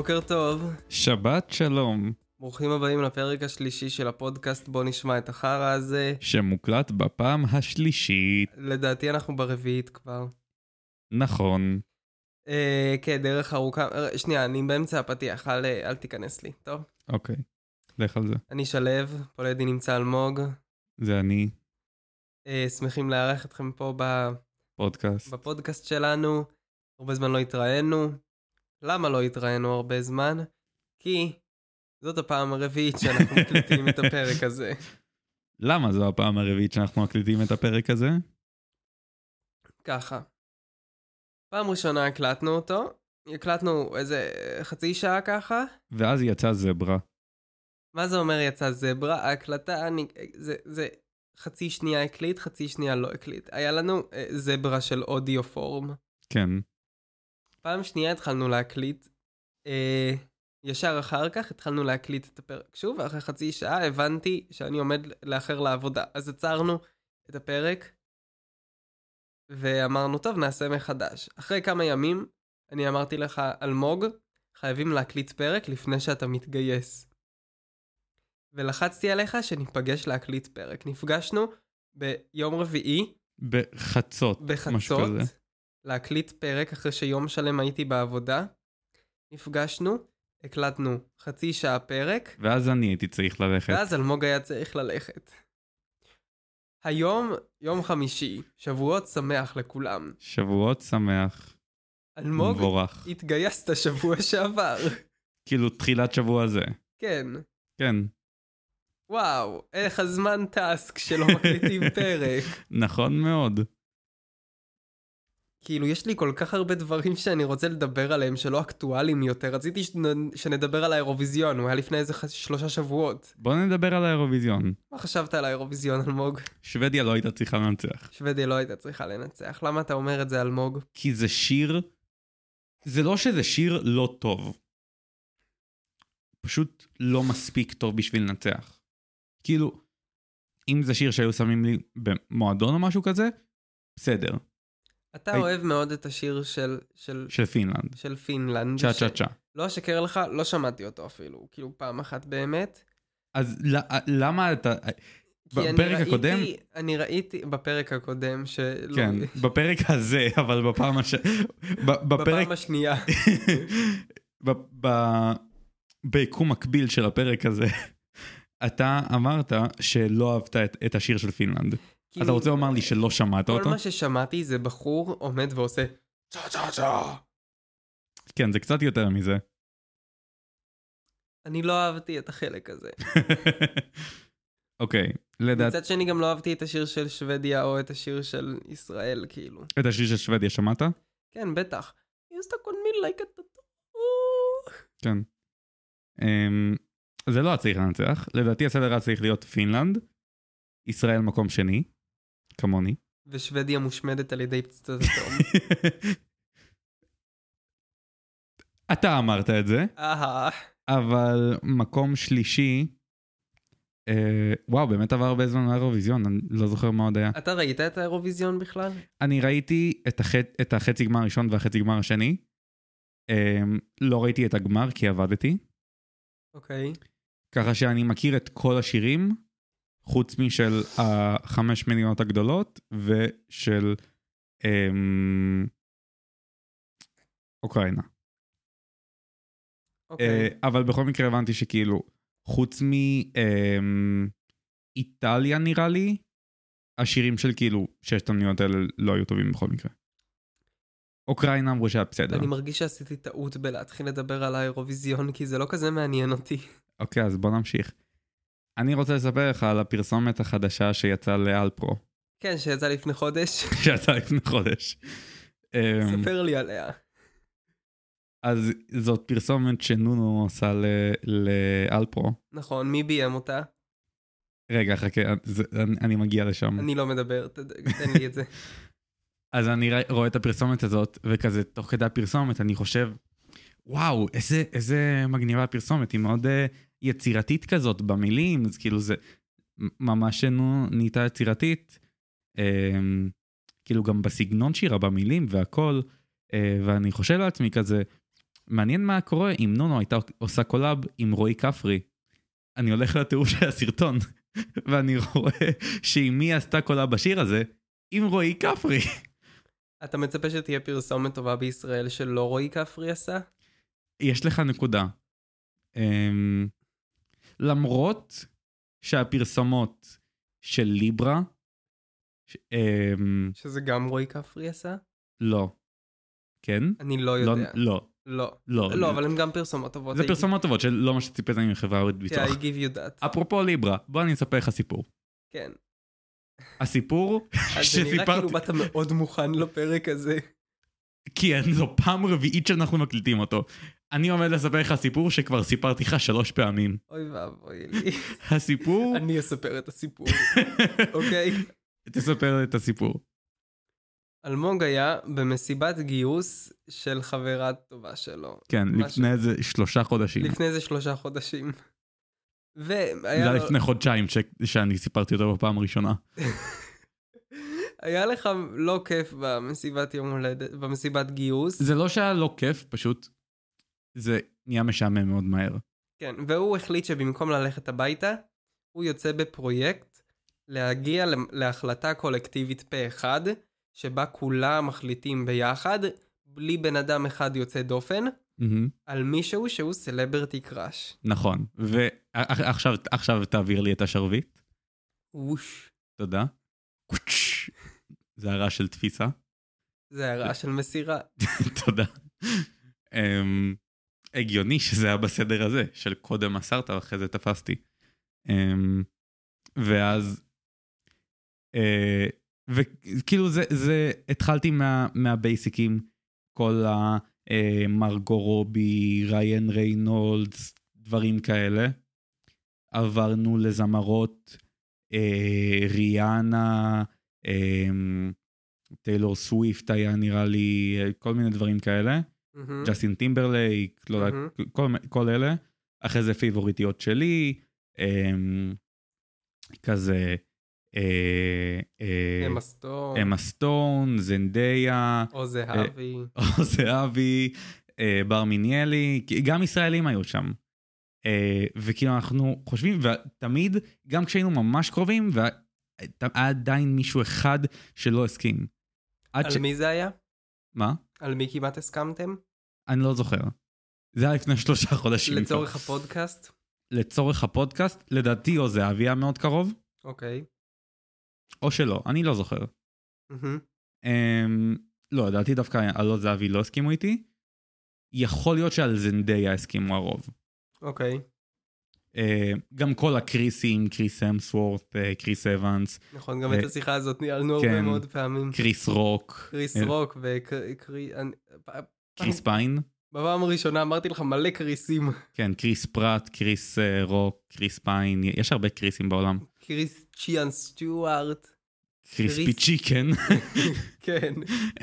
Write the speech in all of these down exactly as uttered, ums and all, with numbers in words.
בוקר טוב. שבת שלום. ברוכים הבאים לפרק השלישי של הפודקאסט בוא נשמע את החרא הזה. שמוקלט בפעם השלישית. לדעתי אנחנו ברביעית כבר. נכון. אה, כן, דרך ארוכה. שנייה, אני באמצע הפתיח, אל, אל תיכנס לי, טוב? אוקיי, לך על זה. אני שלב, פה לידי נמצא אלמוג. זה אני. אה, שמחים לארח אתכם פה ב... פודקאסט. בפודקאסט שלנו. הרבה זמן לא התראינו. למה לא התראינו הרבה זמן? כי זאת הפעם הרביעית שאנחנו מקליטים את הפרק הזה. למה זו הפעם הרביעית שאנחנו מקליטים את הפרק הזה? ככה. פעם ראשונה הקלטנו אותו. הקלטנו איזה חצי שעה ככה. ואז יצא זברה. מה זה אומר יצא זברה? ההקלטה, אני, זה, זה חצי שנייה הקליט, חצי שנייה לא הקליט. היה לנו אה, זברה של אודיו פורם. כן. פעם שנייה התחלנו להקליט. אה, ישר אחר כך התחלנו להקליט את הפרק שוב, ואחרי חצי שעה הבנתי שאני עומד לאחר לעבודה. אז עצרנו את הפרק, ואמרנו, טוב, נעשה מחדש. אחרי כמה ימים, אני אמרתי לך, אלמוג, חייבים להקליט פרק לפני שאתה מתגייס. ולחצתי עליך שניפגש להקליט פרק. נפגשנו ביום רביעי. בחצות. בחצות. להקליט פרק אחרי שיום שלם הייתי בעבודה. נפגשנו, הקלטנו חצי שעה פרק. ואז אני הייתי צריך ללכת. ואז אלמוג היה צריך ללכת. היום, יום חמישי, שבועות שמח לכולם. שבועות שמח. אלמוג, מבורך. התגייסת שבוע שעבר. כאילו תחילת שבוע זה. כן. כן. וואו, איך הזמן טס כשלא מקליטים פרק. נכון מאוד. כאילו, יש לי כל כך הרבה דברים שאני רוצה לדבר עליהם שלא אקטואליים יותר. רציתי שנדבר על האירוויזיון, הוא היה לפני איזה שלושה שבועות. בוא נדבר על האירוויזיון. מה חשבת על האירוויזיון, אלמוג? שוודיה לא הייתה צריכה לנצח. שוודיה לא הייתה צריכה לנצח. למה אתה אומר את זה, אלמוג? כי זה שיר, זה לא שזה שיר לא טוב. פשוט לא מספיק טוב בשביל לנצח. כאילו, אם זה שיר שהיו שמים לי במועדון או משהו כזה, בסדר. אתה הי... אוהב מאוד את השיר של... של, של פינלנד. של פינלנד. צ'ה צ'ה צ'ה. לא אשקר לך, לא שמעתי אותו אפילו. כאילו פעם אחת באמת. אז למה אתה... בפרק אני הקודם... ראיתי, אני ראיתי בפרק הקודם שלא... כן, בפרק הזה, אבל בפעם הש... בפעם השנייה. ביקום מקביל של הפרק הזה, אתה אמרת שלא אהבת את, את השיר של פינלנד. אתה רוצה לומר לי שלא שמעת אותו? כל מה ששמעתי זה בחור עומד ועושה צ'ה צ'ה צ'ה. כן, זה קצת יותר מזה. אני לא אהבתי את החלק הזה. אוקיי, לדעת... מצד שני גם לא אהבתי את השיר של שוודיה או את השיר של ישראל, כאילו. את השיר של שוודיה, שמעת? כן, בטח. יסתה קון מי לייק את הטו. כן. זה לא צריך לנצח. לדעתי הסדר צריך להיות פינלנד, ישראל מקום שני, כמוני. ושוודיה מושמדת על ידי פצצת אטום. אתה אמרת את זה. אהה. אבל מקום שלישי, אה, וואו, באמת עבר הרבה זמן מהאירוויזיון, אני לא זוכר מה עוד היה. אתה ראית את האירוויזיון בכלל? אני ראיתי את, הח... את החצי גמר הראשון והחצי גמר השני. אה, לא ראיתי את הגמר כי עבדתי. אוקיי. ככה שאני מכיר את כל השירים, חוץ משל החמש מדינות הגדולות, ושל אה, אוקראינה. אוקיי. אבל בכל מקרה הבנתי שכאילו, חוץ מאיטליה נראה לי, השירים של כאילו, ששת המדינות האלה לא היו טובים בכל מקרה. אוקראינה אמרו שהיה בסדר. אני מרגיש שעשיתי טעות בלהתחיל לדבר על האירוויזיון, כי זה לא כזה מעניין אותי. אוקיי, אז בוא נמשיך. אני רוצה לספר לך על הפרסומת החדשה שיצאה לאלפרו. כן, שיצאה לפני חודש. שיצאה לפני חודש. ספר לי עליה. אז זאת פרסומת שנונו עושה לאלפרו. נכון, מי ביים אותה? רגע, חכה, אני מגיע לשם. אני לא מדבר, תן לי את זה. אז אני רואה את הפרסומת הזאת, וכזה תוך כדי הפרסומת אני חושב, וואו, איזה, איזה מגניבה הפרסומת, היא מאוד יצירתית כזאת במילים, אז כאילו זה ממש נהייתה יצירתית, כאילו גם בסגנון שירה, במילים והכל, ואני חושב לעצמי כזה, מעניין מה קורה אם נונו הייתה עושה קולאב עם רועי כפרי. אני הולך לתיאור של הסרטון, ואני רואה שעם מי עשתה קולאב בשיר הזה, עם רועי כפרי. אתה מצפה שתהיה פרסומת טובה בישראל שלא רועי כפרי עשה? יש לך נקודה. Um, למרות שהפרסומות של ליברה, ש, um, שזה גם רועי כפרי עשה? לא. כן? אני לא יודע. לא. לא. לא. לא, אבל הן גם פרסומות טובות. זה פרסומות טובות שלא מה שציפית עם חברה אוהד ביטוח. Yeah, I give you that. אפרופו ליברה, בוא אני אספר לך סיפור. כן. הסיפור אז זה נראה כאילו באת מאוד מוכן לפרק הזה. כי זו פעם רביעית שאנחנו מקליטים אותו. אני עומד לספר לך סיפור שכבר סיפרתי לך שלוש פעמים. אוי ואבוי לי. הסיפור... אני אספר את הסיפור. אוקיי? תספר את הסיפור. אלמוג היה במסיבת גיוס של חברה טובה שלו. כן, לפני איזה שלושה חודשים. לפני איזה שלושה חודשים. זה היה לפני חודשיים שאני סיפרתי אותו בפעם הראשונה. היה לך לא כיף במסיבת יום הולדת, במסיבת גיוס. זה לא שהיה לא כיף, פשוט זה נהיה משעמם מאוד מהר. כן, והוא החליט שבמקום ללכת הביתה, הוא יוצא בפרויקט להגיע להחלטה קולקטיבית פה אחד, שבה כולם מחליטים ביחד, בלי בן אדם אחד יוצא דופן, Mm-hmm. על מישהו שהוא סלברטי קראש. נכון, ועכשיו עכשיו תעביר לי את השרביט. ווש. תודה. זה הרעש של תפיסה. זה הרעש של מסירה. תודה. um, הגיוני שזה היה בסדר הזה, של קודם מסרת ואחרי זה תפסתי. Um, ואז, uh, וכאילו זה, זה התחלתי מה, מהבייסיקים, כל ה... מרגו רובי, ריין ריינולדס, דברים כאלה. עברנו לזמרות ריאנה, טיילור סוויפט היה נראה לי, כל מיני דברים כאלה. ג'סטין טימברלייק, לא יודע, כל אלה. אחרי זה פייבוריטיות שלי, כזה אמה סטון, אמה סטון, זנדיה, או זהבי, או זהבי, בר מיניאלי, גם ישראלים היו שם. וכאילו אנחנו חושבים, ותמיד, גם כשהיינו ממש קרובים, ועדיין מישהו אחד שלא הסכים. על מי זה היה? מה? על מי כמעט הסכמתם? אני לא זוכר. זה היה לפני שלושה חודשים. לצורך הפודקאסט? לצורך הפודקאסט, לדעתי או זהבי היה מאוד קרוב. אוקיי. או שלא, אני לא זוכר. לא, לדעתי דווקא על לא זהבי לא הסכימו איתי. יכול להיות שעל זנדיה הסכימו הרוב. אוקיי. גם כל הקריסים, קריס אמסוורט, קריס אבנס. נכון, גם את השיחה הזאת ניהלנו הרבה מאוד פעמים. קריס רוק. קריס רוק קריס פיין. בפעם הראשונה אמרתי לך מלא קריסים. כן, קריס פרט, קריס רוק, קריס פיין, יש הרבה קריסים בעולם. קריס צ'יאן סטוארט. קריספי צ'יקן. כן.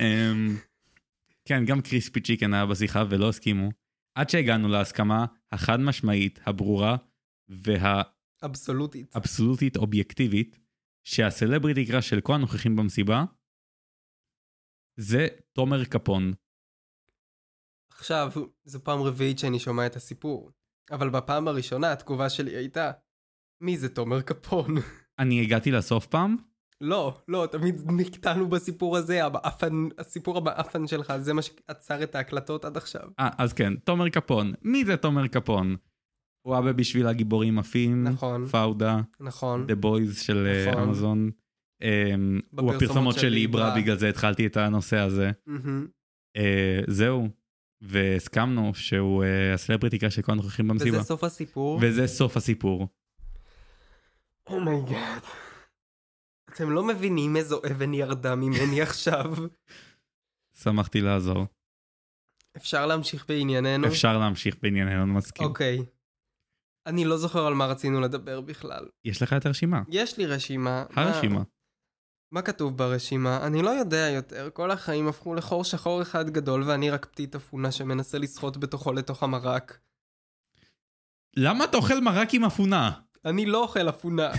כן, גם קריספי צ'יקן היה בשיחה ולא הסכימו. עד שהגענו להסכמה החד משמעית, הברורה, והאבסולוטית. אבסולוטית, אובייקטיבית, שהסלבריטי קראש של כל הנוכחים במסיבה, זה תומר קפון. עכשיו, זו פעם רביעית שאני שומע את הסיפור. אבל בפעם הראשונה התגובה שלי הייתה, מי זה תומר קפון? אני הגעתי לסוף פעם? לא, לא, תמיד נקטענו בסיפור הזה, הבאפן, הסיפור הבאפן שלך, זה מה שעצר את ההקלטות עד עכשיו. אה, אז כן, תומר קפון. מי זה תומר קפון? הוא אבא בשביל הגיבורים עפים, נכון. פאודה, נכון. The Boys של נכון. אמזון. הוא הפרסומות של ליברה, בגלל זה התחלתי את הנושא הזה. זהו. והסכמנו שהוא הסלבריטי קראש של כל הנוכחים במסיבה. וזה סוף הסיפור? וזה סוף הסיפור. אומייגאד. אתם לא מבינים איזו אבן ירדה ממני עכשיו. שמחתי לעזור. אפשר להמשיך בענייננו? אפשר להמשיך בענייננו, אני מסכים. אוקיי. אני לא זוכר על מה רצינו לדבר בכלל. יש לך את הרשימה? יש לי רשימה. הרשימה. מה, מה כתוב ברשימה? אני לא יודע יותר. כל החיים הפכו לחור שחור אחד גדול, ואני רק פתית אפונה שמנסה לשחות בתוכו לתוך המרק. למה אתה אוכל מרק עם אפונה? אני לא אוכל אפונה.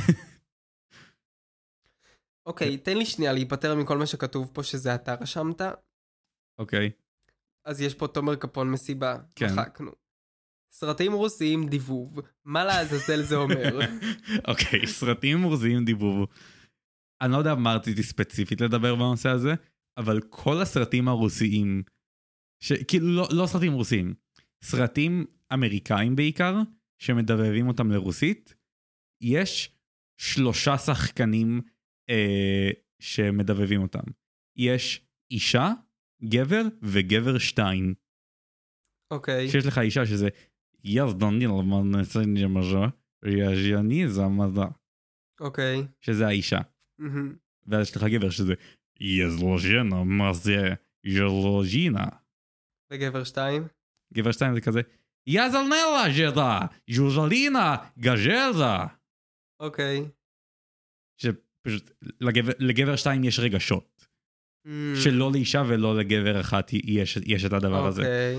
אוקיי, תן לי שנייה להיפטר מכל מה שכתוב פה שזה אתה רשמת. אוקיי. אז יש פה תומר קפון מסיבה. כן. מחקנו. סרטים רוסיים דיבוב. מה לעזאזל זה אומר? אוקיי, סרטים רוסיים דיבוב. אני לא יודע מה רציתי ספציפית לדבר בנושא הזה, אבל כל הסרטים הרוסיים, ש... כאילו לא, לא סרטים רוסיים, סרטים אמריקאים בעיקר, שמדבבים אותם לרוסית, יש שלושה שחקנים אה, שמדבבים אותם. יש אישה, גבר וגבר שתיים. אוקיי. שיש לך אישה שזה יזדניל מנסנג'מז'ה, יז'ני זמדה. אוקיי. שזה האישה. מהמם. ואז יש לך גבר שזה יזלוז'נה, מה זה יזלוז'ינה. וגבר שתיים? גבר שתיים זה כזה יזלנלה ז'דה, יוזלינה גז'זה. אוקיי. שפשוט לגבר, לגבר שתיים יש רגשות. Mm, שלא לאישה ולא לגבר אחת יש, יש את הדבר הזה. אוקיי.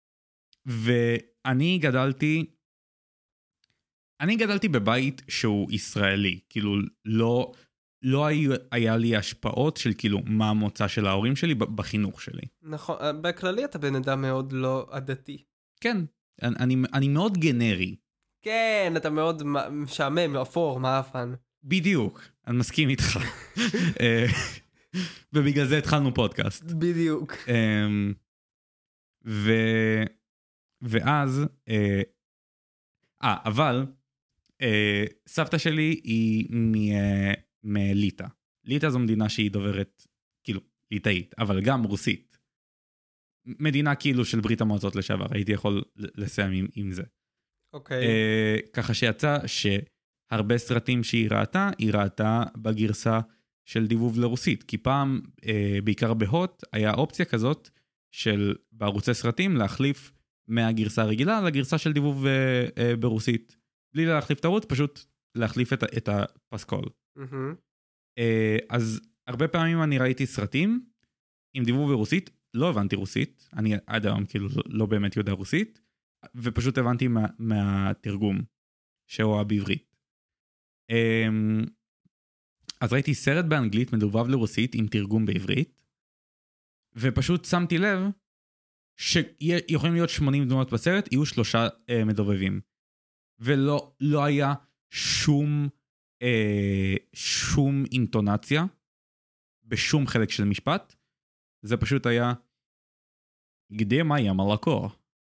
ואני גדלתי, אני גדלתי בבית שהוא ישראלי, כאילו לא, לא היה, היה לי השפעות של כאילו מה המוצא של ההורים שלי בחינוך שלי. נכון, בכללי אתה בן אדם מאוד לא עדתי. כן, אני, אני, אני מאוד גנרי. כן, אתה מאוד מ- משעמם, אפור, מאפן. בדיוק, אני מסכים איתך. אה, ובגלל זה התחלנו פודקאסט. בדיוק. אמ, ו... ואז, אה, אה, אבל, אה, סבתא שלי היא מ- אה, מליטא. ליטא זו מדינה שהיא דוברת, כאילו, ליטאית, אבל גם רוסית. מדינה כאילו של ברית המועצות לשעבר, הייתי יכול לסיים עם, עם זה. אוקיי. אה, ככה שיצא שהרבה סרטים שהיא ראתה, היא ראתה בגרסה של דיבוב לרוסית, כי פעם, אה, בעיקר בהוט, היה אופציה כזאת של בערוצי סרטים להחליף מהגרסה הרגילה לגרסה של דיבוב אה, אה, ברוסית. בלי להחליף את הערוץ, פשוט להחליף את, את הפסקול. מהמם. אה, אז הרבה פעמים אני ראיתי סרטים עם דיבוב ברוסית, לא הבנתי רוסית, אני עד היום כאילו לא באמת יודע רוסית, ופשוט הבנתי מה, מהתרגום שהוא בעברית. אה, אז ראיתי סרט באנגלית מדובב לרוסית עם תרגום בעברית, ופשוט שמתי לב שיכולים להיות שמונים דמויות בסרט, יהיו שלושה אה, מדובבים. ולא לא היה שום, אה, שום אינטונציה, בשום חלק של משפט. זה פשוט היה, גדי מאיה מלאקו.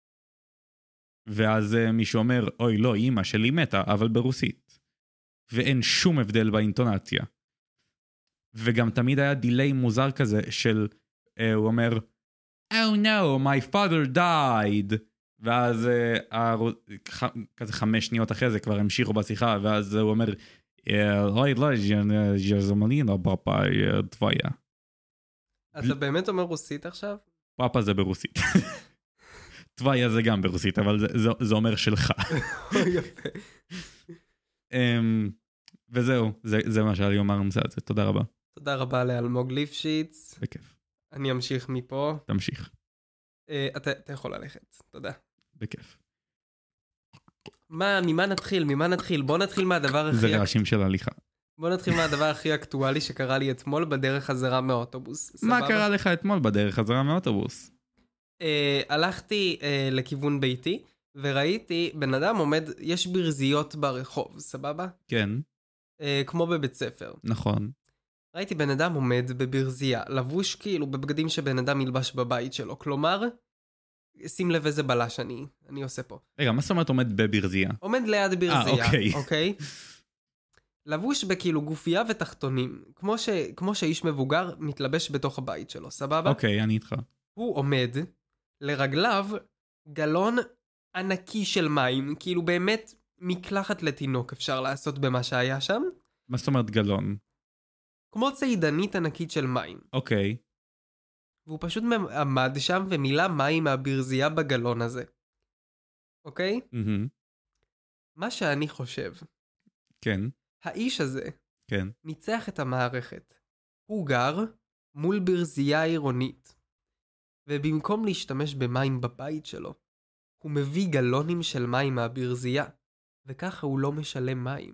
ואז אה, מישהו אומר, אוי לא, אמא שלי מתה, אבל ברוסית. ואין שום הבדל באינטונציה. וגם תמיד היה דיליי מוזר כזה של, אה, הוא אומר, Oh no, my father died. ואז אה, ח, כזה חמש שניות אחרי זה כבר המשיכו בשיחה, ואז הוא אומר, אוי לא, זמלינה פאפה תוויה. אתה באמת אומר רוסית עכשיו? פאפה זה ברוסית. תוויה זה גם ברוסית, אבל זה, זה, זה אומר שלך. יפה. um, וזהו, זה, זה מה שהיה לי אומר בנושא הזה. תודה רבה. תודה רבה לאלמוג ליפשיץ. בכיף. אני אמשיך מפה. תמשיך. אה, אתה, אתה יכול ללכת, תודה. בכיף. מה, ממה נתחיל? ממה נתחיל? בוא נתחיל מהדבר הכי... זה רעשים של הליכה. בוא נתחיל מהדבר הכי אקטואלי שקרה לי אתמול בדרך חזרה מהאוטובוס. מה סבבה? קרה לך אתמול בדרך חזרה מהאוטובוס? אה, הלכתי אה, לכיוון ביתי, וראיתי בן אדם עומד, יש ברזיות ברחוב, סבבה? כן, אה, כמו בבית ספר. נכון. ראיתי בן אדם עומד בברזייה, לבוש כאילו בבגדים שבן אדם ילבש בבית שלו. כלומר, שים לב איזה בלש אני, אני עושה פה. רגע, מה זאת אומרת עומד בברזייה? עומד ליד ברזייה, אוקיי. אוקיי? לבוש בכאילו גופייה ותחתונים, כמו, ש, כמו שאיש מבוגר מתלבש בתוך הבית שלו, סבבה? אוקיי, אני איתך. הוא עומד, לרגליו גלון ענקי של מים, כאילו באמת מקלחת לתינוק אפשר לעשות במה שהיה שם, מה זאת אומרת גלון? כמו צעידנית ענקית של מים. אוקיי. והוא פשוט עמד שם ומילא מים מהברזייה בגלון הזה. אוקיי? מהמם. מה שאני חושב, כן, האיש הזה כן. ניצח את המערכת. הוא גר מול ברזייה עירונית, ובמקום להשתמש במים בבית שלו, הוא מביא גלונים של מים מהברזייה, וככה הוא לא משלם מים.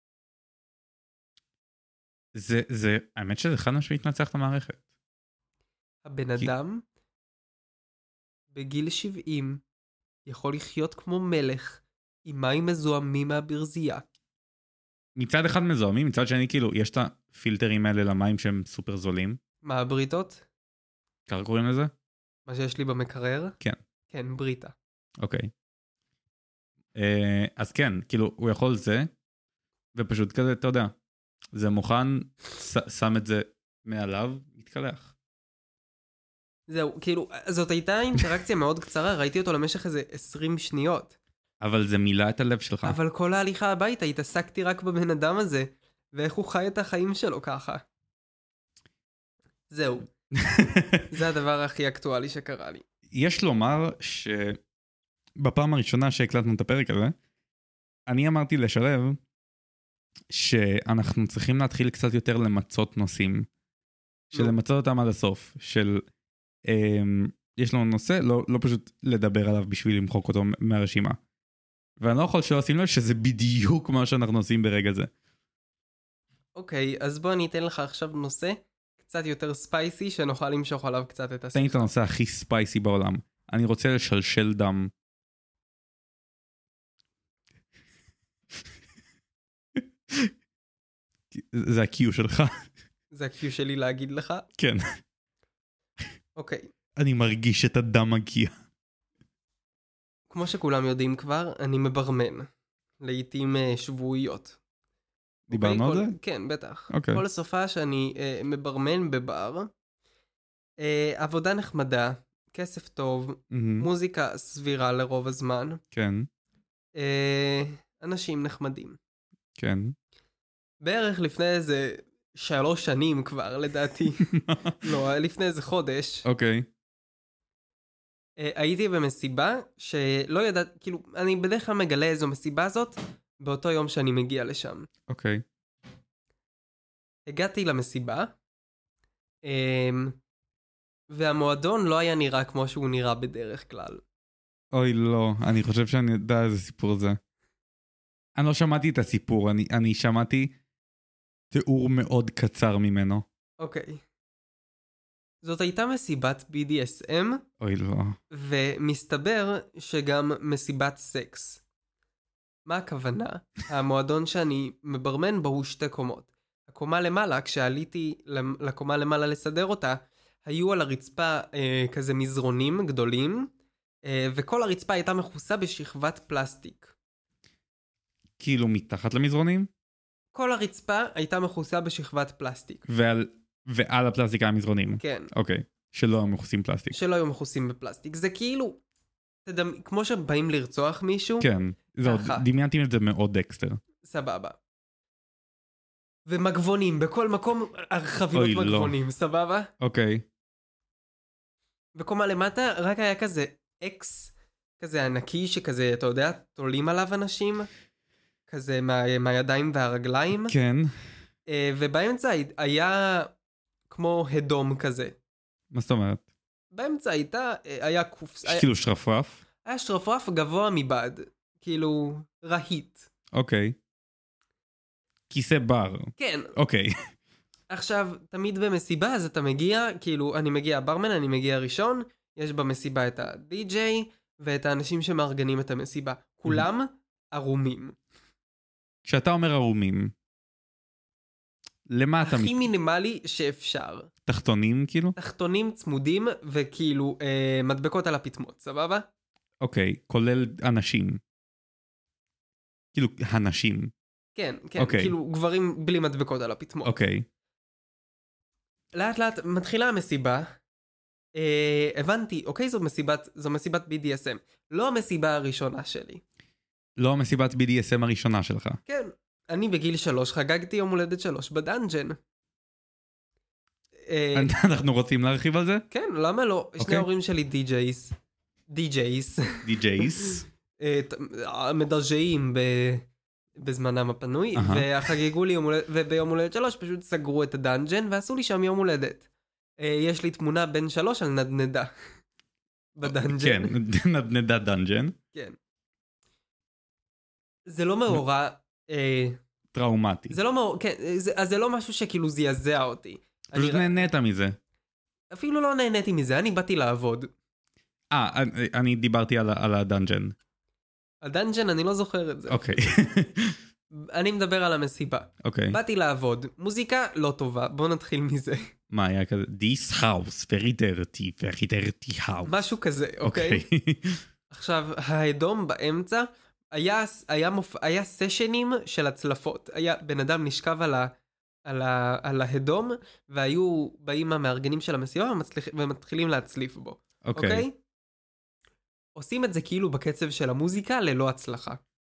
זה, זה, האמת שזה חד משמעית נצח את המערכת. הבן כי- אדם בגיל שבעים, יכול לחיות כמו מלך, עם מים מזוהמים מהברזייה. מצד אחד מזוהמים, מצד שני כאילו, יש את הפילטרים האלה למים שהם סופר זולים. מה, הבריטות? ככה קוראים לזה? מה שיש לי במקרר? כן. כן, בריטה. אוקיי. אה, אז כן, כאילו, הוא יכול זה, ופשוט כזה, אתה יודע, זה מוכן, ש- שם את זה מעליו, מתקלח. זהו, כאילו, זאת הייתה אינטראקציה מאוד קצרה, ראיתי אותו למשך איזה עשרים שניות. אבל זה מילא את הלב שלך. אבל כל ההליכה הביתה התעסקתי רק בבן אדם הזה, ואיך הוא חי את החיים שלו ככה. זהו. זה הדבר הכי אקטואלי שקרה לי. יש לומר שבפעם הראשונה שהקלטנו את הפרק הזה, אני אמרתי לשלב שאנחנו צריכים להתחיל קצת יותר למצות נושאים. של למצות אותם עד הסוף. של אמ, יש לנו נושא, לא, לא פשוט לדבר עליו בשביל למחוק אותו מהרשימה. ואני לא יכול שלא לשים לב שזה בדיוק מה שאנחנו עושים ברגע זה. אוקיי, אז בוא אני אתן לך עכשיו נושא קצת יותר ספייסי, שנוכל למשוך עליו קצת את השיחה. תן לי את הנושא הכי ספייסי בעולם. אני רוצה לשלשל דם. זה הקיו שלך. זה הקיו שלי להגיד לך? כן. אוקיי. אני מרגיש את הדם מגיע. כמו שכולם יודעים כבר, אני מברמן. לעתים uh, שבועיות. דיברנו אוקיי? על כל... זה? כן, בטח. אוקיי. כל סופה שאני uh, מברמן בבר, uh, עבודה נחמדה, כסף טוב, Mm-hmm. מוזיקה סבירה לרוב הזמן, כן. uh, אנשים נחמדים. כן. בערך לפני איזה שלוש שנים כבר, לדעתי. לא, לפני איזה חודש. אוקיי. Uh, הייתי במסיבה שלא ידעת, כאילו, אני בדרך כלל מגלה איזו מסיבה זאת באותו יום שאני מגיע לשם. אוקיי. הגעתי למסיבה, um, והמועדון לא היה נראה כמו שהוא נראה בדרך כלל. אוי לא, אני חושב שאני יודע איזה סיפור זה. אני לא שמעתי את הסיפור, אני, אני שמעתי תיאור מאוד קצר ממנו. אוקיי. זאת הייתה מסיבת בי די אס אם, אוי לא. ומסתבר שגם מסיבת סקס. מה הכוונה? המועדון שאני מברמן בו הוא שתי קומות. הקומה למעלה, כשעליתי לקומה למעלה לסדר אותה, היו על הרצפה אה, כזה מזרונים גדולים, אה, וכל הרצפה הייתה מכוסה בשכבת פלסטיק. כאילו מתחת למזרונים? כל הרצפה הייתה מכוסה בשכבת פלסטיק. ועל, ועל הפלסטיק המזרונים? כן. אוקיי. שלא הם מכוסים פלסטיק. שלא היו מכוסים בפלסטיק. זה כאילו, תדמ... כמו שבאים לרצוח מישהו. כן. זהו, ככה. דמיינתי את זה מאוד דקסטר. סבבה. ומגבונים, בכל מקום חבילות אוי, מגבונים, לא. סבבה? אוקיי. בקומה למטה רק היה כזה אקס, כזה ענקי שכזה, אתה יודע, תולים עליו אנשים, כזה מה, מהידיים והרגליים. כן. אה, ובאמצע היה כמו הדום כזה. מה זאת אומרת? באמצע הייתה, אה, היה קופס, היה, כאילו שרפרף? היה שרפרף גבוה מבד, כאילו רהיט. אוקיי. כיסא בר. כן. אוקיי. עכשיו, תמיד במסיבה, אז אתה מגיע, כאילו, אני מגיע ברמן, אני מגיע ראשון, יש במסיבה את הדי-ג'יי, ואת האנשים שמארגנים את המסיבה. כולם ערומים. כשאתה אומר ערומים, למה אתה... הכי מינימלי שאפשר. תחתונים כאילו? תחתונים צמודים, וכאילו, אה, מדבקות על הפתמות, סבבה? אוקיי, כולל אנשים. כאילו, הנשים. כן, כן, אוקיי. כאילו, גברים בלי מדבקות על הפתמות. אוקיי. לאט לאט מתחילה המסיבה, אה, הבנתי, אוקיי, זו מסיבת, זו מסיבת בי די אס אם, לא המסיבה הראשונה שלי. לא מסיבת בי די אס אם הראשונה שלך. כן, אני בגיל שלוש חגגתי יום הולדת שלוש בדאנג'ן. אה, אנחנו רוצים להרחיב על זה? כן, למה לא? שני אוקיי. ההורים שלי די-ג'ייס. די-ג'ייס. די-ג'ייס. אה, ת- מדרג'אים ב- בזמנם הפנוי, אהה. וחגגו לי יום הולדת, וביום הולדת שלוש פשוט סגרו את הדאנג'ן ועשו לי שם יום הולדת. אה, יש לי תמונה בין שלוש על נדנדה. בדאנג'ן. כן, נדנדה דאנג'ן. כן. זה לא מאורע, אה, טראומטי. זה לא מאורע, כן, זה- אז זה לא משהו שכאילו זעזע אותי. פשוט אני- נהנית מזה. אפילו לא נהניתי מזה, אני באתי לעבוד. אה, אני דיברתי על, על הדנג'ן. הדנג'ן, אני לא זוכר את זה. אוקיי. אני מדבר על המסיבה. אוקיי. באתי לעבוד, מוזיקה לא טובה, בוא נתחיל מזה. מה היה כזה? This house, very dirty, very dirty house. משהו כזה, אוקיי? עכשיו, האדום באמצע, היה, היה, מופ... היה סשנים של הצלפות. היה בן אדם נשכב על, ה... על, ה... על האדום, והיו באים המארגנים של המסיבה ומצליח... ומתחילים להצליף בו. אוקיי. אוקיי? עושים את זה כאילו בקצב של המוזיקה ללא הצלחה.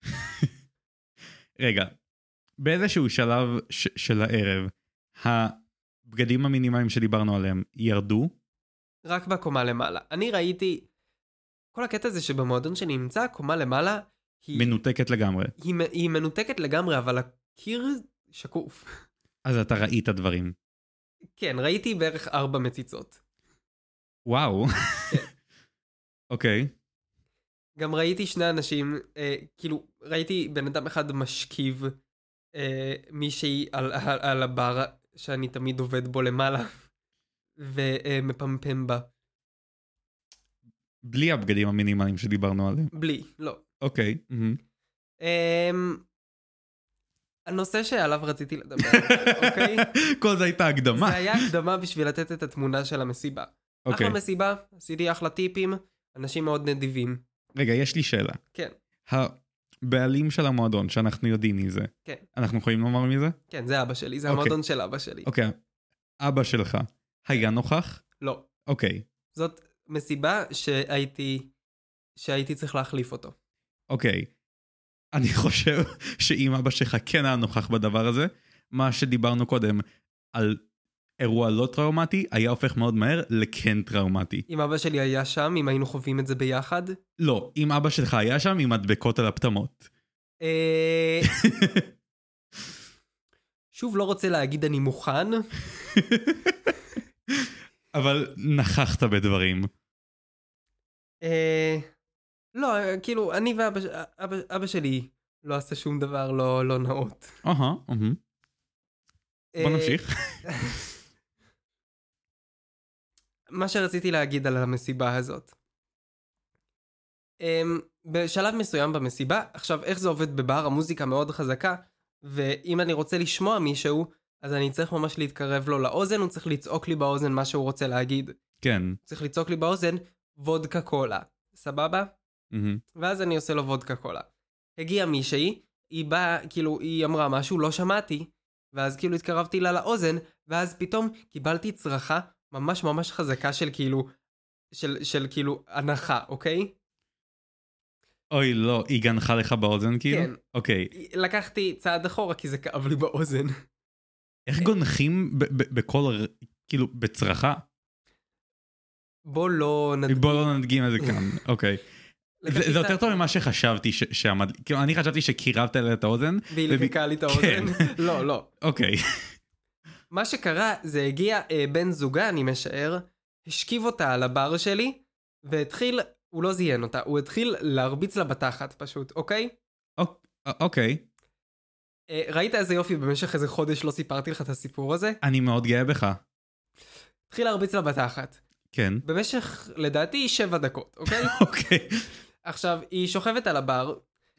רגע, באיזשהו שלב ש... של הערב, הבגדים המינימליים שדיברנו עליהם ירדו? רק בקומה למעלה. אני ראיתי, כל הקטע הזה שבמועדון שנמצא, קומה למעלה, היא... מנותקת לגמרי. היא, היא מנותקת לגמרי, אבל הקיר שקוף. אז אתה ראית דברים. כן, ראיתי בערך ארבע מציצות. וואו. כן. אוקיי. גם ראיתי שני אנשים, אה, כאילו, ראיתי בן אדם אחד משכיב אה, מישהי על, על, על הבר שאני תמיד עובד בו למעלה, ומפמפם בה. בלי הבגדים המינימליים שדיברנו עליהם. בלי, לא. אוקיי. אה, הנושא שעליו רציתי לדבר, אוקיי? כל זה הייתה הקדמה. זה היה הקדמה בשביל לתת את התמונה של המסיבה. אוקיי. אחלה מסיבה, עשיתי אחלה טיפים, אנשים מאוד נדיבים. רגע, יש לי שאלה. כן. הבעלים של המועדון, שאנחנו יודעים מי זה. כן. אנחנו יכולים לומר מי זה? כן, זה אבא שלי, זה אוקיי. המועדון של אבא שלי. אוקיי. אבא שלך היה נוכח? לא. אוקיי. זאת מסיבה שהייתי, שהייתי צריך להחליף אותו. אוקיי. אני חושב שאם אבא שלך כן היה נוכח בדבר הזה, מה שדיברנו קודם על אירוע לא טראומטי, היה הופך מאוד מהר לכן טראומטי. אם אבא שלי היה שם, אם היינו חווים את זה ביחד? לא, אם אבא שלך היה שם עם מדבקות על הפטמות. אה... שוב לא רוצה להגיד אני מוכן. אבל נכחת בדברים. אה... לא, כאילו, אני ואבא אבא, אבא שלי לא עשה שום דבר לא, לא נאות. אהה, אהה. בוא נמשיך. מה שרציתי להגיד על המסיבה הזאת. בשלב מסוים במסיבה, עכשיו איך זה עובד בבר, המוזיקה מאוד חזקה, ואם אני רוצה לשמוע מישהו, אז אני צריך ממש להתקרב לו לאוזן, הוא צריך לצעוק לי באוזן מה שהוא רוצה להגיד. כן. צריך לצעוק לי באוזן, וודקה קולה. סבבה? Mm-hmm. ואז אני עושה לו וודקה קולה. הגיעה מישהי, היא באה, כאילו, היא אמרה משהו, לא שמעתי, ואז כאילו התקרבתי לה לאוזן, ואז פתאום קיבלתי צרחה ממש ממש חזקה של כאילו, של, של כאילו הנחה, אוקיי? אוי, לא, היא גנחה לך באוזן כאילו? כן. אוקיי. לקחתי צעד אחורה כי זה כאב לי באוזן. איך גונחים בכל, כאילו, בצרחה? בוא לא נדגים. בוא לא נדגים את זה כאן, אוקיי. זה יותר טוב ממה שחשבתי שעמד, כאילו אני חשבתי שקירבת אליה את האוזן. והיא לקקה לי את האוזן. לא, לא. אוקיי. מה שקרה זה הגיע בן זוגה, אני משער, השכיב אותה על הבר שלי, והתחיל, הוא לא זיין אותה, הוא התחיל להרביץ לה בתחת פשוט, אוקיי? אוקיי. ראית איזה יופי, במשך איזה חודש לא סיפרתי לך את הסיפור הזה? אני מאוד גאה בך. התחיל להרביץ לה בתחת. כן. במשך, לדעתי, שבע דקות, אוקיי? אוקיי. עכשיו, היא שוכבת על הבר,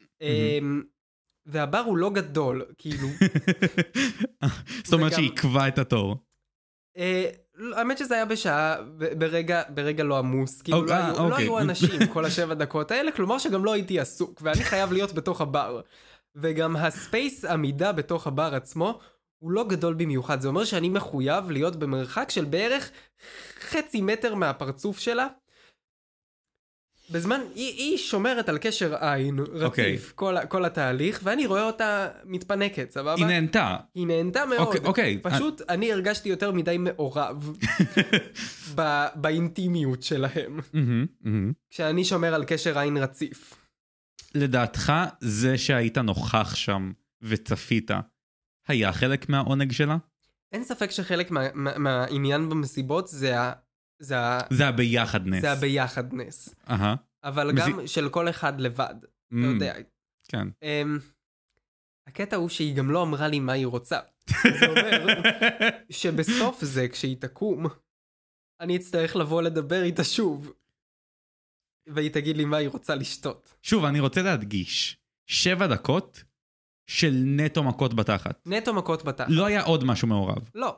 והבר הוא לא גדול, כאילו. זאת אומרת שהיא עקבה את התור. האמת שזה היה בשעה, ברגע לא עמוס, כאילו לא היו אנשים כל השבע דקות האלה, כלומר שגם לא הייתי עסוק, ואני חייב להיות בתוך הבר. וגם הספייס עמידה בתוך הבר עצמו, הוא לא גדול במיוחד. זה אומר שאני מחויב להיות במרחק של בערך חצי מטר מהפרצוף שלה. בזמן, היא, היא שומרת על קשר עין, רציף, okay. כל, כל התהליך, ואני רואה אותה מתפנקת, סבבה? היא נהנתה. היא נהנתה מאוד. Okay, okay. פשוט I... אני הרגשתי יותר מדי מעורב ב, באינטימיות שלהם. Mm-hmm, mm-hmm. כשאני שומר על קשר עין רציף. לדעתך, זה שהיית נוכח שם וצפית, היה חלק מהעונג שלה? אין ספק שחלק מה, מה, מהעניין במסיבות זה ה... זה ה... זה הביחדנס. זה הביחדנס. אהה. אבל גם של כל אחד לבד. אתה יודע. כן. הקטע הוא שהיא גם לא אמרה לי מה היא רוצה. זה אומר שבסוף זה, כשהיא תקום, אני אצטרך לבוא לדבר איתה שוב. והיא תגיד לי מה היא רוצה לשתות. שוב, אני רוצה להדגיש, שבע דקות של נטו מכות בתחת. נטו מכות בתחת. לא היה עוד משהו מעורב. לא.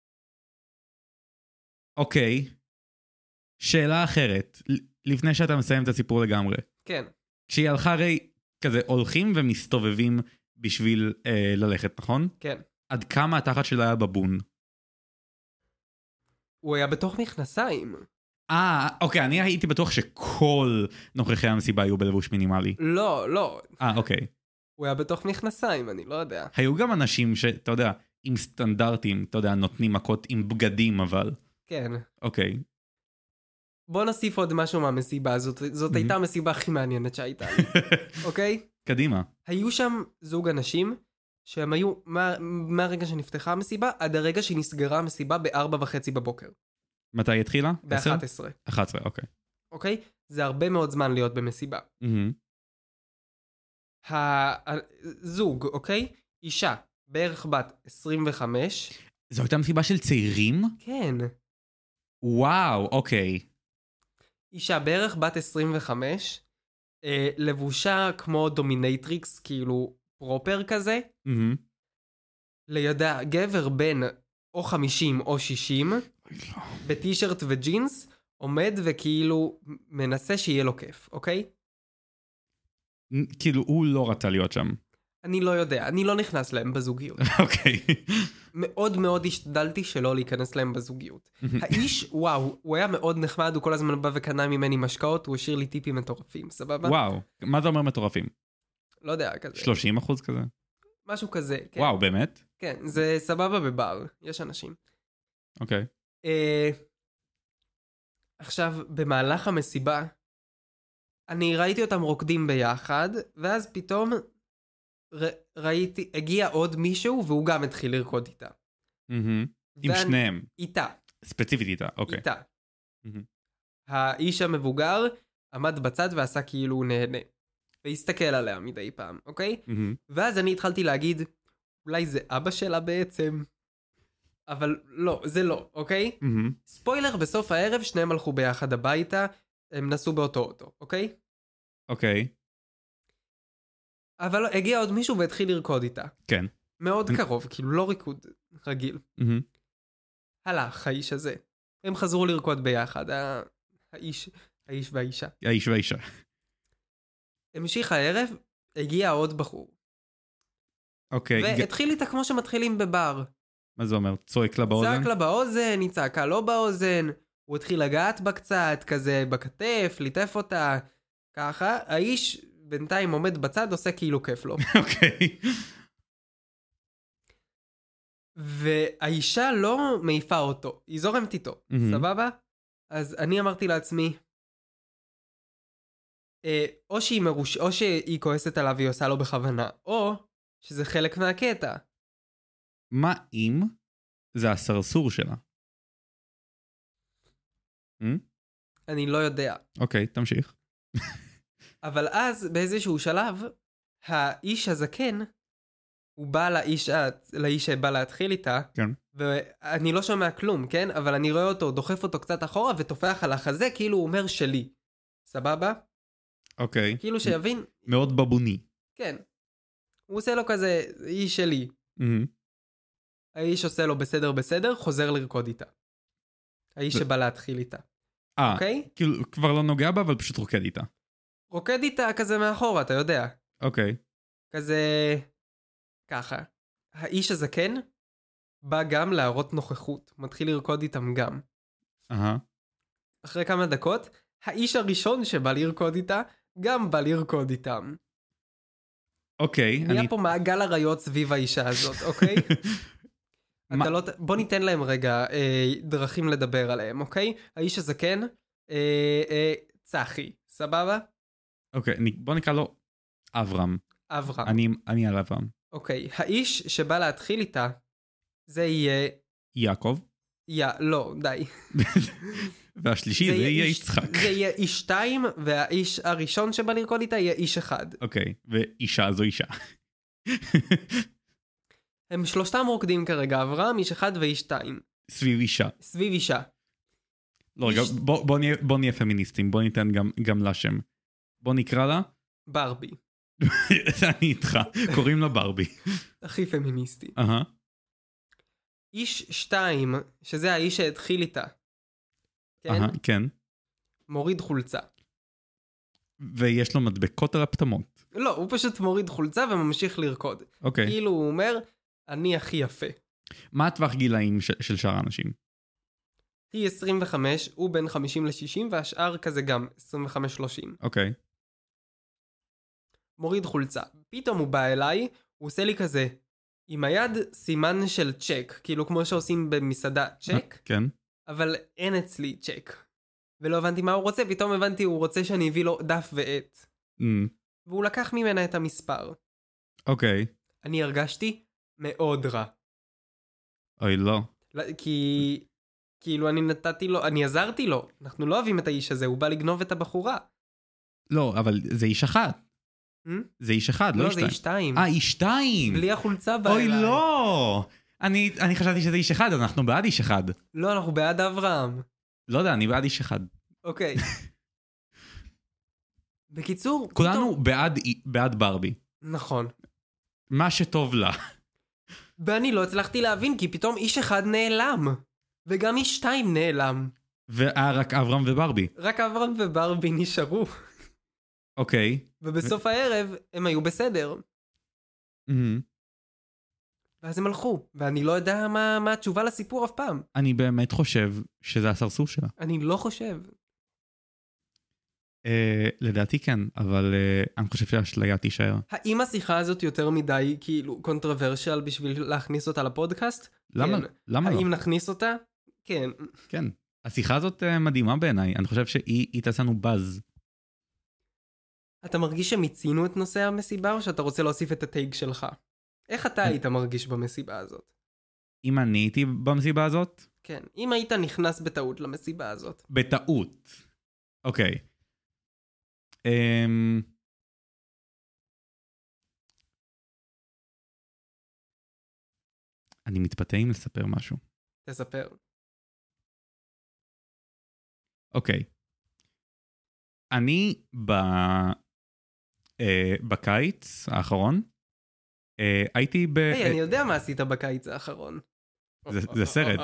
אוקיי. שאלה אחרת, לפני שאתה מסיים את הסיפור לגמרי. כן. כשהיא הלכה הרי כזה הולכים ומסתובבים בשביל אה, ללכת, נכון? כן. עד כמה התחת שלה היה בבון? הוא היה בתוך מכנסיים. אה, אוקיי, אני הייתי בטוח שכל נוכחי המסיבה היו בלבוש מינימלי. לא, לא. אה, אוקיי. הוא היה בתוך מכנסיים, אני לא יודע. היו גם אנשים שאתה יודע, עם סטנדרטים, אתה יודע, נותנים מכות עם בגדים, אבל... כן. אוקיי. בוא נוסיף עוד משהו מהמסיבה הזאת. זאת הייתה המסיבה הכי מעניינת שהייתה לי. אוקיי? קדימה. היו שם זוג אנשים שהם היו מה, מהרגע שנפתחה המסיבה עד הרגע שנסגרה המסיבה בארבע וחצי בבוקר. מתי היא התחילה? ב-אחת עשרה. אחת עשרה, אוקיי. אוקיי? זה הרבה מאוד זמן להיות במסיבה. הזוג, אוקיי? אישה, בערך בת עשרים וחמש. זו הייתה מסיבה של צעירים? כן. וואו, אוקיי. אישה בערך בת עשרים וחמש, אה, לבושה כמו דומינטריקס, כאילו פרופר כזה. Mm-hmm. לידה גבר בן או חמישים או שישים, בטישרט וג'ינס, עומד וכאילו מנסה שיהיה לו כיף, אוקיי? כאילו הוא לא רצה להיות שם. אני לא יודע, אני לא נכנס להם בזוגיות. אוקיי. מאוד מאוד השתדלתי שלא להיכנס להם בזוגיות. האיש, וואו, הוא היה מאוד נחמד, הוא כל הזמן בא וקנה ממני משקאות, הוא השאיר לי טיפים מטורפים, סבבה? וואו, מה זה אומר מטורפים? לא יודע, כזה. שלושים אחוז כזה? משהו כזה, כן. וואו, באמת? כן, זה סבבה בבר, יש אנשים. אוקיי. אה, עכשיו, במהלך המסיבה, אני ראיתי אותם רוקדים ביחד, ואז פתאום ר, ראיתי, הגיע עוד מישהו, והוא גם התחיל לרקוד איתה. Mm-hmm. עם ואני, שניהם. איתה. ספציפית איתה, אוקיי. איתה. Mm-hmm. האיש המבוגר עמד בצד ועשה כאילו הוא נהנה. והסתכל עליה מדי פעם, אוקיי? Mm-hmm. ואז אני התחלתי להגיד, אולי זה אבא שלה בעצם? אבל לא, זה לא, אוקיי? Mm-hmm. ספוילר, בסוף הערב שניהם הלכו ביחד הביתה, הם נסעו באותו אוטו, אוקיי? אוקיי. אבל הגיע עוד מישהו והתחיל לרקוד איתה. כן. מאוד קרוב, כאילו לא ריקוד רגיל. Mm-hmm. הלך, האיש הזה. הם חזרו לרקוד ביחד, האיש, האיש והאישה. האיש והאישה. המשיך הערב, הגיע עוד בחור. אוקיי. והתחיל איתה כמו שמתחילים בבר. מה זה אומר? צועק לה באוזן? צעק לה באוזן, היא צעקה לא באוזן, הוא התחיל לגעת בה קצת, כזה בכתף, ליטף אותה, ככה. האיש בינתיים עומד בצד, עושה כאילו כיף לו. אוקיי. והאישה לא מעיפה אותו, היא זורמת איתו, סבבה? אז אני אמרתי לעצמי, או שהיא מרוש... או שהיא כועסת עליו והיא עושה לו בכוונה, או שזה חלק מהקטע. מה אם זה הסרסור שלה? אני לא יודע. אוקיי, תמשיך. אבל אז באיזשהו שלב, האיש הזקן, הוא בא לאיש, לאיש שבא להתחיל איתה, כן. ואני לא שומע כלום, כן? אבל אני רואה אותו, דוחף אותו קצת אחורה ותופח על החזה, כאילו הוא אומר שלי. סבבה? אוקיי. כאילו שיבין. מאוד בבוני. כן. הוא עושה לו כזה, איש שלי. Mm-hmm. האיש עושה לו בסדר בסדר, חוזר לרקוד איתה. האיש ו... שבא להתחיל איתה. אה, אוקיי? כאילו כבר לא נוגע בה, אבל פשוט רוקד איתה. רוקד איתה כזה מאחורה, אתה יודע. אוקיי. כזה... ככה. האיש הזקן בא גם להראות נוכחות. מתחיל לרקוד איתם גם. אהה. אחרי כמה דקות, האיש הראשון שבא לרקוד איתה, גם בא לרקוד איתם. אוקיי. נהיה אני... פה מעגל הריות סביב האישה הזאת, אוקיי? אתה לא... בוא ניתן להם רגע אה, דרכים לדבר עליהם, אוקיי? האיש הזקן, אה, אה, צחי, סבבה? אוקיי, בוא נקרא לו אברהם. אברהם. אני, אני על אברהם. אוקיי, האיש שבא להתחיל איתה, זה יהיה... יעקב. יא, לא, די. והשלישי זה, זה יהיה איש יצחק. זה יהיה איש שתיים, והאיש הראשון שבא לרקוד איתה יהיה איש אחד. אוקיי, ואישה זו אישה. הם שלושתם רוקדים כרגע, אברהם, איש אחד ואיש שתיים. סביב אישה. סביב אישה. לא, רגע, בוא, בוא, נהיה, בוא נהיה פמיניסטים, בוא ניתן גם, גם לה שם. בוא נקרא לה. ברבי. אני איתך, קוראים לה ברבי. הכי פמיניסטי. אהה. איש שתיים, שזה האיש שהתחיל איתה. כן? אהה, כן. מוריד חולצה. ויש לו מדבקות על הפטמות. לא, הוא פשוט מוריד חולצה וממשיך לרקוד. אוקיי. כאילו הוא אומר, אני הכי יפה. מה הטווח גילאים של, של שאר האנשים? היא עשרים וחמש, הוא בין חמישים ל-שישים, והשאר כזה גם עשרים וחמש שלושים. אוקיי. מוריד חולצה. פתאום הוא בא אליי, הוא עושה לי כזה, עם היד סימן של צ'ק, כאילו כמו שעושים במסעדה צ'ק, כן. אבל אין אצלי צ'ק. ולא הבנתי מה הוא רוצה, פתאום הבנתי הוא רוצה שאני אביא לו דף ועט. Mm. והוא לקח ממנה את המספר. אוקיי. אני הרגשתי מאוד רע. אוי, לא. כי, כאילו אני נתתי לו, אני עזרתי לו. אנחנו לא אוהבים את האיש הזה, הוא בא לגנוב את הבחורה. לא, אבל זה איש אחד. Hmm? זה איש אחד, לא, לא, איש זה שתיים. איש שתיים. אה, איש שתיים. בלי החולצה בא אוי, אליי. לא. אני, אני חשבתי שזה איש אחד, אנחנו בעד איש אחד. לא, אנחנו בעד אברהם. לא יודע, אני בעד איש אחד. אוקיי. בקיצור, כולנו פתאום... בעד, בעד ברבי. נכון. מה שטוב לה. ואני לא הצלחתי להבין, כי פתאום איש אחד נעלם. וגם איש שתיים נעלם. והיה רק אברהם וברבי. רק אברהם וברבי נשארו. אוקיי. ובסוף הערב הם היו בסדר. Mm-hmm. ואז הם הלכו. ואני לא יודע מה, מה התשובה לסיפור אף פעם. אני באמת חושב שזה הסרסור שלה. אני לא חושב. Uh, לדעתי כן, אבל uh, אני חושב שהאשליה תישאר. האם השיחה הזאת יותר מדי כאילו קונטרוברשל בשביל להכניס אותה לפודקאסט? למה, כן. למה לא? האם נכניס אותה? כן. כן. השיחה הזאת uh, מדהימה בעיניי. אני חושב שהיא תעשה לנו בז. אתה מרגיש שמיצינו את נושא המסיבה, או שאתה רוצה להוסיף את הטייק שלך? איך אתה היית מרגיש במסיבה הזאת? אם אני הייתי במסיבה הזאת? כן. אם היית נכנס בטעות למסיבה הזאת. בטעות. אוקיי. Um... אני מתפתה אם לספר משהו. תספר. אוקיי. אני ב... uh, בקיץ האחרון, uh, הייתי ב... היי, אני יודע מה עשית בקיץ האחרון. זה, זה סרט.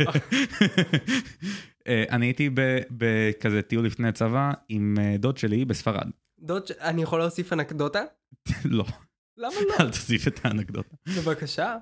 uh, אני הייתי בכזה טיול לפני הצבא עם uh, דוד שלי בספרד. דוד, אני יכול להוסיף אנקדוטה? לא. למה לא? אל תוסיף את האנקדוטה. בבקשה.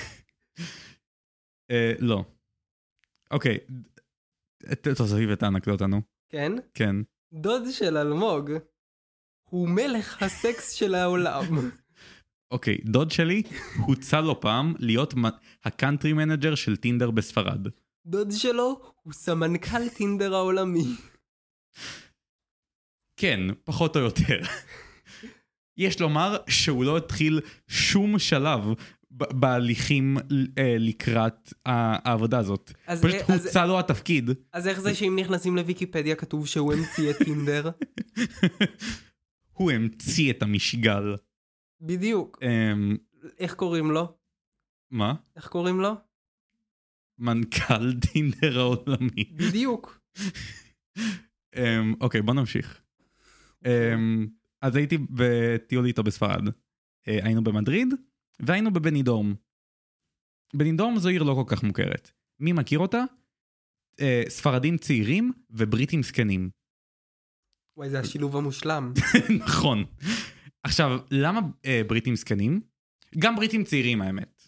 לא. אוקיי. תוסיף את האנקדוטה, נו. כן? כן. דוד של אלמוג הוא מלך הסקס של העולם. אוקיי, דוד שלי הוצא לו פעם להיות הקאנטרי מנג'ר של טינדר בספרד. דוד שלו הוא סמנכ"ל טינדר העולמי. כן, פחות או יותר. יש לומר שהוא לא התחיל שום שלב בהליכים לקראת העבודה הזאת. פשוט הוצא לו התפקיד. אז איך זה שאם נכנסים לוויקיפדיה כתוב שהוא המציא את טינדר? הוא המציא את המשגל. בדיוק. איך קוראים לו? מה? איך קוראים לו? מנכ"ל טינדר העולמי. בדיוק. אוקיי, בוא נמשיך. אז הייתי בטיול איתו בספרד. היינו במדריד, והיינו בבנידורם. בנידורם זו עיר לא כל כך מוכרת. מי מכיר אותה? ספרדים צעירים ובריטים זקנים. וואי, זה השילוב המושלם. נכון. עכשיו, למה בריטים זקנים? גם בריטים צעירים, האמת.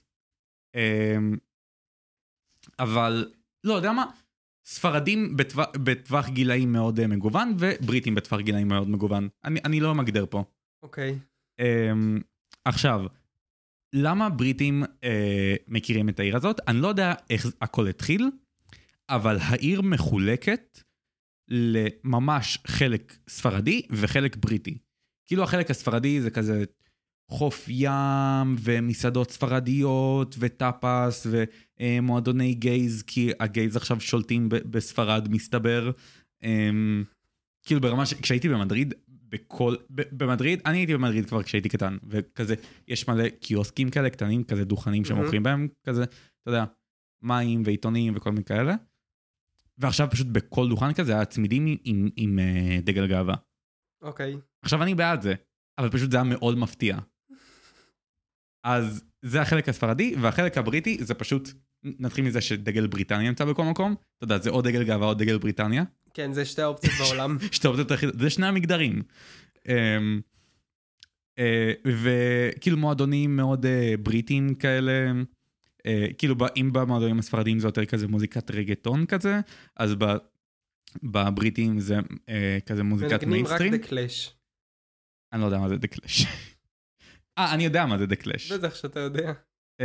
אבל, לא יודע מה, ספרדים בטווח, בטווח גילאים מאוד מגוון, ובריטים בטווח גילאים מאוד מגוון. אני, אני לא מגדר פה. אוקיי. Um, עכשיו, למה בריטים uh, מכירים את העיר הזאת? אני לא יודע איך הכל התחיל, אבל העיר מחולקת לממש חלק ספרדי וחלק בריטי. כאילו החלק הספרדי זה כזה חוף ים ומסעדות ספרדיות וטאפס ומועדוני גייז, כי הגייז עכשיו שולטים ב- בספרד מסתבר. Um, כאילו ברמה ש... כשהייתי במדריד, בכל... ב- במדריד, אני הייתי במדריד כבר כשהייתי קטן, וכזה יש מלא קיוסקים כאלה קטנים, כזה דוכנים שמוכרים בהם, כזה, אתה יודע, מים ועיתונים וכל מיני כאלה. ועכשיו פשוט בכל דוכן כזה היה צמידים עם, עם, עם uh, דגל גאווה. אוקיי. עכשיו אני בעד זה, אבל פשוט זה היה מאוד מפתיע. אז זה החלק הספרדי, והחלק הבריטי זה פשוט, נתחיל מזה שדגל בריטניה נמצא בכל מקום, אתה יודע, זה או דגל גאווה או דגל בריטניה. כן, זה שתי האופציות בעולם. שתי האופציות היחידות, זה שני המגדרים. וכאילו מועדונים מאוד בריטים כאלה, כאילו אם במועדונים הספרדיים זה יותר כזה מוזיקת רגטון כזה, אז בבריטים זה כזה מוזיקת מיינסטרים. רק The Clash. אני לא יודע מה זה The Clash. אה, אני יודע מה זה The Clash. בטח שאתה יודע.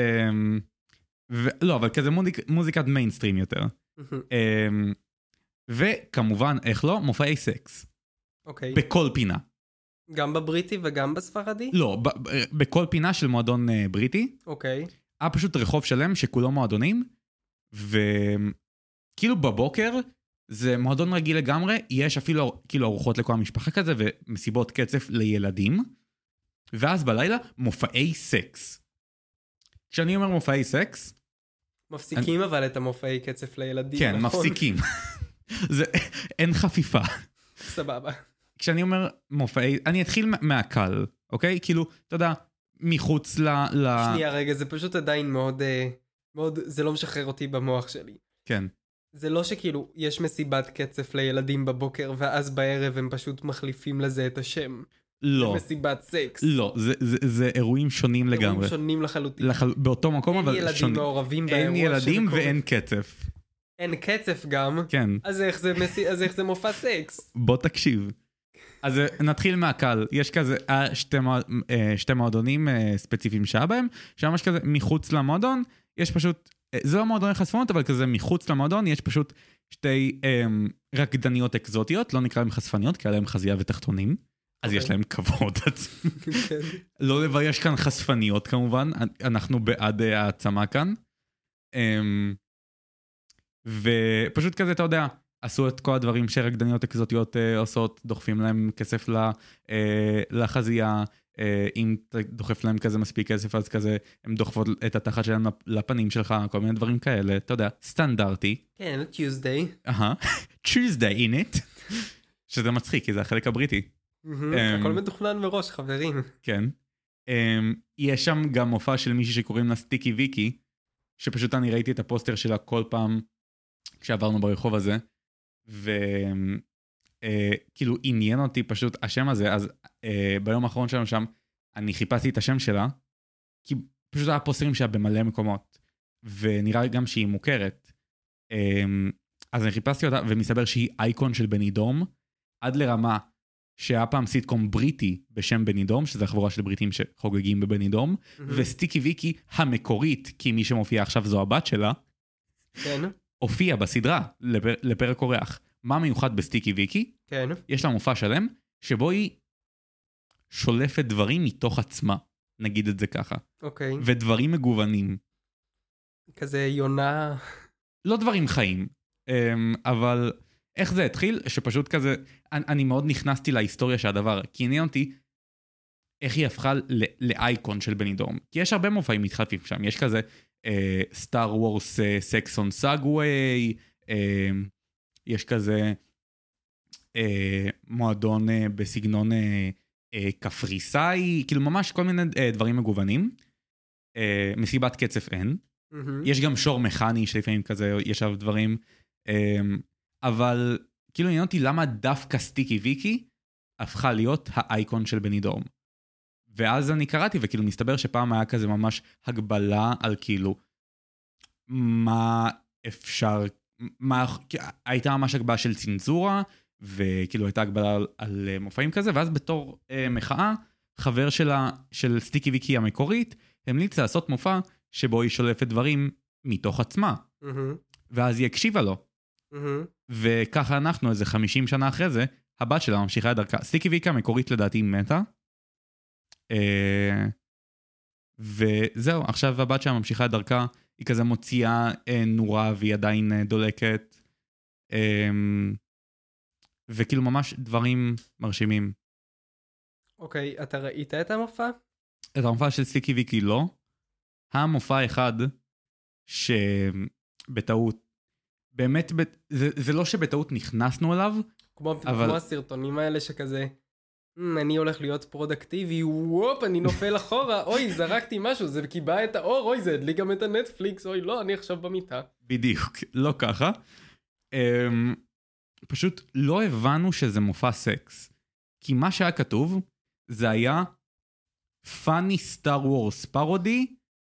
לא, אבל כזה מוזיקת מיינסטרים יותר. וכמובן, איך לא? מופעי סקס. אוקיי. בכל פינה. גם בבריטי וגם בספרדי? לא, בכל פינה של מועדון בריטי. אוקיי. היה פשוט רחוב שלם שכולו מועדונים, וכאילו בבוקר זה מועדון רגיל לגמרי, יש אפילו כאילו ארוחות לכל המשפחה כזה, ומסיבות קצף לילדים, ואז בלילה מופעי סקס. כשאני אומר מופעי סקס... מפסיקים אבל את המופעי קצף לילדים, כן, מפסיקים. זה, אין חפיפה. סבבה. כשאני אומר מופעי, אני אתחיל מהקל, אוקיי? כאילו, אתה יודע, מחוץ ל... שנייה רגע, זה פשוט עדיין מאוד, מאוד, זה לא משחרר אותי במוח שלי. כן. זה לא שכאילו, יש מסיבת קצף לילדים בבוקר, ואז בערב הם פשוט מחליפים לזה את השם. לא. מסיבת סקס. לא, זה, זה, זה אירועים שונים לגמרי. אירועים שונים לחלוטין. לחל... באותו מקום, אבל שונים. אין ילדים מעורבים באירוע. אין ילדים ואין קצף. אין קצף גם. כן. אז איך זה, מסי... אז איך זה מופע סקס? בוא תקשיב. אז נתחיל מהקל. יש כזה שתי, שתי מועדונים ספציפיים שהיה בהם, שממש כזה מחוץ למועדון, יש פשוט, זה לא מועדון חשפנות, אבל כזה מחוץ למועדון, יש פשוט שתי um, רקדניות אקזוטיות, לא נקרא להם חשפניות, כי עליהם חזייה ותחתונים. אז יש להם כבוד עצמי. לא לבייש כאן חשפניות כמובן, אנחנו בעד העצמה כאן. ופשוט כזה, אתה יודע, עשו את כל הדברים שרקדניות אקזוטיות עושות, דוחפים להם כסף לחזייה, אם דוחף להם כזה מספיק כסף, אז כזה הם דוחפות את התחת שלהם לפנים שלך, כל מיני דברים כאלה, אתה יודע, סטנדרטי. כן, Tuesday. אהה, Tuesday in it. שזה מצחיק, כי זה החלק הבריטי. הכל מתוכנן מראש, חברים. כן. יש שם גם מופע של מישהי שקוראים לה סטיקי ויקי, שפשוט אני ראיתי את הפוסטר שלה כל פעם כשעברנו ברחוב הזה, וכאילו עניין אותי פשוט השם הזה, אז ביום האחרון שלנו שם, אני חיפשתי את השם שלה, כי פשוט היה פוסטרים שלה במלא מקומות, ונראה גם שהיא מוכרת. אז אני חיפשתי אותה, ומסתבר שהיא אייקון של בני דורם, עד לרמה שהיה פעם סיטקום בריטי בשם בני דורם, שזה החבורה של בריטים שחוגגים בבני דורם, mm-hmm. וסטיקי ויקי המקורית, כי מי שמופיע עכשיו זו הבת שלה, כן. הופיע בסדרה לפר, לפרק אורח. מה מיוחד בסטיקי ויקי? כן. יש לה מופע שלם, שבו היא שולפת דברים מתוך עצמה, נגיד את זה ככה. אוקיי. ודברים מגוונים. כזה יונה... לא דברים חיים, אבל... איך זה התחיל? שפשוט כזה, אני, אני מאוד נכנסתי להיסטוריה של הדבר, כי עניין אותי איך היא הפכה לאייקון של בני דורם. כי יש הרבה מופעים מתחלפים שם, יש כזה סטאר וורס סקס און סאגווי, יש כזה אה, מועדון אה, בסגנון אה, אה, קפריסאי, כאילו ממש כל מיני אה, דברים מגוונים. אה, מסיבת קצף אין. Mm-hmm. יש גם שור מכני שלפעמים כזה, יש עליו דברים... אה, אבל כאילו עניין אותי למה דווקא סטיקי ויקי הפכה להיות האייקון של בני דורם. ואז אני קראתי וכאילו מסתבר שפעם היה כזה ממש הגבלה על כאילו מה אפשר, מה, הייתה ממש הגבלה של צנזורה, וכאילו הייתה הגבלה על, על מופעים כזה, ואז בתור אה, מחאה, חבר שלה, של סטיקי ויקי המקורית, המליץ לעשות מופע שבו היא שולפת דברים מתוך עצמה. Mm-hmm. ואז היא הקשיבה לו. Mm-hmm. וככה אנחנו, איזה חמישים שנה אחרי זה, הבת שלה ממשיכה לדרכה. סטיקי ויקי המקורית לדעתי מתה. אה, וזהו, עכשיו הבת שלה ממשיכה לדרכה, היא כזה מוציאה אה, נורה והיא עדיין אה, דולקת. אה, וכאילו ממש דברים מרשימים. אוקיי, אתה ראית את המופע? את המופע של סטיקי ויקי לא. המופע אחד שבטעות באמת, זה, זה לא שבטעות נכנסנו אליו, כמו, אבל... כמו הסרטונים האלה שכזה, "מ, אני הולך להיות פרודקטיבי, וופ, אני נופל אחורה, אוי, זרקתי משהו, זה קיבע את האור, אוי, זה הדליק גם את הנטפליקס, אוי, לא, אני עכשיו במיטה. בדיוק, לא ככה. Um, פשוט לא הבנו שזה מופע סקס. כי מה שהיה כתוב, זה היה פאני סטאר וורס פרודי,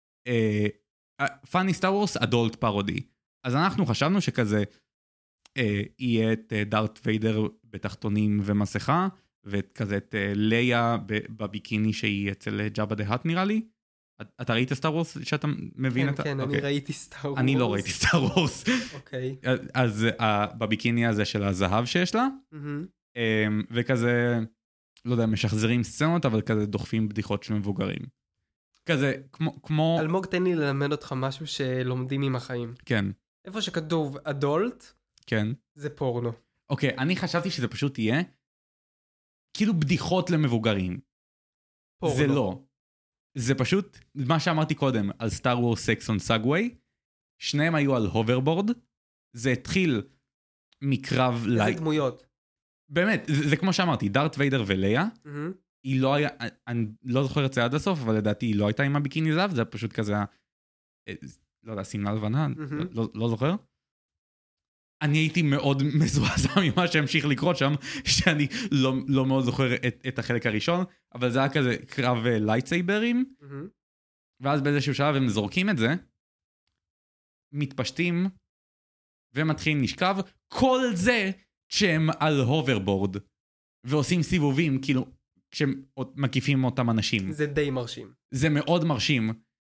פאני סטאר וורס אדולט פרודי. אז אנחנו חשבנו שכזה, uh, יהיה את uh, דארת ויידר בתחתונים ומסכה, וכזה את uh, ליה בביקיני שהיא אצל ג'אבה דה האט נראה לי. אתה ראית סטאר וורס שאתה מבין כן, את ה... כן, אני ראיתי סטאר וורס. אני לא ראיתי סטאר וורס. אוקיי. אז בביקיני הזה של הזהב שיש לה, וכזה, לא יודע, משחזרים סצנות, אבל כזה דוחפים בדיחות של מבוגרים. כזה, כמו... אלמוג, תן לי ללמד אותך משהו שלומדים עם החיים. כן. איפה שכתוב אדולט, כן. זה פורנו. אוקיי, אני חשבתי שזה פשוט יהיה, כאילו בדיחות למבוגרים. פורנו. זה לא. זה פשוט, מה שאמרתי קודם, על סטאר וורס סקס און סאגווי, שניהם היו על הוברבורד, זה התחיל מקרב... איזה לי... דמויות? באמת, זה, זה כמו שאמרתי, דארת ויידר וליה, Mm-hmm. היא לא היה, אני לא זוכר את זה עד הסוף, אבל לדעתי היא לא הייתה עם הביקיני זהב, זה פשוט כזה, לא יודע, סמלה לבנה, Mm-hmm. לא, לא זוכר. אני הייתי מאוד מזועזע ממה שהמשיך לקרות שם, שאני לא, לא מאוד זוכר את, את החלק הראשון, אבל זה היה כזה קרב לייטסייברים, Mm-hmm. ואז באיזשהו שלב הם זורקים את זה, מתפשטים, ומתחילים לשכב, כל זה שהם על הוברבורד, ועושים סיבובים, כאילו, כשהם מקיפים אותם אנשים. זה די מרשים. זה מאוד מרשים,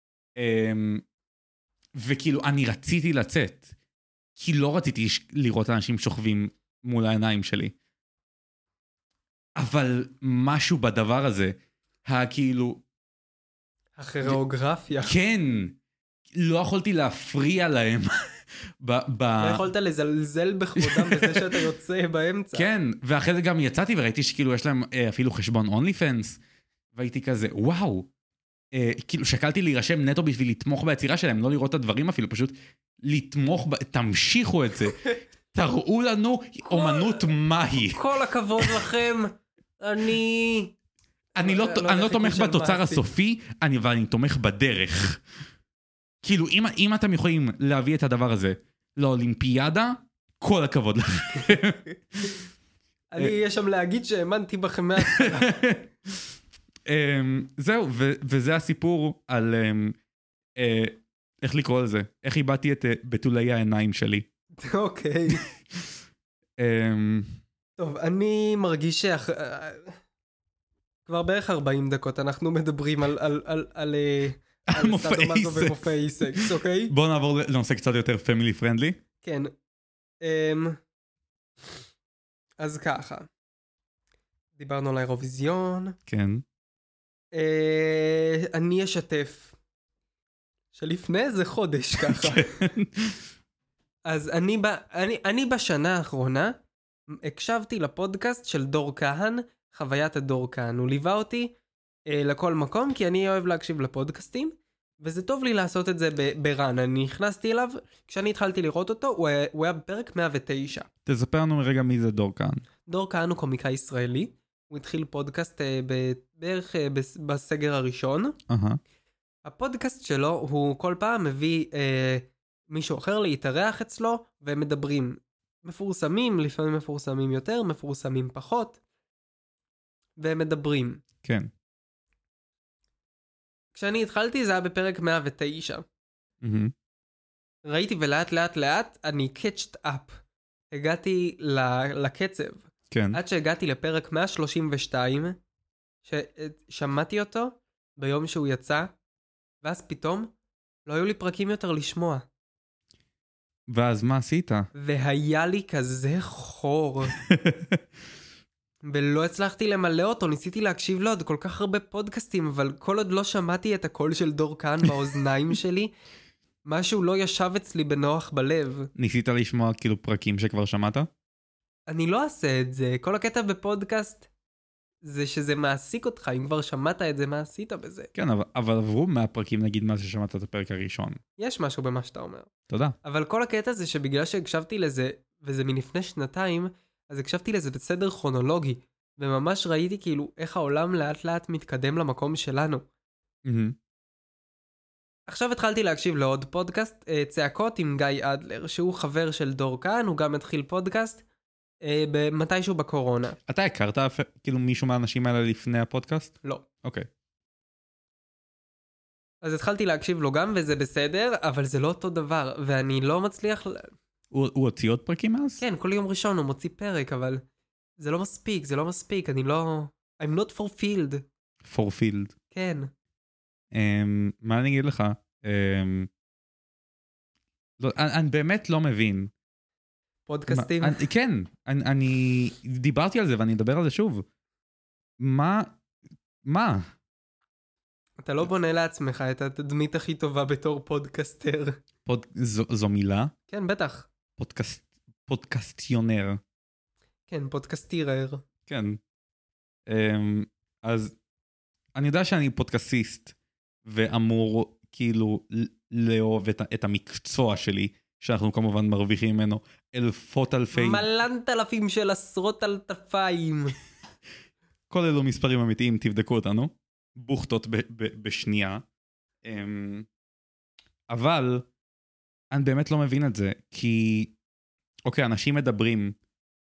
וכאילו, אני רציתי לצאת, כי לא רציתי לראות אנשים שוכבים מול העיניים שלי. אבל משהו בדבר הזה, הכאילו... הכירואוגרפיה. כן, לא יכולתי להפריע להם. לא יכולת לזלזל בכבודם בזה שאתה יוצא באמצע. כן, ואחרי זה גם יצאתי וראיתי שכאילו יש להם אפילו חשבון אונלי פנס, והייתי כזה, וואו, כאילו שקלתי להירשם נטו בשביל לתמוך ביצירה שלהם, לא לראות את הדברים אפילו, פשוט לתמוך, תמשיכו את זה, תראו לנו אומנות מהי. כל הכבוד לכם, אני... אני לא תומך בתוצר הסופי, אבל אני תומך בדרך. כאילו, אם אתם יכולים להביא את הדבר הזה לאולימפיאדה, כל הכבוד לכם. אני יש שם להגיד שהאמנתי בכם מההתחלה. זהו, וזה הסיפור על איך לקרוא לזה, איך איבדתי את בתולי העיניים שלי. אוקיי. טוב, אני מרגיש ש... כבר בערך ארבעים דקות אנחנו מדברים על... על מופעי סקס. ומופעי סקס, אוקיי? בוא נעבור לנושא קצת יותר פמילי פרנדלי. כן. אז ככה. דיברנו על האירוויזיון. כן. אני אשתף. שלפני איזה חודש ככה. אז אני, אני, אני בשנה האחרונה הקשבתי לפודקאסט של דור כהן, חוויית הדור כהן. הוא ליווה אותי לכל מקום, כי אני אוהב להקשיב לפודקאסטים, וזה טוב לי לעשות את זה ברן. אני נכנסתי אליו, כשאני התחלתי לראות אותו, הוא היה, הוא היה בפרק מאה ותשע. תספר לנו מרגע מי זה דור כהן. דור כהן הוא קומיקאי ישראלי, הוא התחיל פודקאסט בערך בסגר הראשון. Uh-huh. הפודקאסט שלו הוא כל פעם מביא אה, מישהו אחר להתארח אצלו, והם מדברים מפורסמים, לפעמים מפורסמים יותר, מפורסמים פחות, והם מדברים. כן. כשאני התחלתי זה היה בפרק מאה ותשע. Mm-hmm. ראיתי ולאט לאט לאט אני catched up. הגעתי לקצב. כן. עד שהגעתי לפרק מאה שלושים ושתיים, ששמעתי אותו ביום שהוא יצא, ואז פתאום לא היו לי פרקים יותר לשמוע. ואז מה עשית? והיה לי כזה חור. ולא הצלחתי למלא אותו, ניסיתי להקשיב לו עוד כל כך הרבה פודקאסטים, אבל כל עוד לא שמעתי את הקול של דור כהן באוזניים שלי, משהו לא ישב אצלי בנוח בלב. ניסית לשמוע כאילו פרקים שכבר שמעת? אני לא אעשה את זה, כל הקטע בפודקאסט זה שזה מעסיק אותך, אם כבר שמעת את זה, מה עשית בזה? כן, אבל, אבל עברו מהפרקים, נגיד, מה ששמעת את הפרק הראשון. יש משהו במה שאתה אומר. תודה. אבל כל הקטע זה שבגלל שהקשבתי לזה, וזה מלפני שנתיים, אז הקשבתי לזה בסדר כרונולוגי, וממש ראיתי כאילו איך העולם לאט לאט מתקדם למקום שלנו. Mm-hmm. עכשיו התחלתי להקשיב לעוד פודקאסט, אה, צעקות עם גיא אדלר, שהוא חבר של דור כאן, הוא גם התחיל פודקאסט, אה, מתישהו בקורונה. אתה הכרת כאילו מישהו מהאנשים האלה לפני הפודקאסט? לא. אוקיי. אז התחלתי להקשיב לו גם, וזה בסדר, אבל זה לא אותו דבר, ואני לא מצליח... הוא, הוא הוציא עוד פרקים אז? כן, כל יום ראשון הוא מוציא פרק, אבל זה לא מספיק, זה לא מספיק, אני לא... I'm not fulfilled. fulfilled. כן. Um, מה אני אגיד לך? Um, לא, אני, אני באמת לא מבין. פודקאסטים? מה, אני, כן, אני, אני דיברתי על זה ואני אדבר על זה שוב. מה? מה? אתה לא בונה לעצמך את התדמית הכי טובה בתור פודקסטר. פוד, זו, זו מילה? כן, בטח. פודקאסט, פודקאסטיונר. כן, פודקסטירר. כן. Um, אז אני יודע שאני פודקאסיסט ואמור כאילו לאהוב את, את המקצוע שלי, שאנחנו כמובן מרוויחים ממנו אלפות אלפי... מלנת אלפים של עשרות אלטפיים. כל אלו מספרים אמיתיים, תבדקו אותנו. בוכתות ב- ב- בשנייה. Um, אבל אני באמת לא מבין את זה, כי אוקיי, אנשים מדברים,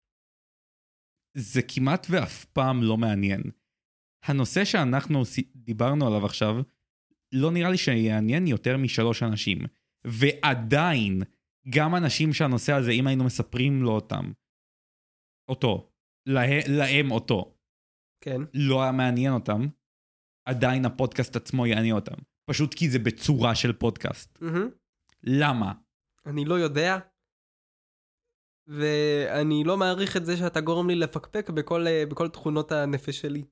זה כמעט ואף פעם לא מעניין. הנושא שאנחנו דיברנו עליו עכשיו, לא נראה לי שיעניין יותר משלוש אנשים. ועדיין, גם אנשים שהנושא הזה, אם היינו מספרים לו אותם, אותו, לה, להם אותו, כן. לא היה מעניין אותם, עדיין הפודקאסט עצמו יעניין אותם. פשוט כי זה בצורה של פודקאסט. Mm-hmm. למה? אני לא יודע. ואני לא מעריך את זה שאתה גורם לי לפקפק בכל, בכל תכונות הנפש שלי.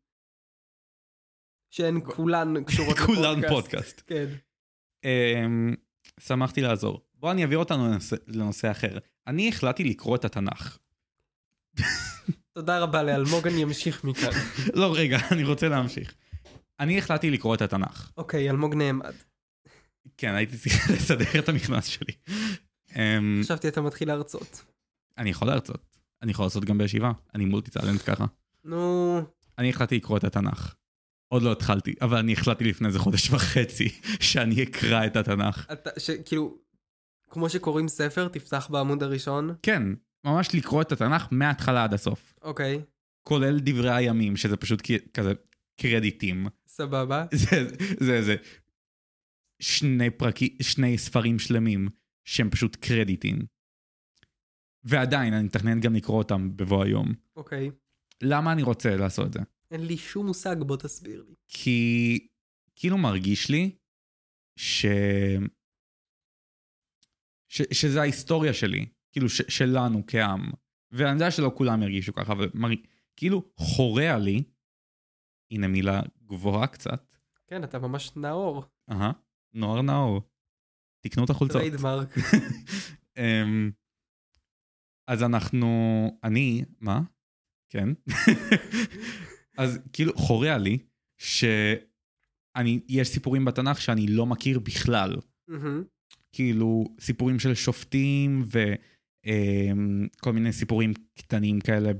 שהן כולן קשורות לפודקאסט. כולן פודקאסט. כן. Um, שמחתי לעזור. בוא אני אעביר אותנו לנושא, לנושא אחר. אני החלטתי לקרוא את התנ"ך. תודה רבה לאלמוג, אני אמשיך מכאן. לא, רגע, אני רוצה להמשיך. אני החלטתי לקרוא את התנ"ך. אוקיי, אלמוג נעמד. כן, הייתי צריך לסדר את המכנס שלי. Um, חשבתי אתה מתחיל להרצות. אני יכול להרצות. אני יכול לעשות גם בישיבה. אני מולטי טאלנט ככה. נו... אני החלטתי לקרוא את התנ"ך. עוד לא התחלתי, אבל אני החלטתי לפני איזה חודש וחצי שאני אקרא את התנ"ך. אתה, שכאילו, כמו שקוראים ספר, תפתח בעמוד הראשון? כן, ממש לקרוא את התנ"ך מההתחלה עד הסוף. אוקיי. כולל דברי הימים, שזה פשוט כזה קרדיטים. סבבה. זה, זה, זה. שני פרקים, שני ספרים שלמים, שהם פשוט קרדיטים. ועדיין, אני מתכנן גם לקרוא אותם בבוא היום. אוקיי. למה אני רוצה לעשות את זה? אין לי שום מושג, בוא תסביר לי. כי כאילו מרגיש לי ש... ש... שזה ההיסטוריה שלי, כאילו ש... שלנו כעם. ואני יודע שלא כולם ירגישו ככה, אבל מר... כאילו חורע לי, הנה מילה גבוהה קצת. כן, אתה ממש נאור. אהה, נוער נאור. תקנו את החולצות. טריידמרק. um, אז אנחנו, אני, מה? כן. אז כאילו חורע לי שאני, יש סיפורים בתנ"ך שאני לא מכיר בכלל. כאילו סיפורים של שופטים וכל מיני סיפורים קטנים כאלה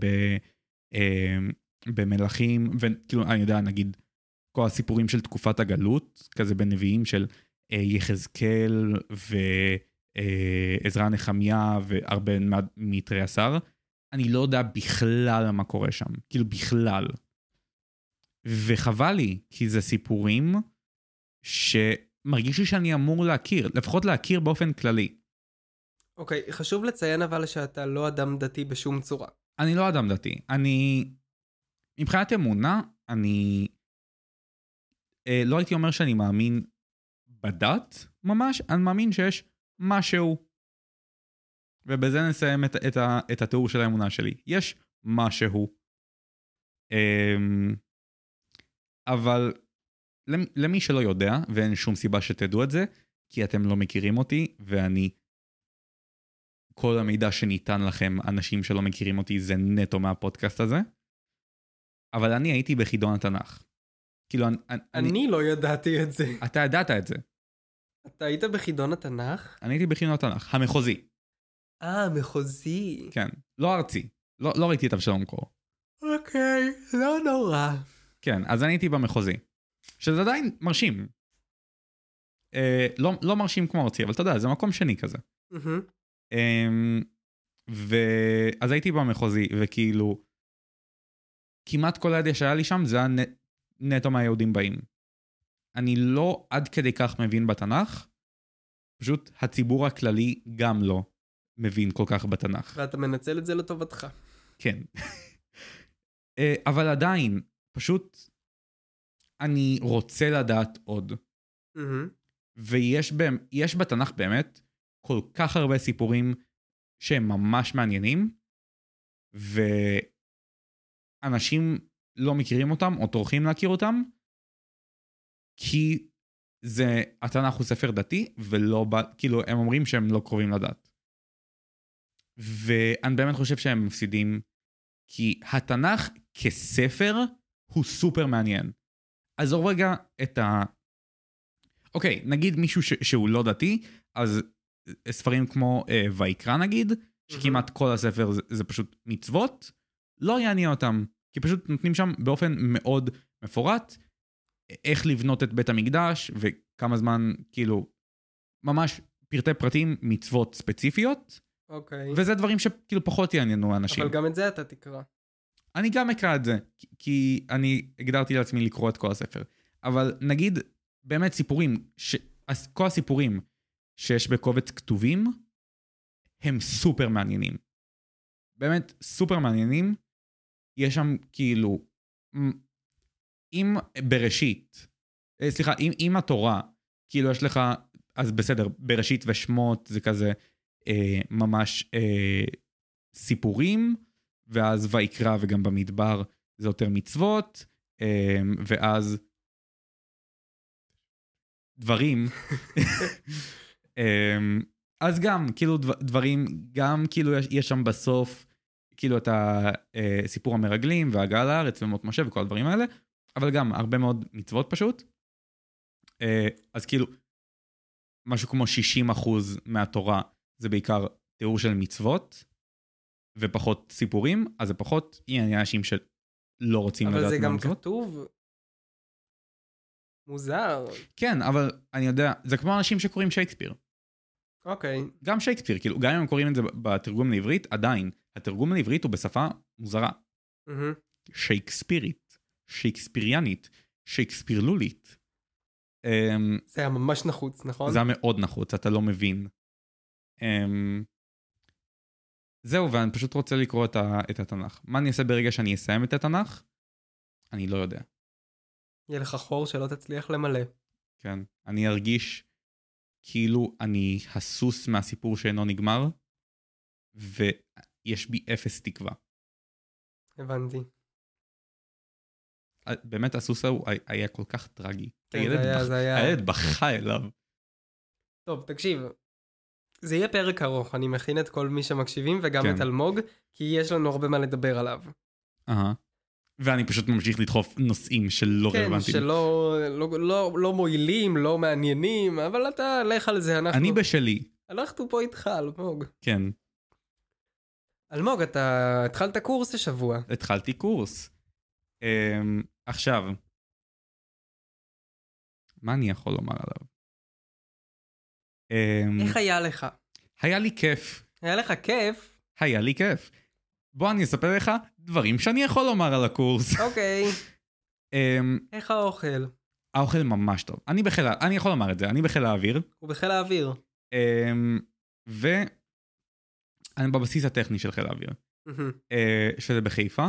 במלכים, וכאילו אני יודע, נגיד, כל הסיפורים של תקופת הגלות, כזה בנביאים של יחזקאל ועזרא נחמיה והרבה מתרי עשר, אני לא יודע בכלל מה קורה שם, כאילו בכלל. וחבל לי, כי זה סיפורים שמרגיש לי שאני אמור להכיר, לפחות להכיר באופן כללי. אוקיי, okay, חשוב לציין אבל שאתה לא אדם דתי בשום צורה. אני לא אדם דתי. אני, מבחינת אמונה, אני אה, לא הייתי אומר שאני מאמין בדת, ממש, אני מאמין שיש משהו. ובזה נסיים את, את, ה, את התיאור של האמונה שלי. יש משהו. אבל למי שלא יודע, ואין שום סיבה שתדעו את זה, כי אתם לא מכירים אותי, ואני, כל המידע שניתן לכם, אנשים שלא מכירים אותי, זה נטו מהפודקאסט הזה. אבל אני הייתי בחידון התנ"ך. כאילו, אני... אני, אני לא ידעתי את זה. אתה ידעת את זה. אתה היית בחידון התנ"ך? אני הייתי בחידון התנ"ך, המחוזי. אה, מחוזי. כן, לא ארצי. לא, לא ראיתי את אבשלום קור. אוקיי, לא נורא. כן, אז אני הייתי במחוזי. שזה עדיין מרשים. אה, לא, לא מרשים כמו ארצי, אבל אתה יודע, זה מקום שני כזה. Mm-hmm. אה, ואז הייתי במחוזי, וכאילו, כמעט כל הידיעה שהיה לי שם, זה היה נ... נטו מהיהודים באים. אני לא עד כדי כך מבין בתנ"ך, פשוט הציבור הכללי גם לא מבין כל כך בתנ"ך. ואתה מנצל את זה לטובתך. כן. אבל עדיין, פשוט אני רוצה לדעת עוד. Mm-hmm. ויש בהם, יש בתנ"ך באמת כל כך הרבה סיפורים שהם ממש מעניינים, ואנשים לא מכירים אותם או טורחים להכיר אותם, כי זה, התנ"ך הוא ספר דתי, ולא, כאילו, הם אומרים שהם לא קרובים לדת. ואני באמת חושב שהם מפסידים, כי התנ"ך כספר הוא סופר מעניין. עזוב רגע את ה... אוקיי, נגיד מישהו ש- שהוא לא דתי, אז ספרים כמו אה, ויקרא נגיד, שכמעט כל הספר זה, זה פשוט מצוות, לא יעניין אותם, כי פשוט נותנים שם באופן מאוד מפורט, איך לבנות את בית המקדש, וכמה זמן, כאילו, ממש פרטי פרטים, מצוות ספציפיות, אוקיי. וזה דברים שכאילו פחות יעניינו אנשים. אבל גם את זה אתה תקרא. אני גם אקרא את זה, כי אני הגדרתי לעצמי לקרוא את כל הספר. אבל נגיד, באמת סיפורים, ש... כל הסיפורים שיש בקובץ כתובים, הם סופר מעניינים. באמת סופר מעניינים. יש שם כאילו, אם בראשית, סליחה, אם, אם התורה, כאילו יש לך, אז בסדר, בראשית ושמות זה כזה אה, ממש אה, סיפורים, ואז ויקרא וגם במדבר זה יותר מצוות, אה, ואז דברים, אה, אז גם, כאילו דברים, גם כאילו יש, יש שם בסוף, כאילו את הסיפור המרגלים והגעה לארץ ומות משה וכל הדברים האלה, אבל גם הרבה מאוד מצוות פשוט. אז כאילו, משהו כמו שישים אחוז מהתורה זה בעיקר תיאור של מצוות, ופחות סיפורים, אז זה פחות עניין אנשים שלא רוצים לדעת מה מצוות. אבל זה גם כתוב מוזר. כן, אבל אני יודע, זה כמו אנשים שקוראים שייקספיר. אוקיי. גם שייקספיר, כאילו, גם אם הם קוראים את זה בתרגום לעברית, עדיין, התרגום לעברית הוא בשפה מוזרה. Mm-hmm. שייקספירית, שייקספיריאנית, שייקספירלולית. זה היה ממש נחוץ, נכון? זה היה מאוד נחוץ, אתה לא מבין. זהו, ואני פשוט רוצה לקרוא את, ה, את התנ"ך. מה אני אעשה ברגע שאני אסיים את התנ"ך? אני לא יודע. יהיה לך חור שלא תצליח למלא. כן, אני ארגיש כאילו אני הסוס מהסיפור שאינו נגמר, ויש בי אפס תקווה. הבנתי. באמת הסוס ההוא היה כל כך טרגי. כן, זה היה, זה היה. הילד בכה אליו. טוב, תקשיב. זה יהיה פרק ארוך, אני מכין את כל מי שמקשיבים וגם כן. את אלמוג, כי יש לנו הרבה מה לדבר עליו. אהה. ואני פשוט ממשיך לדחוף נושאים שלא כן, רלוונטיים. כן, שלא לא, לא, לא מועילים, לא מעניינים, אבל אתה לך על זה, אנחנו... אני בשלי. הלכנו פה איתך, אלמוג. כן. אלמוג, אתה התחלת קורס השבוע. התחלתי קורס. Um, עכשיו, מה אני יכול לומר עליו? Um, איך היה לך? היה לי כיף. היה לך כיף? היה לי כיף. בוא אני אספר לך דברים שאני יכול לומר על הקורס. אוקיי. um, איך האוכל? האוכל ממש טוב. אני בחיל, אני יכול לומר את זה, אני בחיל האוויר. הוא בחיל האוויר. Um, ואני בבסיס הטכני של חיל האוויר. uh, שזה בחיפה.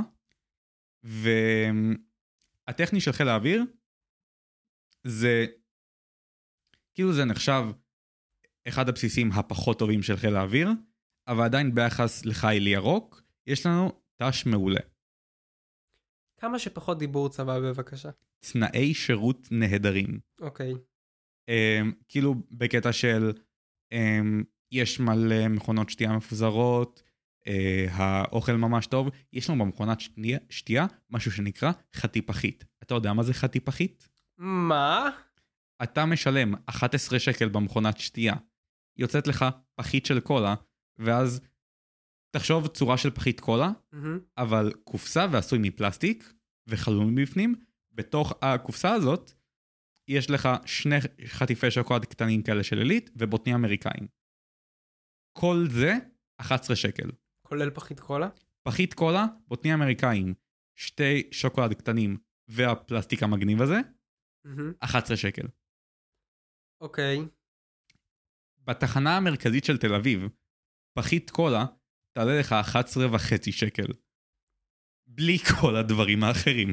והטכני של חיל האוויר זה כאילו זה נחשב אחד הבסיסים הפחות טובים של חיל האוויר, אבל עדיין ביחס לחיל ירוק יש לנו תש מעולה. כמה שפחות דיבור צבא בבקשה. תנאי שירות נהדרים. אוקיי. um, כאילו בקטע של um, יש מלא מכונות שתייה מפוזרות, um, אה, האוכל ממש טוב, יש לנו במכונת שתייה, שתייה משהו שנקרא חטיפחית. אתה יודע מה זה חטיפחית? מה? אתה משלם אחד עשר שקל במכונת שתייה, יוצאת לך פחית של קולה, ואז תחשוב צורה של פחית קולה, Mm-hmm. אבל קופסה ועשוי מפלסטיק, וחלום מבפנים, בתוך הקופסה הזאת, יש לך שני חטיפי שוקולד קטנים כאלה של עילית, ובוטנים אמריקאים. כל זה אחד עשר שקל. כולל פחית קולה? פחית קולה, בוטנים אמריקאים, שתי שוקולד קטנים, והפלסטיק המגניב הזה, Mm-hmm. אחד עשר שקל. אוקיי. בתחנה המרכזית של תל אביב, פחית קולה, תעלה לך אחד עשר וחצי שקל. בלי כל הדברים האחרים.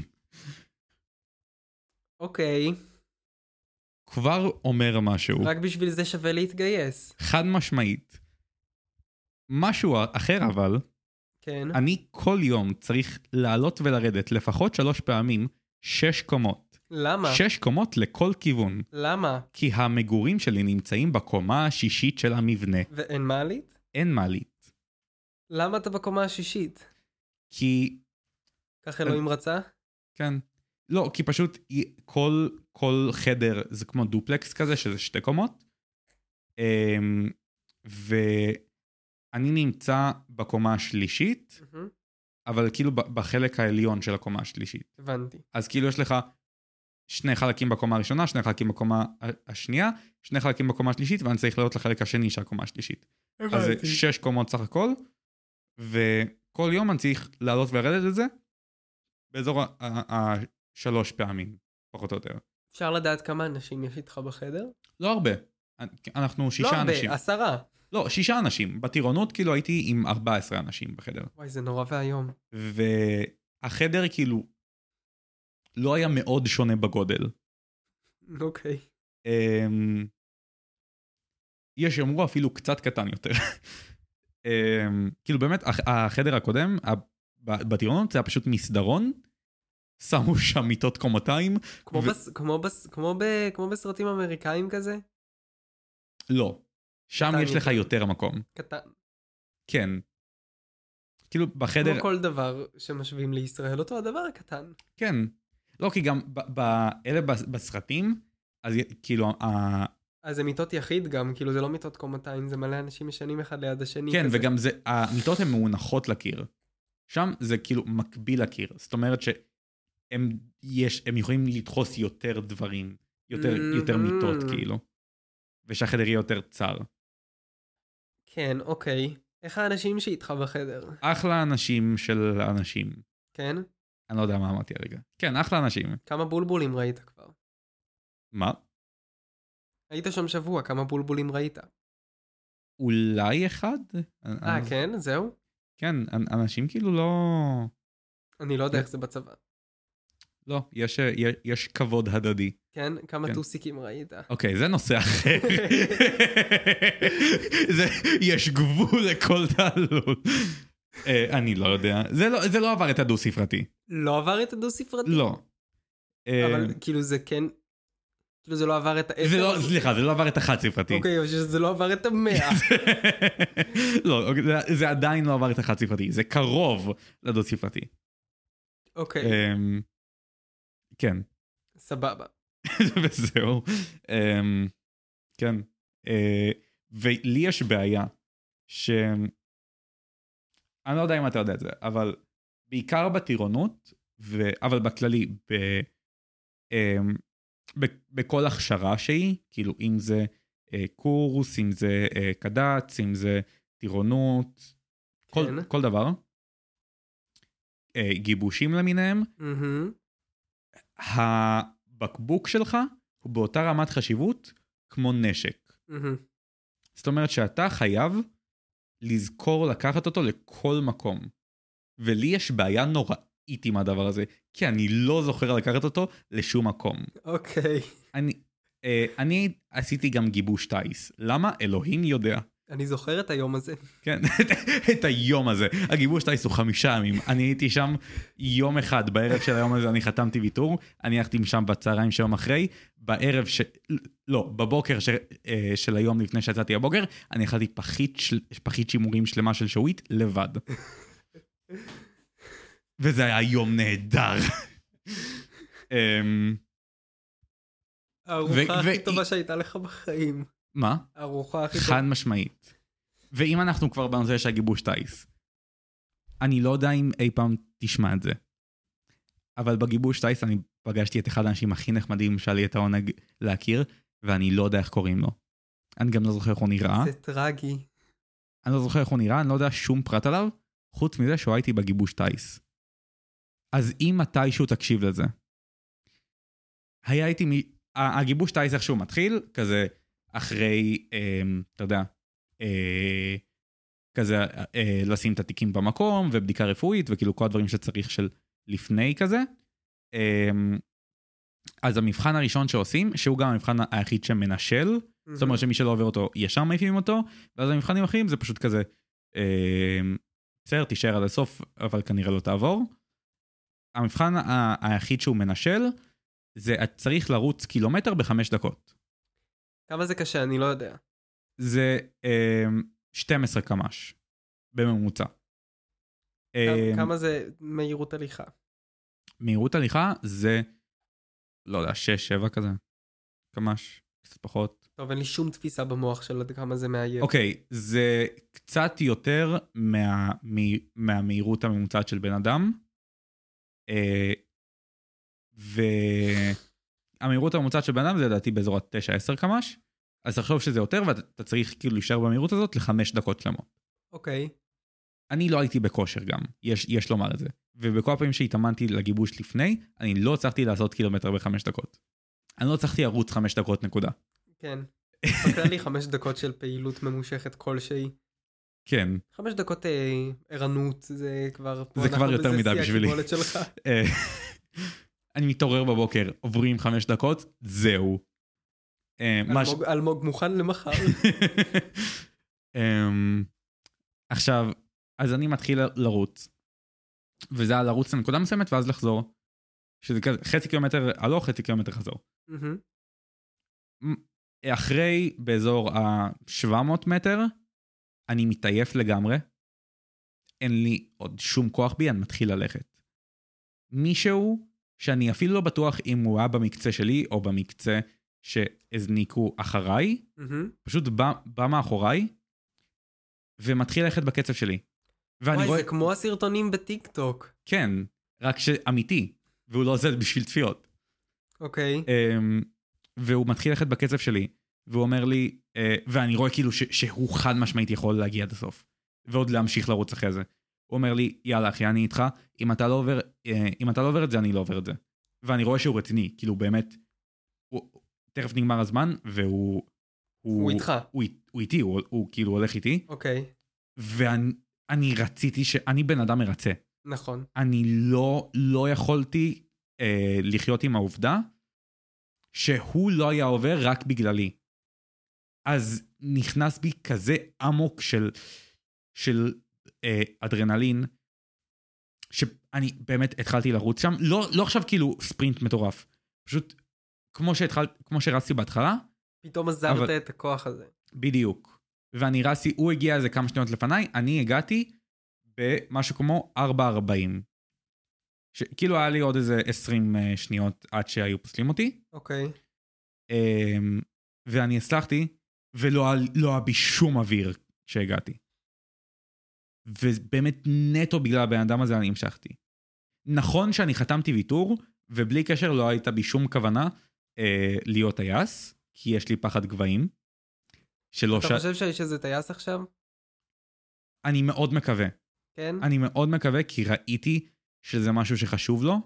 אוקיי. כבר אומר משהו. רק בשביל זה שווה להתגייס. חד משמעית. משהו אחר אבל, כן. אני כל יום צריך לעלות ולרדת לפחות שלוש פעמים, שש קומות. למה? שש קומות לכל כיוון. למה? כי המגורים שלי נמצאים בקומה השישית של המבנה. ואין מעלית? אין מעלית. למה אתה בקומה השישית? כי... כך אלוהים רצה? כן. לא, כי פשוט כל, כל חדר זה כמו דופלקס כזה, שזה שתי קומות. ואני נמצא בקומה השלישית, Mm-hmm. אבל כאילו בחלק העליון של הקומה השלישית. הבנתי. אז כאילו יש לך שני חלקים בקומה הראשונה, שני חלקים בקומה השנייה, שני חלקים בקומה השלישית, ואני צריך לעלות לחלק השני של הקומה השלישית. אז זה שש קומות סך הכל, וכל יום אני צריך לעלות ולרדת את זה, באזור השלוש פעמים, פחות או יותר. אפשר לדעת כמה אנשים יש איתך בחדר? לא הרבה. אנחנו שישה לא אנשים. הרבה, עשרה. לא, שישה אנשים. בטירונות כאילו הייתי עם ארבע עשרה אנשים בחדר. וואי, זה נורא והיום. והחדר כאילו לא היה מאוד שונה בגודל. אוקיי. יש אמרו אפילו קצת קטן יותר. כאילו באמת, החדר הקודם, בטירונות זה היה פשוט מסדרון, שמו שם מיטות קומתיים. כמו, ו... בס... כמו, בס... כמו, ב... כמו בסרטים אמריקאים כזה? לא. שם יש לך יותר מקום. קטן. כן. כאילו בחדר... כמו כל דבר שמשווים לישראל, אותו הדבר הקטן. כן. לא, כי גם באלה בסרטים, אז כאילו... אז זה מיטות יחיד גם, כאילו זה לא מיטות קומתיים, זה מלא אנשים ישנים אחד ליד השני. כן, כזה. וגם זה, המיטות הן מאונחות לקיר. שם זה כאילו מקביל לקיר. זאת אומרת שהם יש, הם יכולים לדחוס יותר דברים, יותר, mm-hmm. יותר מיטות כאילו. ושהחדר יהיה יותר צר. כן, אוקיי. איך האנשים שאיתך בחדר? אחלה אנשים של אנשים. כן? אני לא יודע מה אמרתי הרגע. כן, אחלה אנשים. כמה בולבולים ראית כבר? מה? היית שם שבוע, כמה בולבולים ראית? אולי אחד? אה, כן? זהו? כן, אנשים כאילו לא... אני לא יודע איך זה בצבא. לא, יש, יש כבוד הדדי. כן? כמה טוסיקים ראית? אוקיי, זה נושא אחר. זה, יש גבול לכל תעלול. אני לא יודע. זה לא, זה לא עבר את הדו-ספרתי. לא עבר את הדו-ספרתי? לא. אבל כאילו זה כן... כאילו זה לא עבר את העשר. לא, סליחה, זה לא עבר את החד-ספרתי. אוקיי, אבל שזה לא עבר את המאה. לא, זה עדיין לא עבר את החד-ספרתי. זה קרוב לדו-ספרתי. אוקיי. כן. סבבה. וזהו. כן. ולי יש בעיה, ש... אני לא יודע אם אתה יודע את זה, אבל בעיקר בטירונות, אבל בכללי, ב... בכל הכשרה שהיא, כאילו אם זה קורס, אם זה קד"צ, אם זה טירונות, כל, כל דבר, גיבושים למיניהם, הבקבוק שלך הוא באותה רמת חשיבות כמו נשק. זאת אומרת שאתה חייב לזכור לקחת אותו לכל מקום. ולי יש בעיה נוראית עם הדבר הזה, כי אני לא זוכר לקחת אותו לשום מקום. אוקיי. אני, אה, אני עשיתי גם גיבוש טייס. למה? אלוהים יודע. אני זוכר את היום הזה. כן, את היום הזה. הגיבוש טייס הוא חמישה ימים. אני הייתי שם יום אחד, בערב של היום הזה אני חתמתי ויתור, אני הלכתי שם בצהריים של יום אחרי, בערב ש... לא, בבוקר ש... של היום לפני שיצאתי הבוקר, אני אכלתי פחית, של... פחית שימורים שלמה של שווית לבד. וזה היה יום נהדר. הארוחה הכי טובה שהייתה לך בחיים. מה? הארוחה הכי טובה. חד משמעית. ואם אנחנו כבר בנושא של הגיבוש טייס, אני לא יודע אם אי פעם תשמע את זה, אבל בגיבוש טייס אני פגשתי את אחד האנשים הכי נחמדים שהיה לי את העונג להכיר, ואני לא יודע איך קוראים לו. אני גם לא זוכר איך הוא נראה. זה טרגי. אני לא זוכר איך הוא נראה, אני לא יודע שום פרט עליו, חוץ מזה שהוא הייתי בגיבוש טייס. אז אם מתישהו תקשיב לזה, היה איתי מ... הגיבוש טייס איכשהו מתחיל, כזה אחרי, אה, אתה יודע, אה, כזה אה, לשים את התיקים במקום, ובדיקה רפואית, וכאילו כל הדברים שצריך של לפני כזה. אה, אז המבחן הראשון שעושים, שהוא גם המבחן היחיד שמנשל, mm-hmm. זאת אומרת שמי שלא עובר אותו ישר מעיפים אותו, ואז המבחנים האחרים זה פשוט כזה, אה, בסדר, תישאר עד הסוף, אבל כנראה לא תעבור. המבחן היחיד שהוא מנשל, זה צריך לרוץ קילומטר בחמש דקות. כמה זה קשה? אני לא יודע. זה אה, שתים עשרה קמ"ש בממוצע. כמה, כמה זה מהירות הליכה? מהירות הליכה זה, לא יודע, שש שבע כזה. קמ"ש, קצת פחות. טוב, אין לי שום תפיסה במוח של עד כמה זה מהיר. אוקיי, זה קצת יותר מה, מהמהירות הממוצעת של בן אדם. אה, והמהירות הממוצעת של בן אדם זה לדעתי באזור ה-תשע עשר קמ"ש, אז תחשוב שזה יותר ואתה צריך כאילו להישאר במהירות הזאת לחמש דקות שלמות. אוקיי. אני לא הייתי בכושר גם, יש, יש לומר את זה. ובכל הפעמים שהתאמנתי לגיבוש לפני, אני לא צריכתי לעשות קילומטר בחמש דקות. אני לא צריכתי לרוץ חמש דקות נקודה. כן. בכללי חמש דקות של פעילות ממושכת כלשהי. כן. חמש דקות אה, ערנות, זה כבר... זה כבר יותר מדי בשבילי. אני מתעורר בבוקר, עוברים חמש דקות, זהו. אלמוג, אלמוג מוכן למחר. עכשיו, אז אני מתחיל לרוץ, וזה היה לרוץ לנקודה מסוימת, ואז לחזור. שזה כזה, חצי קילומטר הלוך, חצי קילומטר חזור. אחרי, באזור ה-שבע מאות מטר, אני מתעייף לגמרי, אין לי עוד שום כוח בי, אני מתחיל ללכת. מישהו שאני אפילו לא בטוח אם הוא היה במקצה שלי, או במקצה שהזניקו אחריי, mm-hmm. פשוט בא, בא מאחוריי, ומתחיל ללכת בקצב שלי. וואי, רואה... זה כמו הסרטונים בטיק טוק. כן, רק שאמיתי, והוא לא עושה את בשביל צפיות. אוקיי. Okay. Um, והוא מתחיל ללכת בקצב שלי, והוא אומר לי, uh, ואני רואה כאילו ש- שהוא חד משמעית יכול להגיע עד הסוף, ועוד להמשיך לרוץ אחרי זה. הוא אומר לי, יאללה אחי, אני איתך, אם אתה לא עובר, uh, אם אתה לא עובר את זה, אני לא עובר את זה. ואני רואה שהוא רציני, כאילו באמת, הוא, תכף נגמר הזמן, והוא... הוא, הוא איתך. הוא, הוא איתי, הוא, הוא כאילו הולך איתי. אוקיי. Okay. ואני אני רציתי שאני בן אדם מרצה. נכון. אני לא, לא יכולתי אה, לחיות עם העובדה, שהוא לא היה עובר רק בגללי. אז נכנס בי כזה עמוק של, של אה, אדרנלין, שאני באמת התחלתי לרוץ שם, לא, לא עכשיו כאילו ספרינט מטורף, פשוט כמו שהתחל, כמו שרצתי בהתחלה. פתאום עזרת אבל... את הכוח הזה. בדיוק. ואני רצתי, הוא הגיע איזה כמה שניות לפניי, אני הגעתי במשהו כמו ארבע ארבעים. כאילו היה לי עוד איזה עשרים שניות עד שהיו פוסלים אותי. אוקיי. Um, ואני הצלחתי, ולא לא היה בי שום אוויר כשהגעתי. ובאמת נטו בגלל הבן אדם הזה אני המשכתי. נכון שאני חתמתי ויתור, ובלי קשר לא הייתה בי שום כוונה uh, להיות טייס, כי יש לי פחד גבהים. אתה ש... חושב שיש איזה טייס עכשיו? אני מאוד מקווה. כן? אני מאוד מקווה, כי ראיתי שזה משהו שחשוב לו.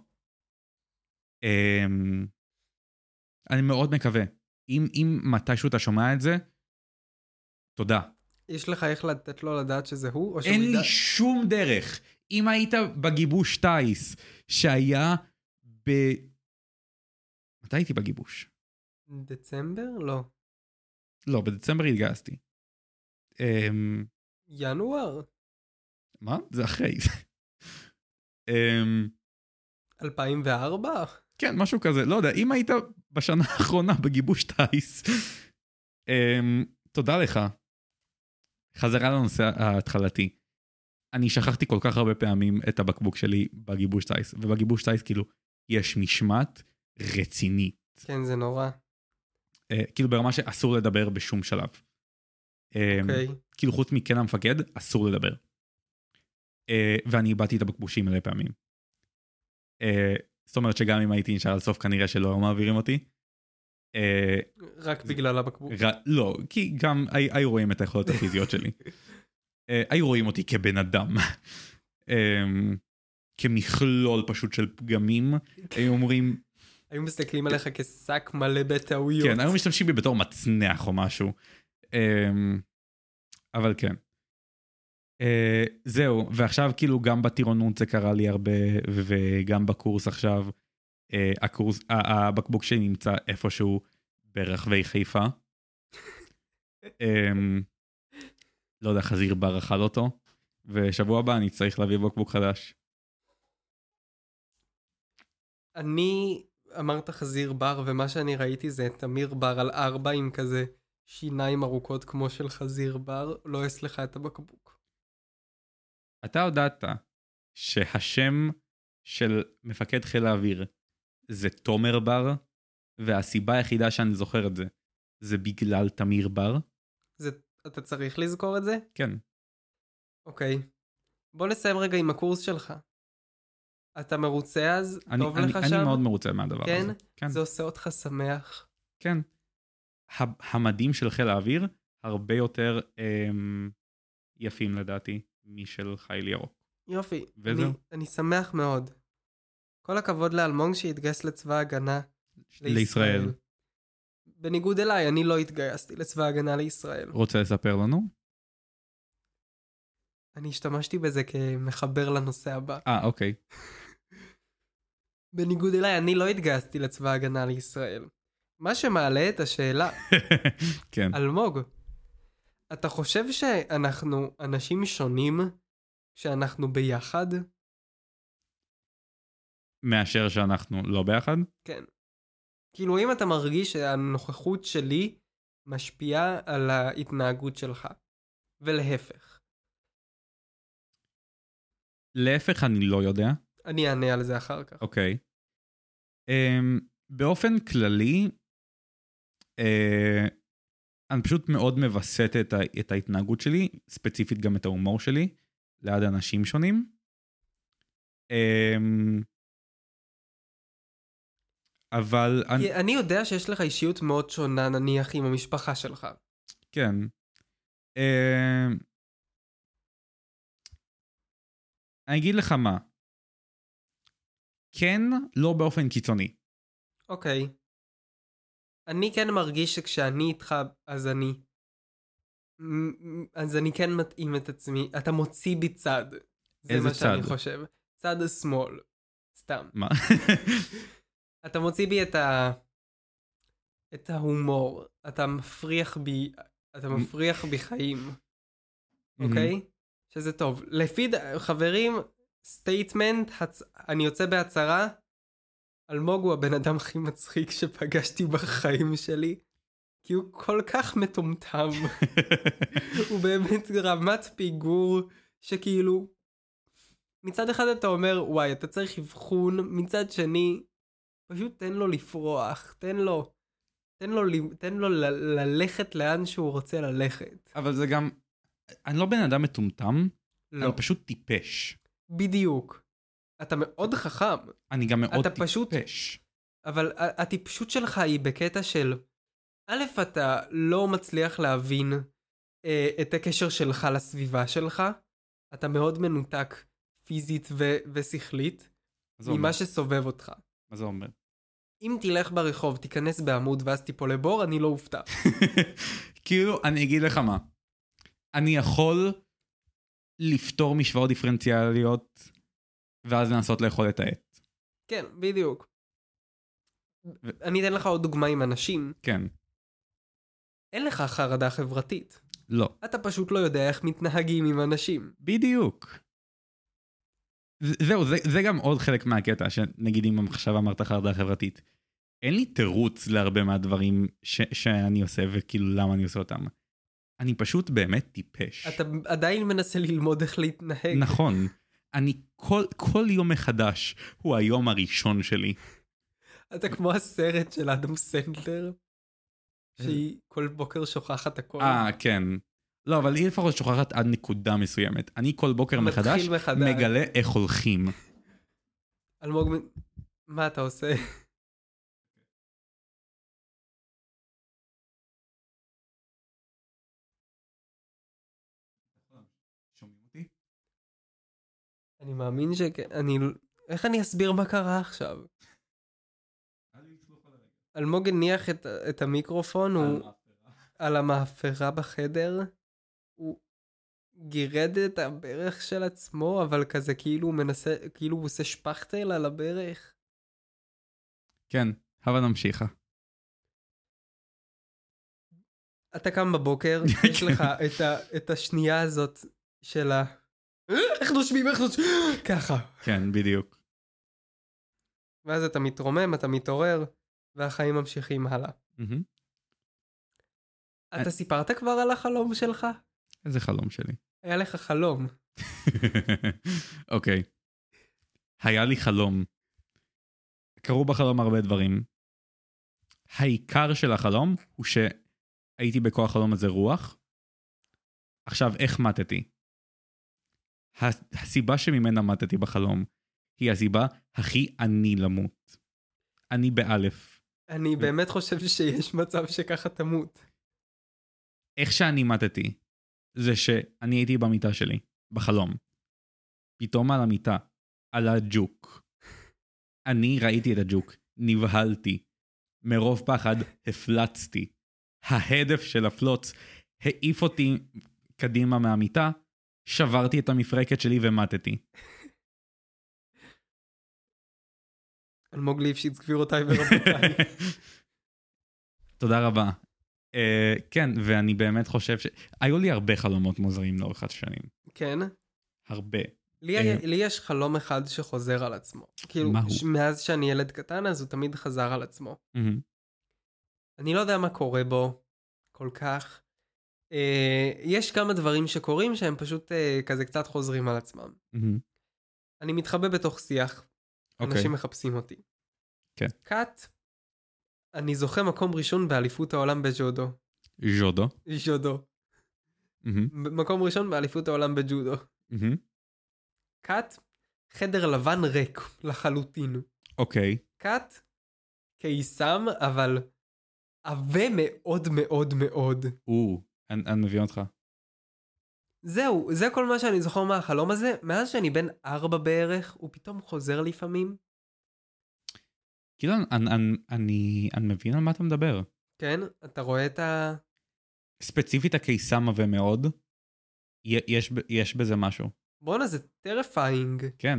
Um, אני מאוד מקווה. אם, אם מתישהו אתה שומע את זה, תודה. יש לך איך לתת לו לדעת שזה הוא? או אין לי ידע... שום דרך. אם היית בגיבוש טייס, שהיה ב... מתי הייתי בגיבוש? דצמבר? לא. לא, בדצמבר התגייסתי. אמ, ינואר? מה? זה אחרי. אמ, אלפיים וארבע? כן, משהו כזה. לא יודע, אם היית בשנה האחרונה בגיבוש טייס, אמ, תודה לך. חזרה לנושא ההתחלתי. אני שכחתי כל כך הרבה פעמים את הבקבוק שלי בגיבוש טייס, ובגיבוש טייס כאילו יש משמעת רצינית. כן, זה נורא. אה, כאילו ברמה שאסור לדבר בשום שלב. אה, אוקיי. כאילו חוץ מכן המפקד, אסור לדבר. אה, ואני איבדתי את הבקבושים מלא פעמים. אה, זאת אומרת שגם אם הייתי נשאר על סוף כנראה שלא מעבירים אותי. אה, רק בגלל הבקבוק. ר... לא, כי גם הי... היו רואים את היכולות הפיזיות שלי. אה, היו רואים אותי כבן אדם. אה, כמכלול פשוט של פגמים. היו אומרים... היו מסתכלים עליך כשק מלא בטעויות. כן, היו משתמשים בי בתור מצנח או משהו. אבל כן. זהו, ועכשיו כאילו גם בטירונות זה קרה לי הרבה, וגם בקורס עכשיו, הקורס, הבקבוק שלי נמצא איפשהו ברחבי חיפה. לא יודע, חזיר בר אכל אותו, ושבוע הבא אני צריך להביא בקבוק חדש. אני... אמרת חזיר בר, ומה שאני ראיתי זה תמיר בר על ארבע עם כזה שיניים ארוכות כמו של חזיר בר, לא אצלך את הבקבוק. אתה הודעת שהשם של מפקד חיל האוויר זה תומר בר, והסיבה היחידה שאני זוכר את זה, זה בגלל תמיר בר? זה, אתה צריך לזכור את זה? כן. אוקיי. בוא נסיים רגע עם הקורס שלך. אתה מרוצה אז? אני, טוב אני, לך אני שם? אני מאוד מרוצה מהדבר כן? הזה. כן? זה עושה אותך שמח? כן. המדים של חיל האוויר הרבה יותר אמ, יפים לדעתי משל חיל ירוק. יופי. וזהו. אני, אני שמח מאוד. כל הכבוד לאלמוג שהתגייס לצבא ההגנה לישראל. לישראל. בניגוד אליי, אני לא התגייסתי לצבא ההגנה לישראל. רוצה לספר לנו? אני השתמשתי בזה כמחבר לנושא הבא. אה, אוקיי. בניגוד אליי, אני לא התגייסתי לצבא ההגנה לישראל. מה שמעלה את השאלה, כן. אלמוג, אתה חושב שאנחנו אנשים שונים כשאנחנו ביחד? מאשר שאנחנו לא ביחד? כן. כאילו אם אתה מרגיש שהנוכחות שלי משפיעה על ההתנהגות שלך, ולהפך. להפך אני לא יודע. אני אענה על זה אחר כך. אוקיי. Um, באופן כללי, uh, אני פשוט מאוד מבסט את, ה- את ההתנהגות שלי, ספציפית גם את ההומור שלי, ליד אנשים שונים. Um, אבל... אני... אני יודע שיש לך אישיות מאוד שונה, נניח, עם המשפחה שלך. כן. Uh, אני אגיד לך מה. כן, לא באופן קיצוני. אוקיי. אני כן מרגיש שכשאני איתך, אז אני... אז אני כן מתאים את עצמי. אתה מוציא בי צד. זה איזה מה שאני צד? חושב. צד השמאל. סתם. מה? אתה מוציא בי את ה... את ההומור. אתה מפריח בי... אתה מפריח בי חיים. אוקיי? שזה טוב. לפי ד... חברים, סטייטמנט, הצ... אני יוצא בהצהרה, אלמוג הוא הבן אדם הכי מצחיק שפגשתי בחיים שלי, כי הוא כל כך מטומטם. הוא באמת רמת פיגור, שכאילו, מצד אחד אתה אומר, וואי, אתה צריך אבחון, מצד שני, פשוט תן לו לפרוח, תן לו, תן לו, תן לו ל- ללכת לאן שהוא רוצה ללכת. אבל זה גם... אני לא בן אדם מטומטם, לא. אני פשוט טיפש. בדיוק. אתה מאוד חכם. אני גם מאוד אתה פשוט... טיפש. אבל הטיפשות שלך היא בקטע של, א', אתה לא מצליח להבין אה, את הקשר שלך לסביבה שלך, אתה מאוד מנותק פיזית ו- ושכלית, ממה שסובב אותך. מה זה אומר? אם תלך ברחוב, תיכנס בעמוד ואז תיפול לבור, אני לא אופתע. כאילו, אני אגיד לך מה. אני יכול לפתור משוואות דיפרנציאליות, ואז לנסות לאכול את העט. כן, בדיוק. אני אתן לך עוד דוגמה עם אנשים. כן. אין לך חרדה חברתית. לא. אתה פשוט לא יודע איך מתנהגים עם אנשים. בדיוק. ז- זהו, זה, זה גם עוד חלק מהקטע, שנגיד אם עכשיו אמרת חרדה חברתית. אין לי תירוץ להרבה מהדברים ש, שאני עושה, וכאילו למה אני עושה אותם. אני פשוט באמת טיפש. אתה עדיין מנסה ללמוד איך להתנהג. נכון. אני כל, כל יום מחדש הוא היום הראשון שלי. אתה כמו הסרט של אדם סנדלר, שהיא כל בוקר שוכחת הכל. אה, כן. לא, אבל היא לפחות שוכחת עד נקודה מסוימת. אני כל בוקר מחדש, מחדש מגלה איך הולכים. אלמוג, מה אתה עושה? שומעים אותי? אני מאמין שכן, אני... איך אני אסביר מה קרה עכשיו? אלמוג הניח את, את המיקרופון, הוא על המאפרה בחדר, הוא גירד את הברך של עצמו, אבל כזה כאילו הוא מנסה, כאילו הוא עושה שפכטל על הברך. כן, אבל נמשיכה. אתה קם בבוקר, יש לך את, ה, את השנייה הזאת של ה... איך נושמים, איך נושמים, ככה. כן, בדיוק. ואז אתה מתרומם, אתה מתעורר, והחיים ממשיכים הלאה. Mm-hmm. אתה סיפרת כבר על החלום שלך? איזה חלום שלי. היה לך חלום. אוקיי. היה לי חלום. קרו בחלום הרבה דברים. העיקר של החלום הוא שהייתי בכוח חלום הזה רוח. עכשיו, איך מתתי? הסיבה שממנה מתתי בחלום היא הסיבה הכי עני למות. אני באלף. אני באמת חושב שיש מצב שככה תמות. איך שאני מתתי, זה שאני הייתי במיטה שלי, בחלום. פתאום על המיטה, על הג'וק. אני ראיתי את הג'וק, נבהלתי. מרוב פחד, הפלצתי. ההדף של הפלוץ העיף אותי קדימה מהמיטה, שברתי את המפרקת שלי ומתתי. אלמוג ליפשיץ, גבירותיי ורבותיי. תודה רבה. Uh, כן, ואני באמת חושב ש... היו לי הרבה חלומות מוזרים לאורך השנים. כן? הרבה. לי, Uh, לי יש חלום אחד שחוזר על עצמו. כאילו, מהו? מאז שאני ילד קטן, אז הוא תמיד חזר על עצמו. Mm-hmm. אני לא יודע מה קורה בו כל כך. Uh, יש כמה דברים שקורים שהם פשוט uh, כזה קצת חוזרים על עצמם. Mm-hmm. אני מתחבא בתוך שיח. Okay. אנשים מחפשים אותי. כן. קאט, אני זוכה מקום ראשון באליפות העולם בג'ודו. ז'ודו. ז'ודו. Mm-hmm. מקום ראשון באליפות העולם בג'ודו. Mm-hmm. קאט, חדר לבן ריק לחלוטין. אוקיי. קאט, קיסם, אבל עבה מאוד מאוד מאוד. או, אני, אני מבין אותך. זהו, זה כל מה שאני זוכר מהחלום הזה. מאז שאני בן ארבע בערך, הוא פתאום חוזר לפעמים. כאילו, אני, אני, אני, אני מבין על מה אתה מדבר. כן, אתה רואה את ה... ספציפית הקיסם עבה מאוד, יש, יש בזה משהו. בואנה, זה טרפיינג. כן.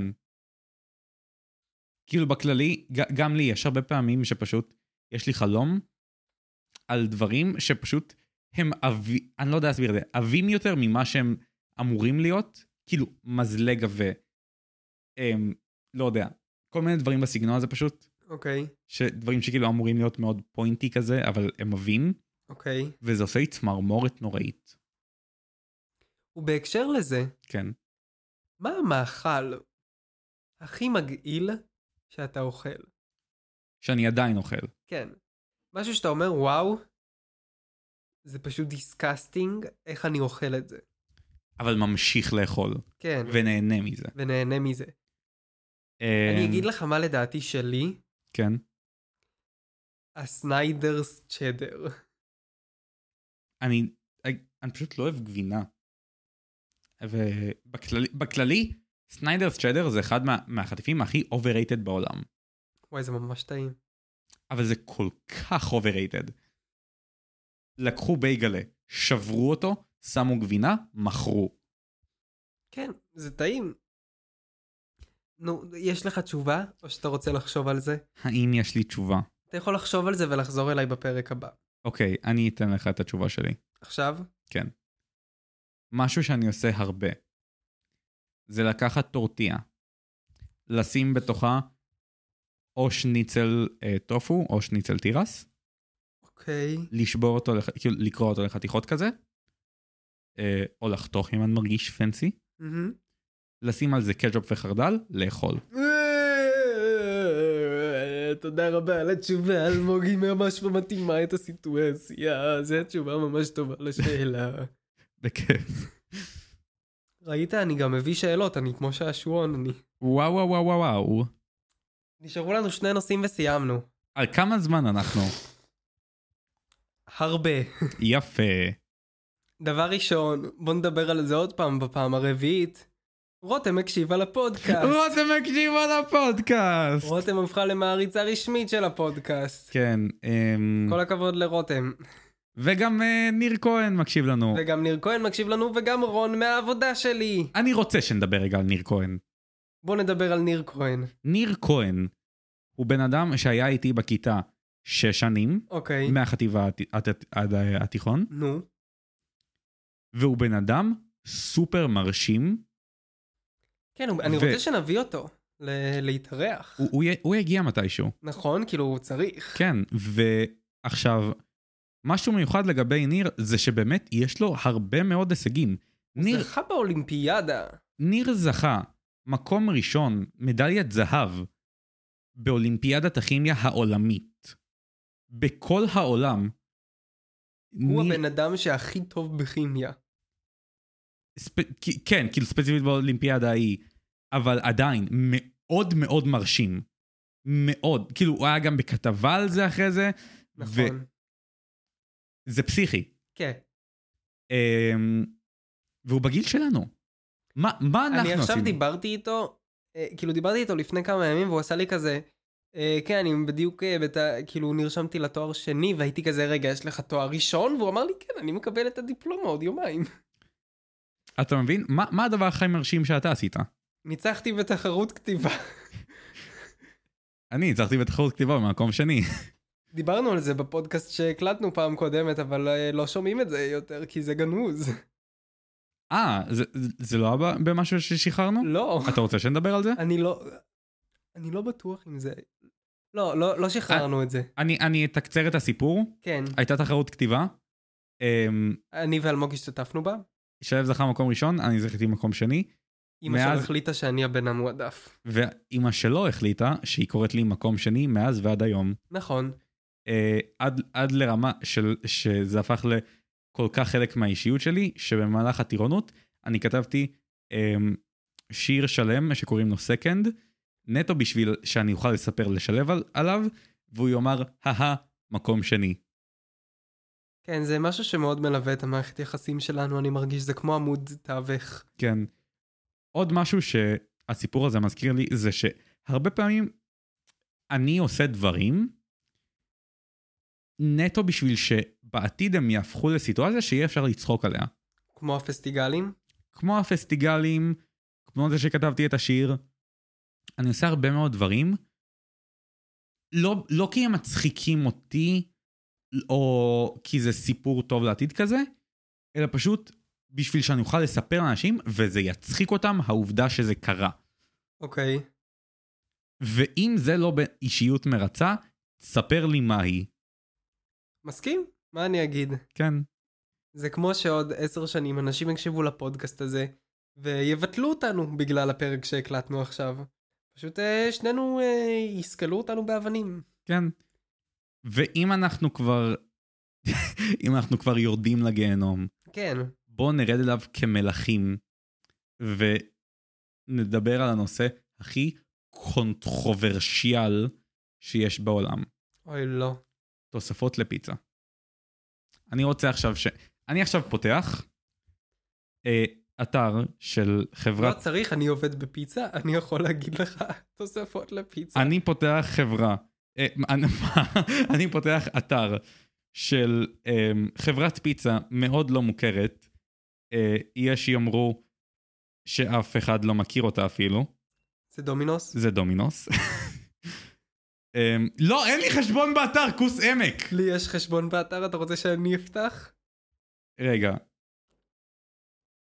כאילו בכללי, גם לי יש הרבה פעמים שפשוט, יש לי חלום על דברים שפשוט הם אבי, אני לא יודע להסביר את זה, אבים יותר ממה שהם אמורים להיות, כאילו מזלג עבה, הם, לא יודע, כל מיני דברים בסגנון הזה פשוט. אוקיי. שדברים שכאילו אמורים להיות מאוד פוינטי כזה, אבל הם אבים. אוקיי. וזה עושה לי צמרמורת נוראית. ובהקשר לזה, כן. מה המאכל הכי מגעיל שאתה אוכל? שאני עדיין אוכל. כן. משהו שאתה אומר, וואו, זה פשוט דיסקסטינג, איך אני אוכל את זה. אבל ממשיך לאכול. כן. ונהנה מזה. ונהנה מזה. אני אגיד לך מה לדעתי שלי. כן. הסניידרס צ'דר. אני, אני פשוט לא אוהב גבינה. ובכללי, סניידרס צ'דר זה אחד מה, מהחטיפים הכי overrated בעולם. וואי, זה ממש טעים. אבל זה כל כך overrated. לקחו בייגלה, שברו אותו, שמו גבינה, מכרו. כן, זה טעים. נו, יש לך תשובה? או שאתה רוצה לחשוב על זה? האם יש לי תשובה? אתה יכול לחשוב על זה ולחזור אליי בפרק הבא. אוקיי, אני אתן לך את התשובה שלי. עכשיו? כן. משהו שאני עושה הרבה, זה לקחת טורטיה, לשים בתוכה או שניצל אה, טופו, או שניצל תירס, אוקיי. לשבור אותו, לח... כאילו לקרוא אותו לחתיכות כזה, אה, או לחתוך אם אני מרגיש פנסי, מהמם. לשים על זה קטשופ וחרדל, לאכול. תודה רבה על התשובה, אלמוג, היא ממש מתאימה את הסיטואציה, זו התשובה ממש טובה לשאלה. בכיף. ראית? אני גם מביא שאלות, אני כמו שעשועון, אני... וואו וואו וואו וואו. נשארו לנו שני נושאים וסיימנו. על כמה זמן אנחנו? הרבה. יפה. דבר ראשון, בוא נדבר על זה עוד פעם בפעם הרביעית. רותם הקשיבה לפודקאסט. רותם הקשיבה לפודקאסט. רותם הפכה למעריצה רשמית של הפודקאסט. כן. אמ... כל הכבוד לרותם. וגם אה, ניר כהן מקשיב לנו. וגם ניר כהן מקשיב לנו, וגם רון מהעבודה שלי. אני רוצה שנדבר רגע על ניר כהן. בוא נדבר על ניר כהן. ניר כהן הוא בן אדם שהיה איתי בכיתה שש שנים, אוקיי. מהחטיבה הת- הת- עד התיכון, נו. והוא בן אדם סופר מרשים. כן, הוא- אני ו- רוצה שנביא אותו ל- להתארח. הוא, הוא, י- הוא יגיע מתישהו. נכון? כאילו הוא צריך. כן, ועכשיו, משהו מיוחד לגבי ניר, זה שבאמת יש לו הרבה מאוד הישגים. הוא ניר, זכה באולימפיאדה. ניר זכה מקום ראשון, מדליית זהב, באולימפיאדת הכימיה העולמית. בכל העולם. הוא ניר- הבן אדם שהכי טוב בכימיה. ספ... כן, כאילו ספציפית באולימפיאדה ההיא, אבל עדיין מאוד מאוד מרשים. מאוד. כאילו הוא היה גם בכתבה על זה אחרי זה, נכון. וזה פסיכי. כן. אמ, והוא בגיל שלנו. מה, מה אנחנו אני עשינו? עכשיו דיברתי איתו, אה, כאילו דיברתי איתו לפני כמה ימים, והוא עשה לי כזה, אה, כן, אני בדיוק, אה, בת... כאילו נרשמתי לתואר שני, והייתי כזה, רגע, יש לך תואר ראשון? והוא אמר לי, כן, אני מקבל את הדיפלומה עוד יומיים. אתה מבין? מה, מה הדבר הכי מרשים שאתה עשית? ניצחתי בתחרות כתיבה. אני הצלחתי בתחרות כתיבה במקום שני. דיברנו על זה בפודקאסט שהקלטנו פעם קודמת, אבל אה, לא שומעים את זה יותר, כי זה גנוז. אה, זה, זה לא היה במשהו ששחררנו? לא. אתה רוצה שנדבר על זה? אני לא, אני לא בטוח עם זה. לא, לא, לא שחררנו את זה. אני, אני אתקצר את הסיפור. כן. הייתה תחרות כתיבה. אמ, אני ואלמוג השתתפנו בה. שלב זכה מקום ראשון, אני זכיתי מקום שני. אמא מאז- שלו החליטה שאני הבן המועדף. ואמא שלו החליטה שהיא קוראת לי מקום שני מאז ועד היום. נכון. אה, עד, עד לרמה של, שזה הפך לכל כך חלק מהאישיות שלי, שבמהלך הטירונות אני כתבתי אה, שיר שלם שקוראים לו סקנד, נטו בשביל שאני אוכל לספר לשלב על, עליו, והוא יאמר, הה, מקום שני. כן, זה משהו שמאוד מלווה את המערכת יחסים שלנו, אני מרגיש, זה כמו עמוד תווך. כן. עוד משהו שהסיפור הזה מזכיר לי, זה שהרבה פעמים אני עושה דברים, נטו בשביל שבעתיד הם יהפכו לסיטואציה שיהיה אפשר לצחוק עליה. כמו הפסטיגלים. כמו הפסטיגלים, כמו זה שכתבתי את השיר, אני עושה הרבה מאוד דברים, לא, לא כי הם מצחיקים אותי, או כי זה סיפור טוב לעתיד כזה, אלא פשוט בשביל שאני אוכל לספר לאנשים, וזה יצחיק אותם העובדה שזה קרה. אוקיי. ואם זה לא באישיות מרצה, תספר לי מה היא. מסכים? מה אני אגיד? כן. זה כמו שעוד עשר שנים אנשים יקשיבו לפודקאסט הזה, ויבטלו אותנו בגלל הפרק שהקלטנו עכשיו. פשוט אה, שנינו אה, יסקלו אותנו באבנים. כן. ואם אנחנו כבר, אם אנחנו כבר יורדים לגיהנום, כן. בואו נרד אליו כמלאכים, ונדבר על הנושא הכי קונטרוברשיאל שיש בעולם. אוי לא. תוספות לפיצה. אני רוצה עכשיו ש... אני עכשיו פותח אה, אתר של חברת... לא צריך, אני עובד בפיצה, אני יכול להגיד לך תוספות לפיצה. אני פותח חברה, אה, אני, אני פותח אתר של אה, חברת פיצה מאוד לא מוכרת, אה, יש שיאמרו שאף אחד לא מכיר אותה אפילו. זה דומינוס? זה דומינוס. אה, לא, אין לי חשבון באתר, כוס עמק. לי יש חשבון באתר, אתה רוצה שאני אפתח? רגע.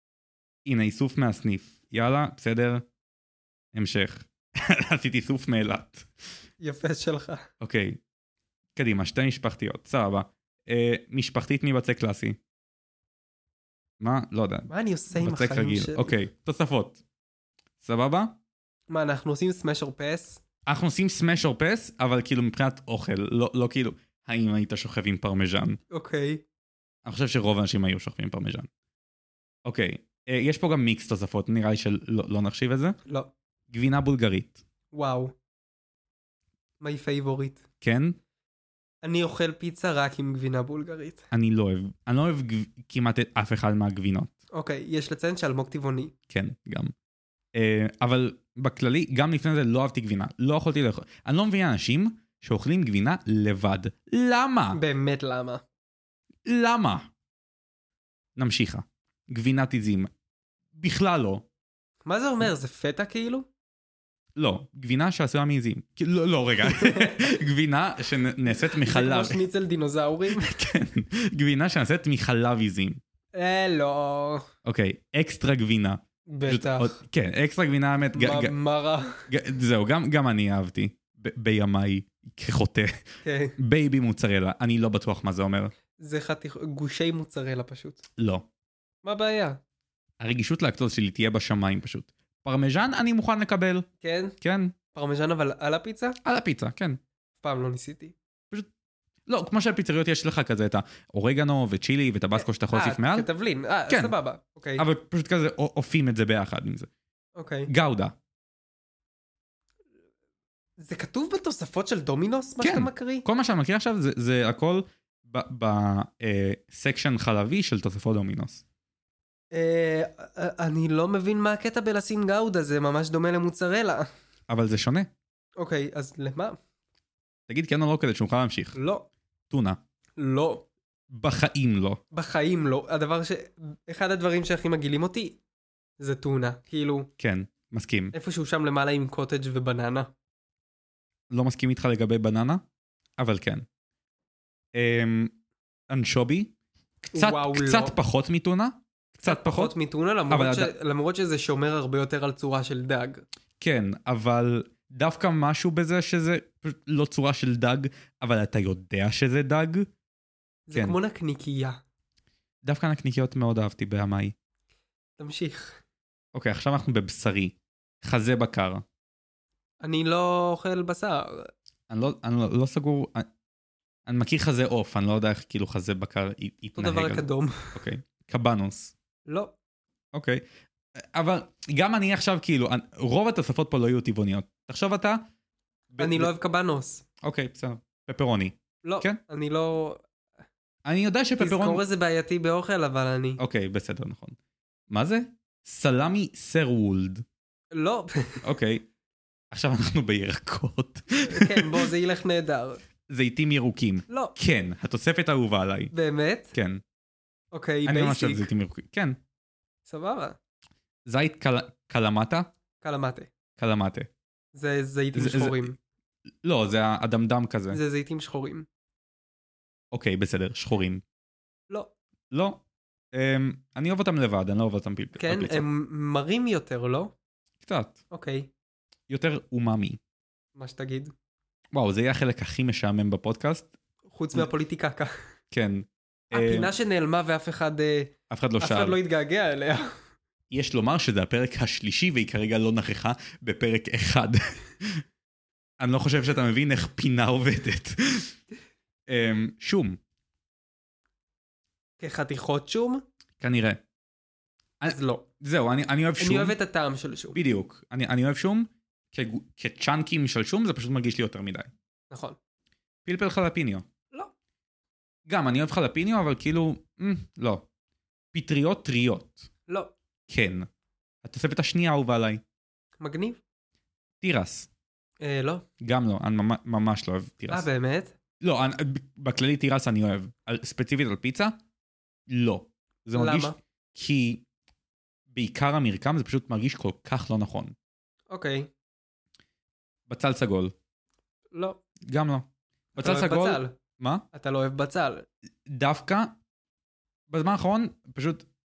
הנה, איסוף מהסניף. יאללה, בסדר. המשך. עשיתי איסוף מאילת. יפה שלך. אוקיי. קדימה, שתי משפחתיות. סבבה. אה, משפחתית מבצע קלאסי. מה? לא יודע. מה אני עושה עם בצק החיים רגיל. שלי? אוקיי, תוספות. סבבה? מה, אנחנו עושים סמש או פס? אנחנו עושים סמש או פס, אבל כאילו מבחינת אוכל, לא, לא כאילו, האם היית שוכב עם פרמיז'ן? אוקיי. אני חושב שרוב האנשים היו שוכבים עם פרמיז'ן. אוקיי, אה, יש פה גם מיקס תוספות, נראה לי שלא לא נחשיב את זה. לא. גבינה בולגרית. וואו. my favorite. כן? אני אוכל פיצה רק עם גבינה בולגרית. אני לא אוהב, אני לא אוהב גב... כמעט את אף אחד מהגבינות. אוקיי, יש לציין שאלמוג טבעוני. כן, גם. אה, אבל בכללי, גם לפני זה לא אהבתי גבינה. לא יכולתי לאכול. אני לא מבין אנשים שאוכלים גבינה לבד. למה? באמת למה? למה? נמשיכה. גבינת עיזים. בכלל לא. מה זה אומר? זה פטה כאילו? לא, גבינה שעשויה מעיזים. לא, לא, רגע. גבינה שנעשית מחלב. זה כמו שניצל דינוזאורים? כן, גבינה שנעשית מחלב עיזים. אה, לא. אוקיי, אקסטרה גבינה. בטח. כן, אקסטרה גבינה האמת. מה רע? זהו, גם אני אהבתי. בימיי, כחוטא. כן. בייבי מוצרלה, אני לא בטוח מה זה אומר. זה חתיך, גושי מוצרלה פשוט. לא. מה הבעיה? הרגישות לאקטוז שלי תהיה בשמיים פשוט. פרמיז'ן אני מוכן לקבל. כן? כן. פרמיז'ן אבל על הפיצה? על הפיצה, כן. אף פעם לא ניסיתי. לא, כמו שהפיצריות יש לך כזה את האורגנו וצ'ילי וטבסקו שאתה יכול להוסיף מעל. אה, כתבלין, אה, כן. סבבה. אוקיי. אבל פשוט כזה אופים את זה ביחד עם זה. אוקיי. גאודה. זה כתוב בתוספות של דומינוס, מה כן. שאתה מקריא? כל מה שאני מכיר עכשיו זה, זה הכל בסקשן חלבי של תוספות דומינוס. אה, אני לא מבין מה הקטע בלשים גאודה, זה ממש דומה למוצרלה. אבל זה שונה. אוקיי, אז למה? תגיד כן או לא כדי שנוכל להמשיך. לא. טונה. לא. בחיים לא. בחיים לא. הדבר ש... אחד הדברים שהכי מגעילים אותי זה טונה. כאילו, כן, מסכים. איפשהו שם למעלה עם קוטג' ובננה. לא מסכים איתך לגבי בננה, אבל כן. אמ, אנשובי. קצת, וואו, קצת לא. פחות מטונה. קצת פחות. פחות מטונה, למרות, אבל ש... עד- למרות שזה שומר הרבה יותר על צורה של דג. כן, אבל דווקא משהו בזה שזה פשוט לא צורה של דג, אבל אתה יודע שזה דג. זה כן. כמו נקניקייה. דווקא נקניקיות מאוד אהבתי בימיי. תמשיך. אוקיי, עכשיו אנחנו בבשרי. חזה בקר. אני לא אוכל בשר. אני לא, אני לא, לא סגור, אני, אני מכיר חזה עוף, אני לא יודע איך כאילו חזה בקר י- אותו יתנהג. דבר על- קדום. אוקיי. קבנוס. לא. אוקיי. אבל גם אני עכשיו כאילו, אני- רוב התוספות פה לא יהיו טבעוניות. תחשוב אתה. ב- אני ב- לא אוהב קבנוס. אוקיי, בסדר. פפרוני. לא. כן? אני לא... אני יודע שפפרוני... תזכור איזה בעייתי באוכל, אבל אני... אוקיי, בסדר, נכון. מה זה? סלמי סרוולד. לא. אוקיי. עכשיו אנחנו בירקות. כן, בוא, זה ילך נהדר. זיתים ירוקים. לא. כן, התוספת האהובה עליי. באמת? כן. אוקיי, אני ממש אוהב בייסיק. זיתים ירוקים. כן. סבבה. זית קל- קלמטה? קלמטה. קלמטה. זה זיתים זה- זה- שחורים. לא, זה האדמדם כזה. זה זיתים שחורים. אוקיי, בסדר, שחורים. לא. לא. אמ, אני אוהב אותם לבד, אני לא אוהב אותם פיל- כן, בפיצה. הם מרים יותר, לא? קצת. אוקיי, יותר אומאמי. מה שתגיד. וואו, זה יהיה החלק הכי משעמם בפודקאסט. חוץ מהפוליטיקקה. כן. הפינה שנעלמה ואף אחד אה, אף אחד לא אף אחד שאל. לא התגעגע אליה. יש לומר שזה הפרק השלישי והיא כרגע לא נכחה בפרק אחד. אני לא חושב שאתה מבין איך פינה עובדת. אמ, שום, כחתיכות שום? כנראה. אז לא. זהו, אני, אני אוהב שום. אני אוהב את הטעם של שום. בדיוק. אני, אני אוהב שום. כגו- כצ'אנקים של שום זה פשוט מרגיש לי יותר מדי. נכון. פלפל חלפיניו. לא. גם, אני אוהב חלפיניו, אבל כאילו, מ, לא. פטריות טריות. לא. כן. התוספת השנייה אהובה עליי. מגניב? תירס. אה, לא. גם לא, אני ממש, ממש לא אוהב אה, תירס. באמת? לא, אני, בכללי תירס אני אוהב. על, ספציפית על פיצה? לא. זה מרגיש... למה? כי בעיקר המרקם זה פשוט מרגיש כל כך לא נכון. אוקיי. בצל סגול. לא. גם לא. אתה בצל לא אוהב סגול... בצל. מה? אתה לא אוהב בצל. דווקא, בזמן האחרון, פשוט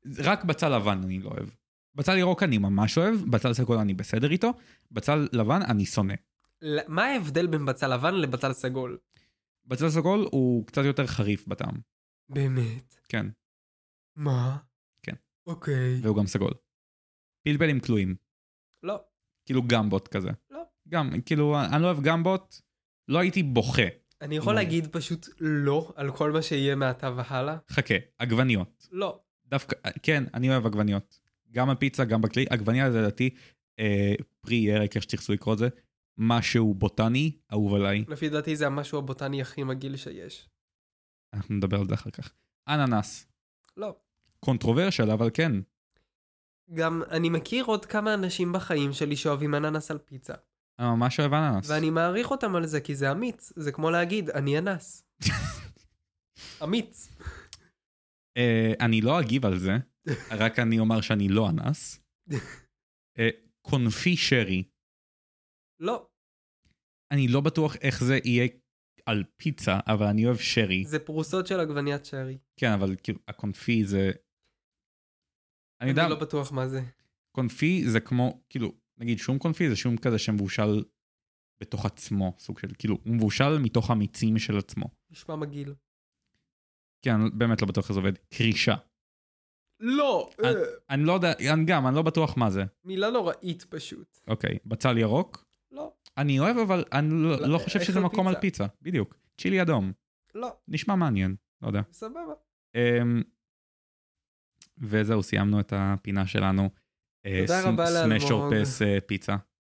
רק בצל לבן אני לא אוהב. בצל ירוק אני ממש אוהב, בצל סגול אני בסדר איתו, בצל לבן אני שונא. מה ההבדל בין בצל לבן לבצל סגול? בצל סגול הוא קצת יותר חריף בטעם. באמת? כן. מה? כן. אוקיי. והוא גם סגול. פלפלים כלואים. לא. כאילו גמבוט כזה. לא. גם, כאילו, אני לא אוהב גמבוט, לא הייתי בוכה. אני יכול להגיד פשוט לא על כל מה שיהיה מעתה והלאה? חכה, עגבניות. לא. דווקא, כן, אני אוהב עגבניות. גם הפיצה, גם בכלי. עגבניה זה לדעתי, אה, פרי ירק, איך שתרצו לקרוא את זה, משהו בוטני, אהוב עליי. לפי דעתי זה המשהו הבוטני הכי מגעיל שיש. אנחנו נדבר על זה אחר כך. אננס. לא. קונטרוברשל, אבל כן. גם אני מכיר עוד כמה אנשים בחיים שלי שאוהבים אננס על פיצה. אני ממש אוהב אננס. ואני מעריך אותם על זה, כי זה אמיץ. זה כמו להגיד, אני אנס. אמיץ. Uh, אני לא אגיב על זה, רק אני אומר שאני לא אנס. Uh, קונפי שרי. לא. אני לא בטוח איך זה יהיה על פיצה, אבל אני אוהב שרי. זה פרוסות של עגבניית שרי. כן, אבל כאילו, הקונפי זה... אני יודע, אני לא בטוח מה זה. קונפי זה כמו, כאילו, נגיד שום קונפי זה שום כזה שמבושל בתוך עצמו, סוג של, כאילו, הוא מבושל מתוך המיצים של עצמו. נשמע מגעיל. כן, אני באמת לא בטוח איך זה עובד. קרישה. לא! אני, אני לא יודע, אני גם, אני לא בטוח מה זה. מילה נוראית פשוט. אוקיי, בצל ירוק? לא. אני אוהב, אבל אני לא, לא, לא חושב שזה מקום פיצה. על פיצה. בדיוק. צ'ילי אדום. לא. נשמע מעניין, לא יודע. סבבה. Um, וזהו, סיימנו את הפינה שלנו. תודה רבה לאלמוג. סמש אורפס פיצה.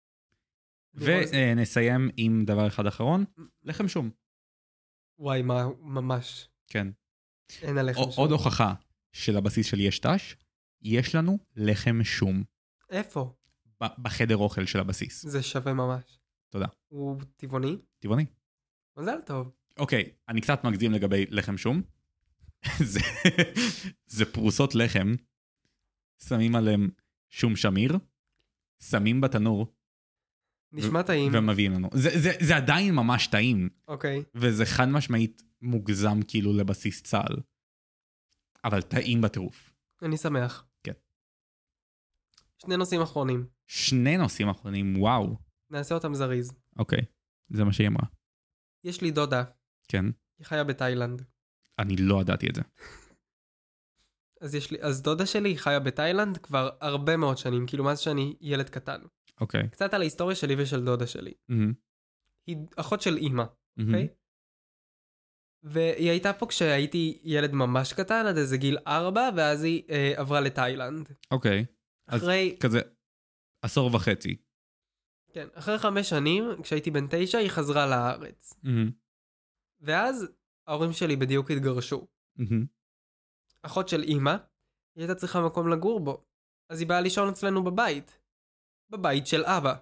ונסיים עם דבר אחד אחרון, לחם שום. וואי, מה, ממש. כן. אין הלחם שום. עוד הוכחה של הבסיס של יש תש, יש לנו לחם שום. איפה? בחדר אוכל של הבסיס. זה שווה ממש. תודה. הוא טבעוני? טבעוני. מזל טוב. אוקיי, אני קצת מגזים לגבי לחם שום. זה, זה פרוסות לחם, שמים עליהם שום שמיר, שמים בתנור, נשמע טעים. ומביאים לנו. זה, זה, זה עדיין ממש טעים. אוקיי. וזה חד משמעית מוגזם כאילו לבסיס צהל. אבל טעים בטירוף. אני שמח. כן. שני נושאים אחרונים. שני נושאים אחרונים, וואו. נעשה אותם זריז. אוקיי, זה מה שהיא אמרה. יש לי דודה. כן. היא חיה בתאילנד. אני לא ידעתי את זה. אז יש לי, אז דודה שלי היא חיה בתאילנד כבר הרבה מאוד שנים, כאילו מאז שאני ילד קטן. אוקיי. קצת על ההיסטוריה שלי ושל דודה שלי. Mm-hmm. היא אחות של אימא, Mm-hmm. אוקיי? והיא הייתה פה כשהייתי ילד ממש קטן, עד איזה גיל ארבע, ואז היא אה, עברה לתאילנד. אוקיי. אחרי... אז כזה עשור וחצי. כן, אחרי חמש שנים, כשהייתי בן תשע, היא חזרה לארץ. Mm-hmm. ואז ההורים שלי בדיוק התגרשו. Mm-hmm. אחות של אימא, היא הייתה צריכה מקום לגור בו. אז היא באה לישון אצלנו בבית. בבית של אבא.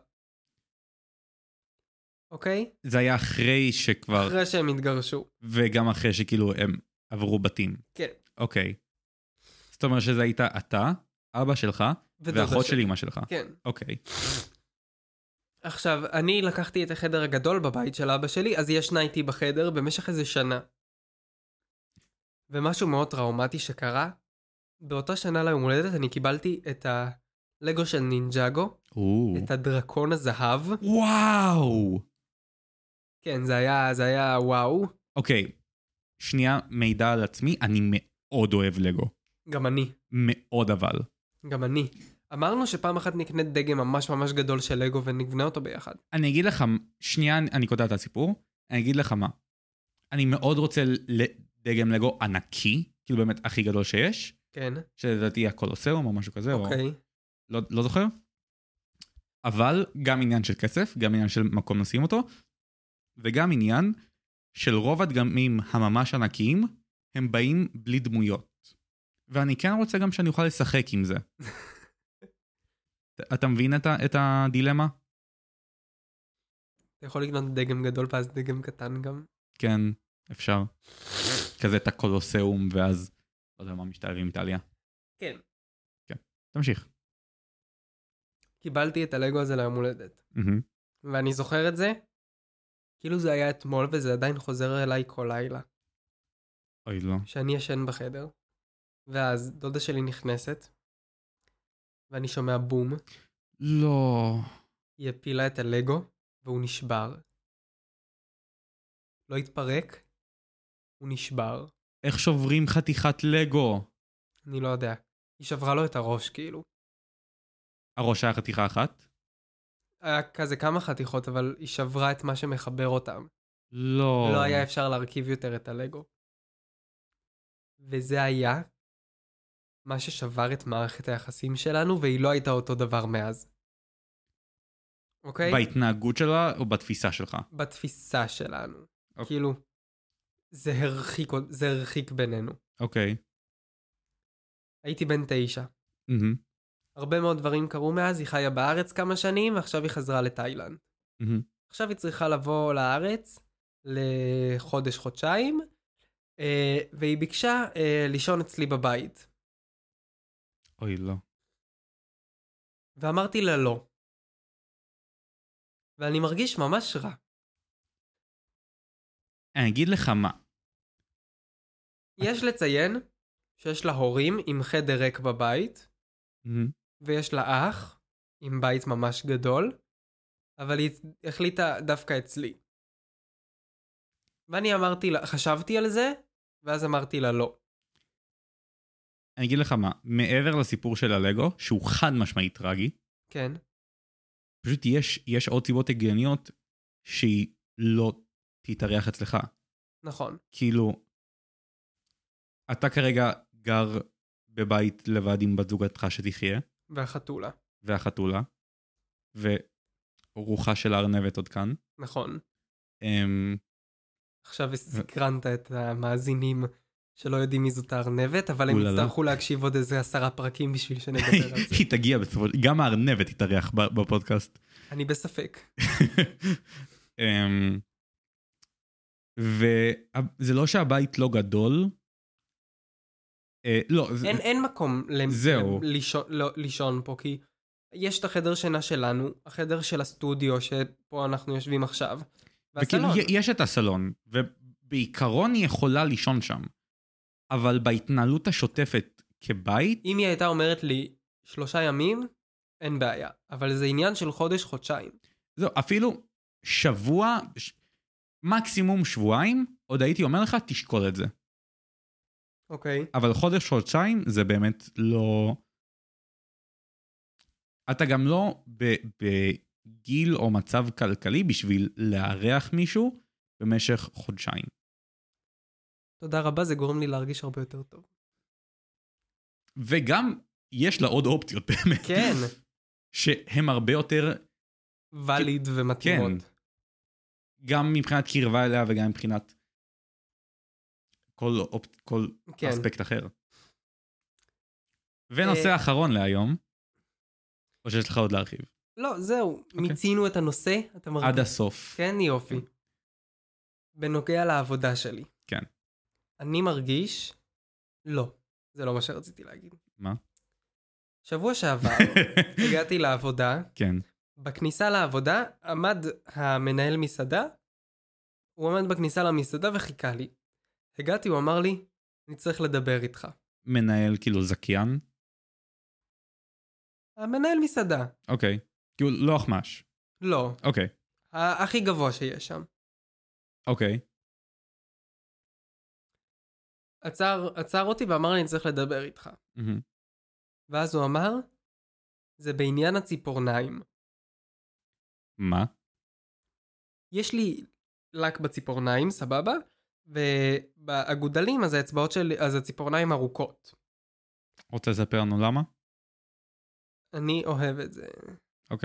אוקיי? זה היה אחרי שכבר... אחרי שהם התגרשו. וגם אחרי שכאילו הם עברו בתים. כן. אוקיי. זאת אומרת שזה היית אתה, אבא שלך, ואחות של אמא שלך. כן. אוקיי. עכשיו, אני לקחתי את החדר הגדול בבית של אבא שלי, אז היא ישנה איתי בחדר במשך איזה שנה. ומשהו מאוד טראומטי שקרה, באותה שנה ליום הולדת אני קיבלתי את הלגו של נינג'אגו, את הדרקון הזהב. וואו! כן, זה היה, זה היה וואו. אוקיי, שנייה מידע על עצמי, אני מאוד אוהב לגו. גם אני. מאוד אבל. גם אני. אמרנו שפעם אחת נקנה דגם ממש ממש גדול של לגו ונבנה אותו ביחד. אני אגיד לך, שנייה אני קוטע את הסיפור, אני אגיד לך מה. אני מאוד רוצה דגם לגו ענקי, כאילו באמת הכי גדול שיש. כן. שלדעתי הקולוסיאום או משהו כזה. אוקיי. או... לא, לא זוכר. אבל גם עניין של כסף, גם עניין של מקום נשים אותו, וגם עניין של רוב הדגמים הממש ענקיים, הם באים בלי דמויות. ואני כן רוצה גם שאני אוכל לשחק עם זה. אתה מבין את, ה- את הדילמה? אתה יכול לקנות דגם גדול ואז דגם קטן גם? כן, אפשר. כזה את הקולוסיאום, ואז, לא יודע מה משתלבים איטליה. כן. כן, תמשיך. קיבלתי את הלגו הזה ליום הולדת. Mm-hmm. ואני זוכר את זה, כאילו זה היה אתמול וזה עדיין חוזר אליי כל לילה. אוי לא. שאני ישן בחדר. ואז דודה שלי נכנסת, ואני שומע בום, לא. היא הפילה את הלגו, והוא נשבר. לא התפרק, הוא נשבר. איך שוברים חתיכת לגו? אני לא יודע. היא שברה לו את הראש, כאילו. הראש היה חתיכה אחת? היה כזה כמה חתיכות, אבל היא שברה את מה שמחבר אותם. לא. לא היה אפשר להרכיב יותר את הלגו. וזה היה מה ששבר את מערכת היחסים שלנו, והיא לא הייתה אותו דבר מאז. אוקיי? בהתנהגות שלה או בתפיסה שלך? בתפיסה שלנו. אוקיי. כאילו, זה הרחיק, זה הרחיק בינינו. אוקיי. הייתי בן תשע. מהמם. הרבה מאוד דברים קרו מאז, היא חיה בארץ כמה שנים, ועכשיו היא חזרה לתאילנד. מהמם. עכשיו היא צריכה לבוא לארץ לחודש, חודשיים, אה, והיא ביקשה אה, לישון אצלי בבית. אוי, לא. ואמרתי לה לא. ואני מרגיש ממש רע. אני אגיד לך מה. יש לציין שיש לה הורים עם חדר ריק בבית, מהמם. ויש לה אח עם בית ממש גדול, אבל היא החליטה דווקא אצלי. ואני אמרתי לה, חשבתי על זה, ואז אמרתי לה לא. אני אגיד לך מה. מעבר לסיפור של הלגו, שהוא חד משמעית טרגי, כן. פשוט יש, יש עוד סיבות הגיוניות שהיא לא תתארח אצלך. נכון. כאילו, אתה כרגע גר בבית לבד עם בת זוגתך שתחיה, והחתולה. והחתולה, ורוחה של הארנבת עוד כאן. נכון. אמ, עכשיו סקרנת את המאזינים שלא יודעים מי זאת הארנבת, אבל הם אוללה. יצטרכו להקשיב עוד איזה עשרה פרקים בשביל שנדבר על זה. היא תגיע בסופו, גם הארנבת תתארח ב- בפודקאסט. אני בספק. אמ, וזה לא שהבית לא גדול, אה, לא, זה- אין, אין מקום למ- זהו. לישון, לא, לישון פה, כי יש את החדר שינה שלנו, החדר של הסטודיו שפה אנחנו יושבים עכשיו, וכאילו והסלון. יש את הסלון, ובעיקרון היא יכולה לישון שם, אבל בהתנהלות השוטפת כבית, אם היא הייתה אומרת לי שלושה ימים, אין בעיה, אבל זה עניין של חודש, חודשיים. זהו, אפילו שבוע, ש- מקסימום שבועיים, עוד הייתי אומר לך, תשקול את זה. אוקיי. אבל חודש, חודשיים, זה באמת לא... אתה גם לא ב- בגיל או מצב כלכלי בשביל לארח מישהו במשך חודשיים. תודה רבה, זה גורם לי להרגיש הרבה יותר טוב. וגם יש לה עוד אופציות באמת. כן. שהם הרבה יותר, וליד ומתאימות. כן. גם מבחינת קרבה אליה וגם מבחינת כל, אופ... כל כן. אספקט אחר. ונושא אחרון להיום, או שיש לך עוד להרחיב? לא, זהו. מיצינו את הנושא. אתה מרגיש? עד הסוף. כן, יופי. בנוגע לעבודה שלי. כן. אני מרגיש... לא, זה לא מה שרציתי להגיד. מה? שבוע שעבר הגעתי לעבודה. כן. בכניסה לעבודה עמד המנהל מסעדה. הוא עמד בכניסה למסעדה וחיכה לי. הגעתי, הוא אמר לי, אני צריך לדבר איתך. מנהל כאילו זקיין? המנהל מסעדה. אוקיי. כאילו לא אחמש. לא. אוקיי. ה- הכי גבוה שיש שם. אוקיי. עצר, עצר אותי ואמר לי, אני צריך לדבר איתך. מהמם. ואז הוא אמר, זה בעניין הציפורניים. מה? יש לי לק בציפורניים, סבבה? ובאגודלים, אז האצבעות שלי, אז הציפורניים ארוכות. רוצה לספר לנו למה? אני אוהב את זה. אוקיי.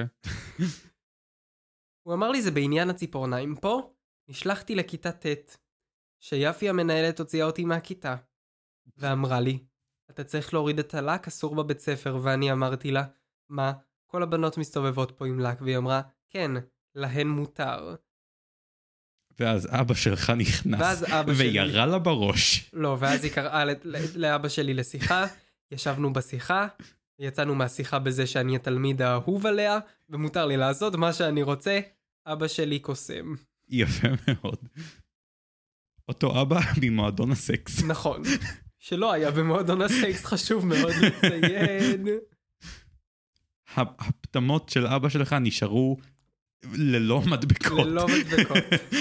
הוא אמר לי, זה בעניין הציפורניים. פה נשלחתי לכיתה ט', שיפי המנהלת הוציאה אותי מהכיתה, ואמרה לי, אתה צריך להוריד את הלק, אסור בבית ספר, ואני אמרתי לה, מה? כל הבנות מסתובבות פה עם לק, והיא אמרה, כן, להן מותר. ואז אבא שלך נכנס, ואז אבא שלי- וירה לה בראש. לא, ואז היא קראה ל- ל- לאבא שלי לשיחה, ישבנו בשיחה, יצאנו מהשיחה בזה שאני התלמיד האהוב עליה, ומותר לי לעשות מה שאני רוצה, אבא שלי קוסם. יפה מאוד. אותו אבא ממועדון הסקס. נכון. שלא היה במועדון הסקס, חשוב מאוד לציין. הפטמות של אבא שלך נשארו ללא מדבקות. ללא מדבקות.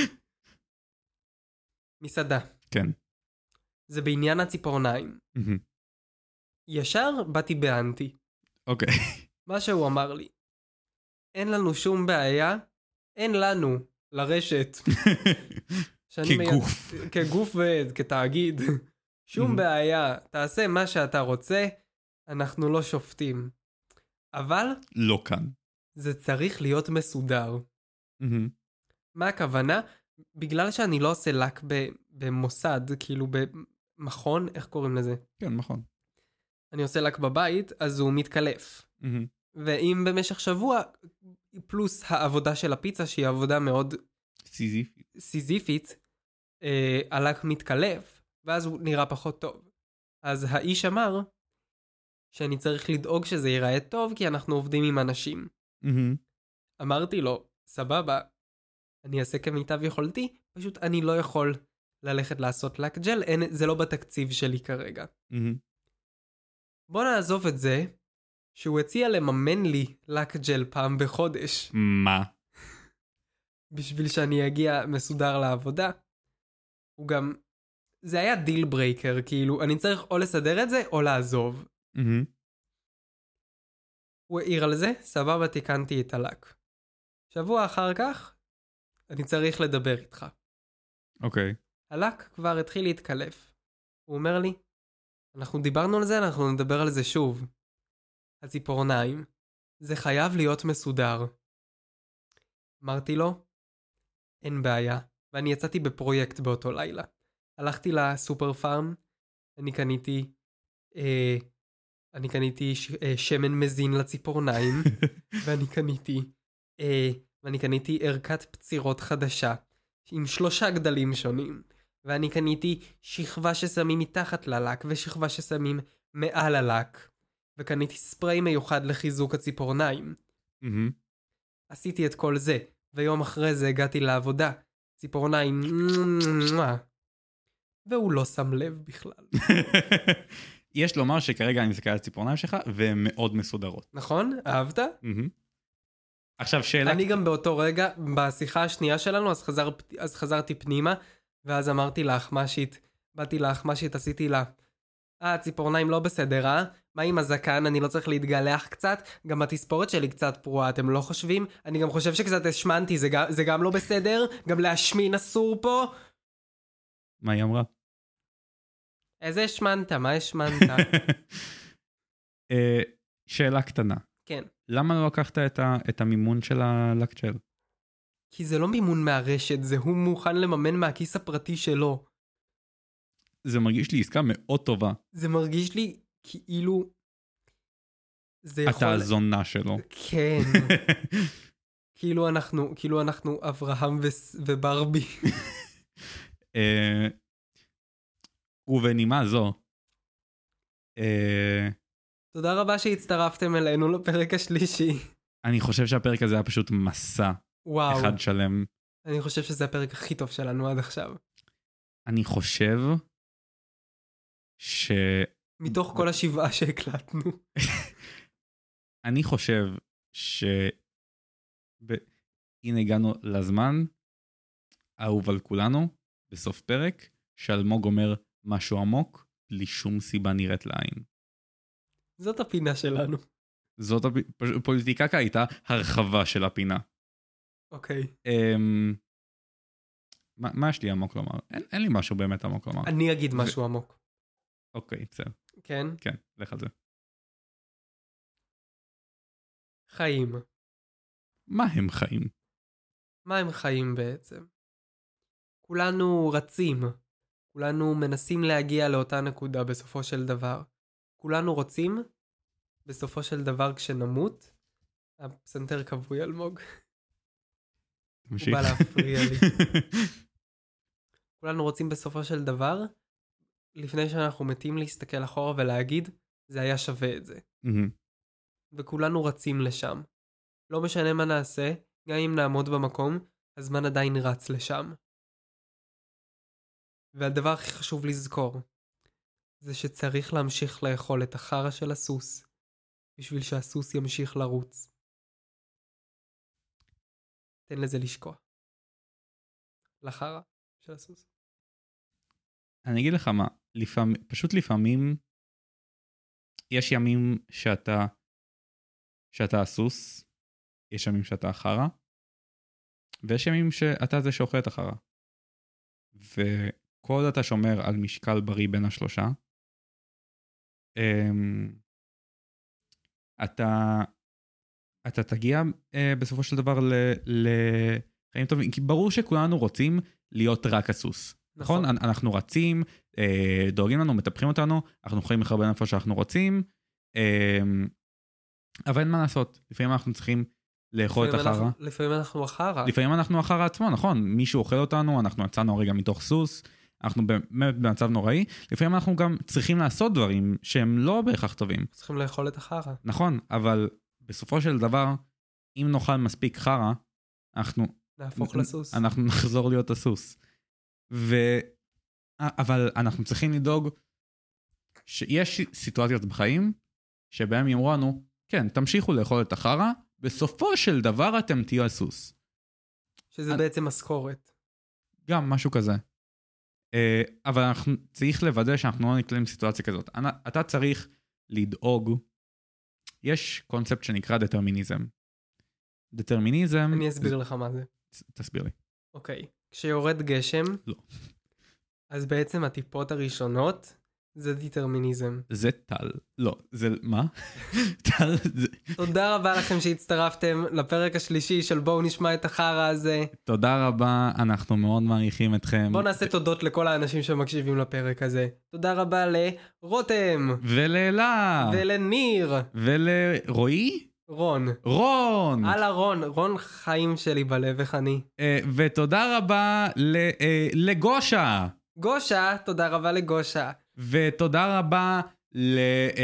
מסעדה. כן. זה בעניין הציפורניים. ישר באתי באנטי. אוקיי. מה שהוא אמר לי, אין לנו שום בעיה, אין לנו לרשת. כגוף. מי... כגוף וכתאגיד. שום בעיה, תעשה מה שאתה רוצה, אנחנו לא שופטים. אבל... לא כאן. זה צריך להיות מסודר. מה הכוונה? בגלל שאני לא עושה לק במוסד, כאילו במכון, איך קוראים לזה? כן, מכון. אני עושה לק בבית, אז הוא מתקלף. ואם במשך שבוע, פלוס העבודה של הפיצה, שהיא עבודה מאוד סיזיפית, סיזיפית אה, הלק מתקלף, ואז הוא נראה פחות טוב. אז האיש אמר שאני צריך לדאוג שזה ייראה טוב, כי אנחנו עובדים עם אנשים. אמרתי לו, סבבה, אני אעשה כמיטב יכולתי, פשוט אני לא יכול ללכת לעשות לק ג'ל, אין, זה לא בתקציב שלי כרגע. בוא נעזוב את זה, שהוא הציע לממן לי לק ג'ל פעם בחודש. מה? בשביל שאני אגיע מסודר לעבודה. הוא גם, זה היה דיל ברייקר, כאילו, אני צריך או לסדר את זה, או לעזוב. הוא העיר על זה, סבבה, תיקנתי את הלק. שבוע אחר כך, אני צריך לדבר איתך. אוקיי. הלק כבר התחיל להתקלף. הוא אומר לי, אנחנו דיברנו על זה, אנחנו נדבר על זה שוב. הציפורניים, זה חייב להיות מסודר. אמרתי לו, אין בעיה, ואני יצאתי בפרויקט באותו לילה. הלכתי לסופר פארם, אני קניתי, אה, אני קניתי ש, אה, שמן מזין לציפורניים, ואני קניתי, אה, ואני קניתי ערכת פצירות חדשה, עם שלושה גדלים שונים, ואני קניתי שכבה ששמים מתחת ללק, ושכבה ששמים מעל הלק, וקניתי ספרי מיוחד לחיזוק הציפורניים. Mm-hmm. עשיתי את כל זה, ויום אחרי זה הגעתי לעבודה, ציפורניים, והוא לא שם לב בכלל. יש לומר שכרגע אני מסתכל על הציפורניים שלך, והן מאוד מסודרות. נכון? אהבת? Mm-hmm. עכשיו שאלה... אני גם באותו רגע, בשיחה השנייה שלנו, אז, חזר, אז חזרתי פנימה, ואז אמרתי לאחמשית, באתי לאחמשית, עשיתי לה, אה, הציפורניים לא בסדר, אה? מה עם הזקן? אני לא צריך להתגלח קצת? גם התספורת שלי קצת פרועה, אתם לא חושבים? אני גם חושב שקצת השמנתי, זה גם, זה גם לא בסדר? גם להשמין אסור פה? מה היא אמרה? איזה השמנת? מה השמנת? שאלה קטנה. כן. למה לא לקחת את, ה, את המימון של הלקצ'ל? כי זה לא מימון מהרשת, זה הוא מוכן לממן מהכיס הפרטי שלו. זה מרגיש לי עסקה מאוד טובה. זה מרגיש לי כאילו... זה יכול... אתה הזונה שלו. כן. כאילו אנחנו, כאילו אנחנו אברהם ו- וברבי. ובנימה זו. תודה רבה שהצטרפתם אלינו לפרק השלישי. אני חושב שהפרק הזה היה פשוט מסע. וואו. אחד שלם. אני חושב שזה הפרק הכי טוב שלנו עד עכשיו. אני חושב ש... מתוך כל השבעה שהקלטנו. אני חושב ש... ב... הנה הגענו לזמן, אהוב על כולנו, בסוף פרק, שאלמוג אומר משהו עמוק, בלי שום סיבה נראית לעין. זאת הפינה שלנו. זאת הפ... פוליטיקקה הייתה הרחבה של הפינה. אוקיי. אמ... מה, מה יש לי עמוק לומר? אין, אין לי משהו באמת עמוק לומר. אני אגיד ו... משהו עמוק. אוקיי, בסדר. כן? כן, לך על זה. חיים. מה הם חיים? מה הם חיים בעצם? כולנו רצים. כולנו מנסים להגיע לאותה נקודה בסופו של דבר. כולנו רוצים, בסופו של דבר כשנמות, הפסנתר כבוי אלמוג. הוא בא להפריע לי. כולנו רוצים בסופו של דבר, לפני שאנחנו מתים להסתכל אחורה ולהגיד, זה היה שווה את זה. וכולנו רצים לשם. לא משנה מה נעשה, גם אם נעמוד במקום, הזמן עדיין רץ לשם. והדבר הכי חשוב לזכור, זה שצריך להמשיך לאכול את החרא של הסוס, בשביל שהסוס ימשיך לרוץ. תן לזה לשקוע. לחרא של הסוס. אני אגיד לך מה, לפעמים, פשוט לפעמים, יש ימים שאתה, שאתה הסוס, יש ימים שאתה החרא, ויש ימים שאתה זה שאוכל את החרא. וכל עוד אתה שומר על משקל בריא בין השלושה, אתה, אתה תגיע בסופו של דבר לחיים טובים, כי ברור שכולנו רוצים להיות רק הסוס. נכון? אנחנו רצים, דואגים לנו, מטפחים אותנו, אנחנו יכולים לחרבן איפה שאנחנו רוצים, אבל אין מה לעשות. לפעמים אנחנו צריכים לאכול את החרא. לפעמים אנחנו החרא. לפעמים אנחנו החרא עצמו, נכון. מישהו אוכל אותנו, אנחנו יצאנו הרגע מתוך סוס, אנחנו באמת במצב נוראי. לפעמים אנחנו גם צריכים לעשות דברים שהם לא בהכרח טובים. צריכים לאכול את החרא. נכון, אבל בסופו של דבר, אם נאכל מספיק חרא, אנחנו... נהפוך לסוס. אנחנו נחזור להיות הסוס. ו... אבל אנחנו צריכים לדאוג שיש סיטואציות בחיים שבהם יאמרו לנו, כן, תמשיכו לאכול את החרא, בסופו של דבר אתם תהיו הסוס. שזה אני... בעצם משכורת. גם משהו כזה. אבל אנחנו צריך לוודא שאנחנו לא נקלעים לסיטואציה כזאת. אתה צריך לדאוג, יש קונספט שנקרא דטרמיניזם. דטרמיניזם... אני אסביר לך מה זה. תסביר לי. אוקיי. כשיורד גשם, לא. אז בעצם הטיפות הראשונות זה דטרמיניזם. זה טל. לא, זה מה? טל זה... תודה רבה לכם שהצטרפתם לפרק השלישי של בואו נשמע את החרא הזה. תודה רבה, אנחנו מאוד מעריכים אתכם. בואו נעשה תודות לכל האנשים שמקשיבים לפרק הזה. תודה רבה לרותם. ולאלה. ולניר. ולרועי? רון. רון. הלאה רון, רון חיים שלי בלב, איך אני. ותודה רבה לגושה. גושה, תודה רבה לגושה. ותודה רבה ל...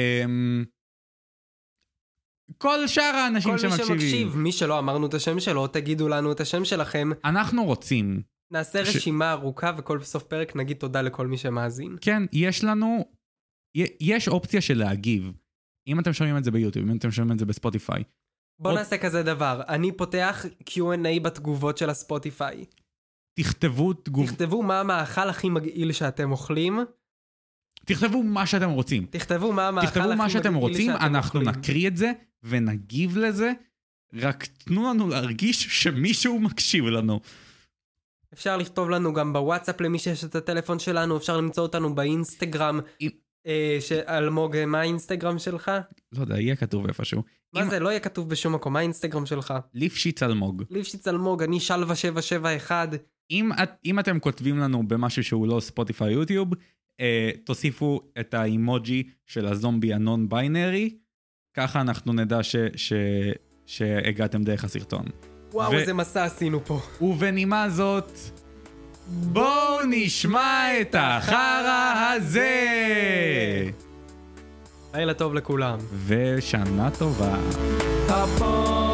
כל שאר האנשים שמקשיבים. כל מי שמקשיב, מי שלא אמרנו את השם שלו, תגידו לנו את השם שלכם. אנחנו רוצים. נעשה רשימה ארוכה וכל בסוף פרק נגיד תודה לכל מי שמאזין. כן, יש לנו, יש אופציה של להגיב. אם אתם שומעים את זה ביוטיוב, אם אתם שומעים את זה בספוטיפיי. בוא עוד... נעשה כזה דבר, אני פותח קיו אנד איי בתגובות של הספוטיפיי. תכתבו תגוב... תכתבו מה המאכל הכי מגעיל שאתם אוכלים. תכתבו מה שאתם רוצים. תכתבו מה המאכל הכי מגעיל שאתם אוכלים. תכתבו מה שאתם רוצים, אנחנו נקריא את זה ונגיב לזה, רק תנו לנו להרגיש שמישהו מקשיב לנו. אפשר לכתוב לנו גם בוואטסאפ למי שיש את הטלפון שלנו, אפשר למצוא אותנו באינסטגרם. אלמוג, מה האינסטגרם שלך? לא יודע, יהיה כתוב איפשהו. מה זה? לא יהיה כתוב בשום מקום, מה האינסטגרם שלך? ליפשיץ אלמוג. ליפשיץ אלמוג, אני שלווה שבע שבע אחת. אם אתם כותבים לנו במשהו שהוא לא ספוטיפיי יוטיוב, תוסיפו את האימוג'י של הזומבי הנון ביינרי, ככה אנחנו נדע שהגעתם דרך הסרטון. וואו, איזה מסע עשינו פה. ובנימה זאת... בואו נשמע את החרא הזה. לילה טוב לכולם. ושנה טובה.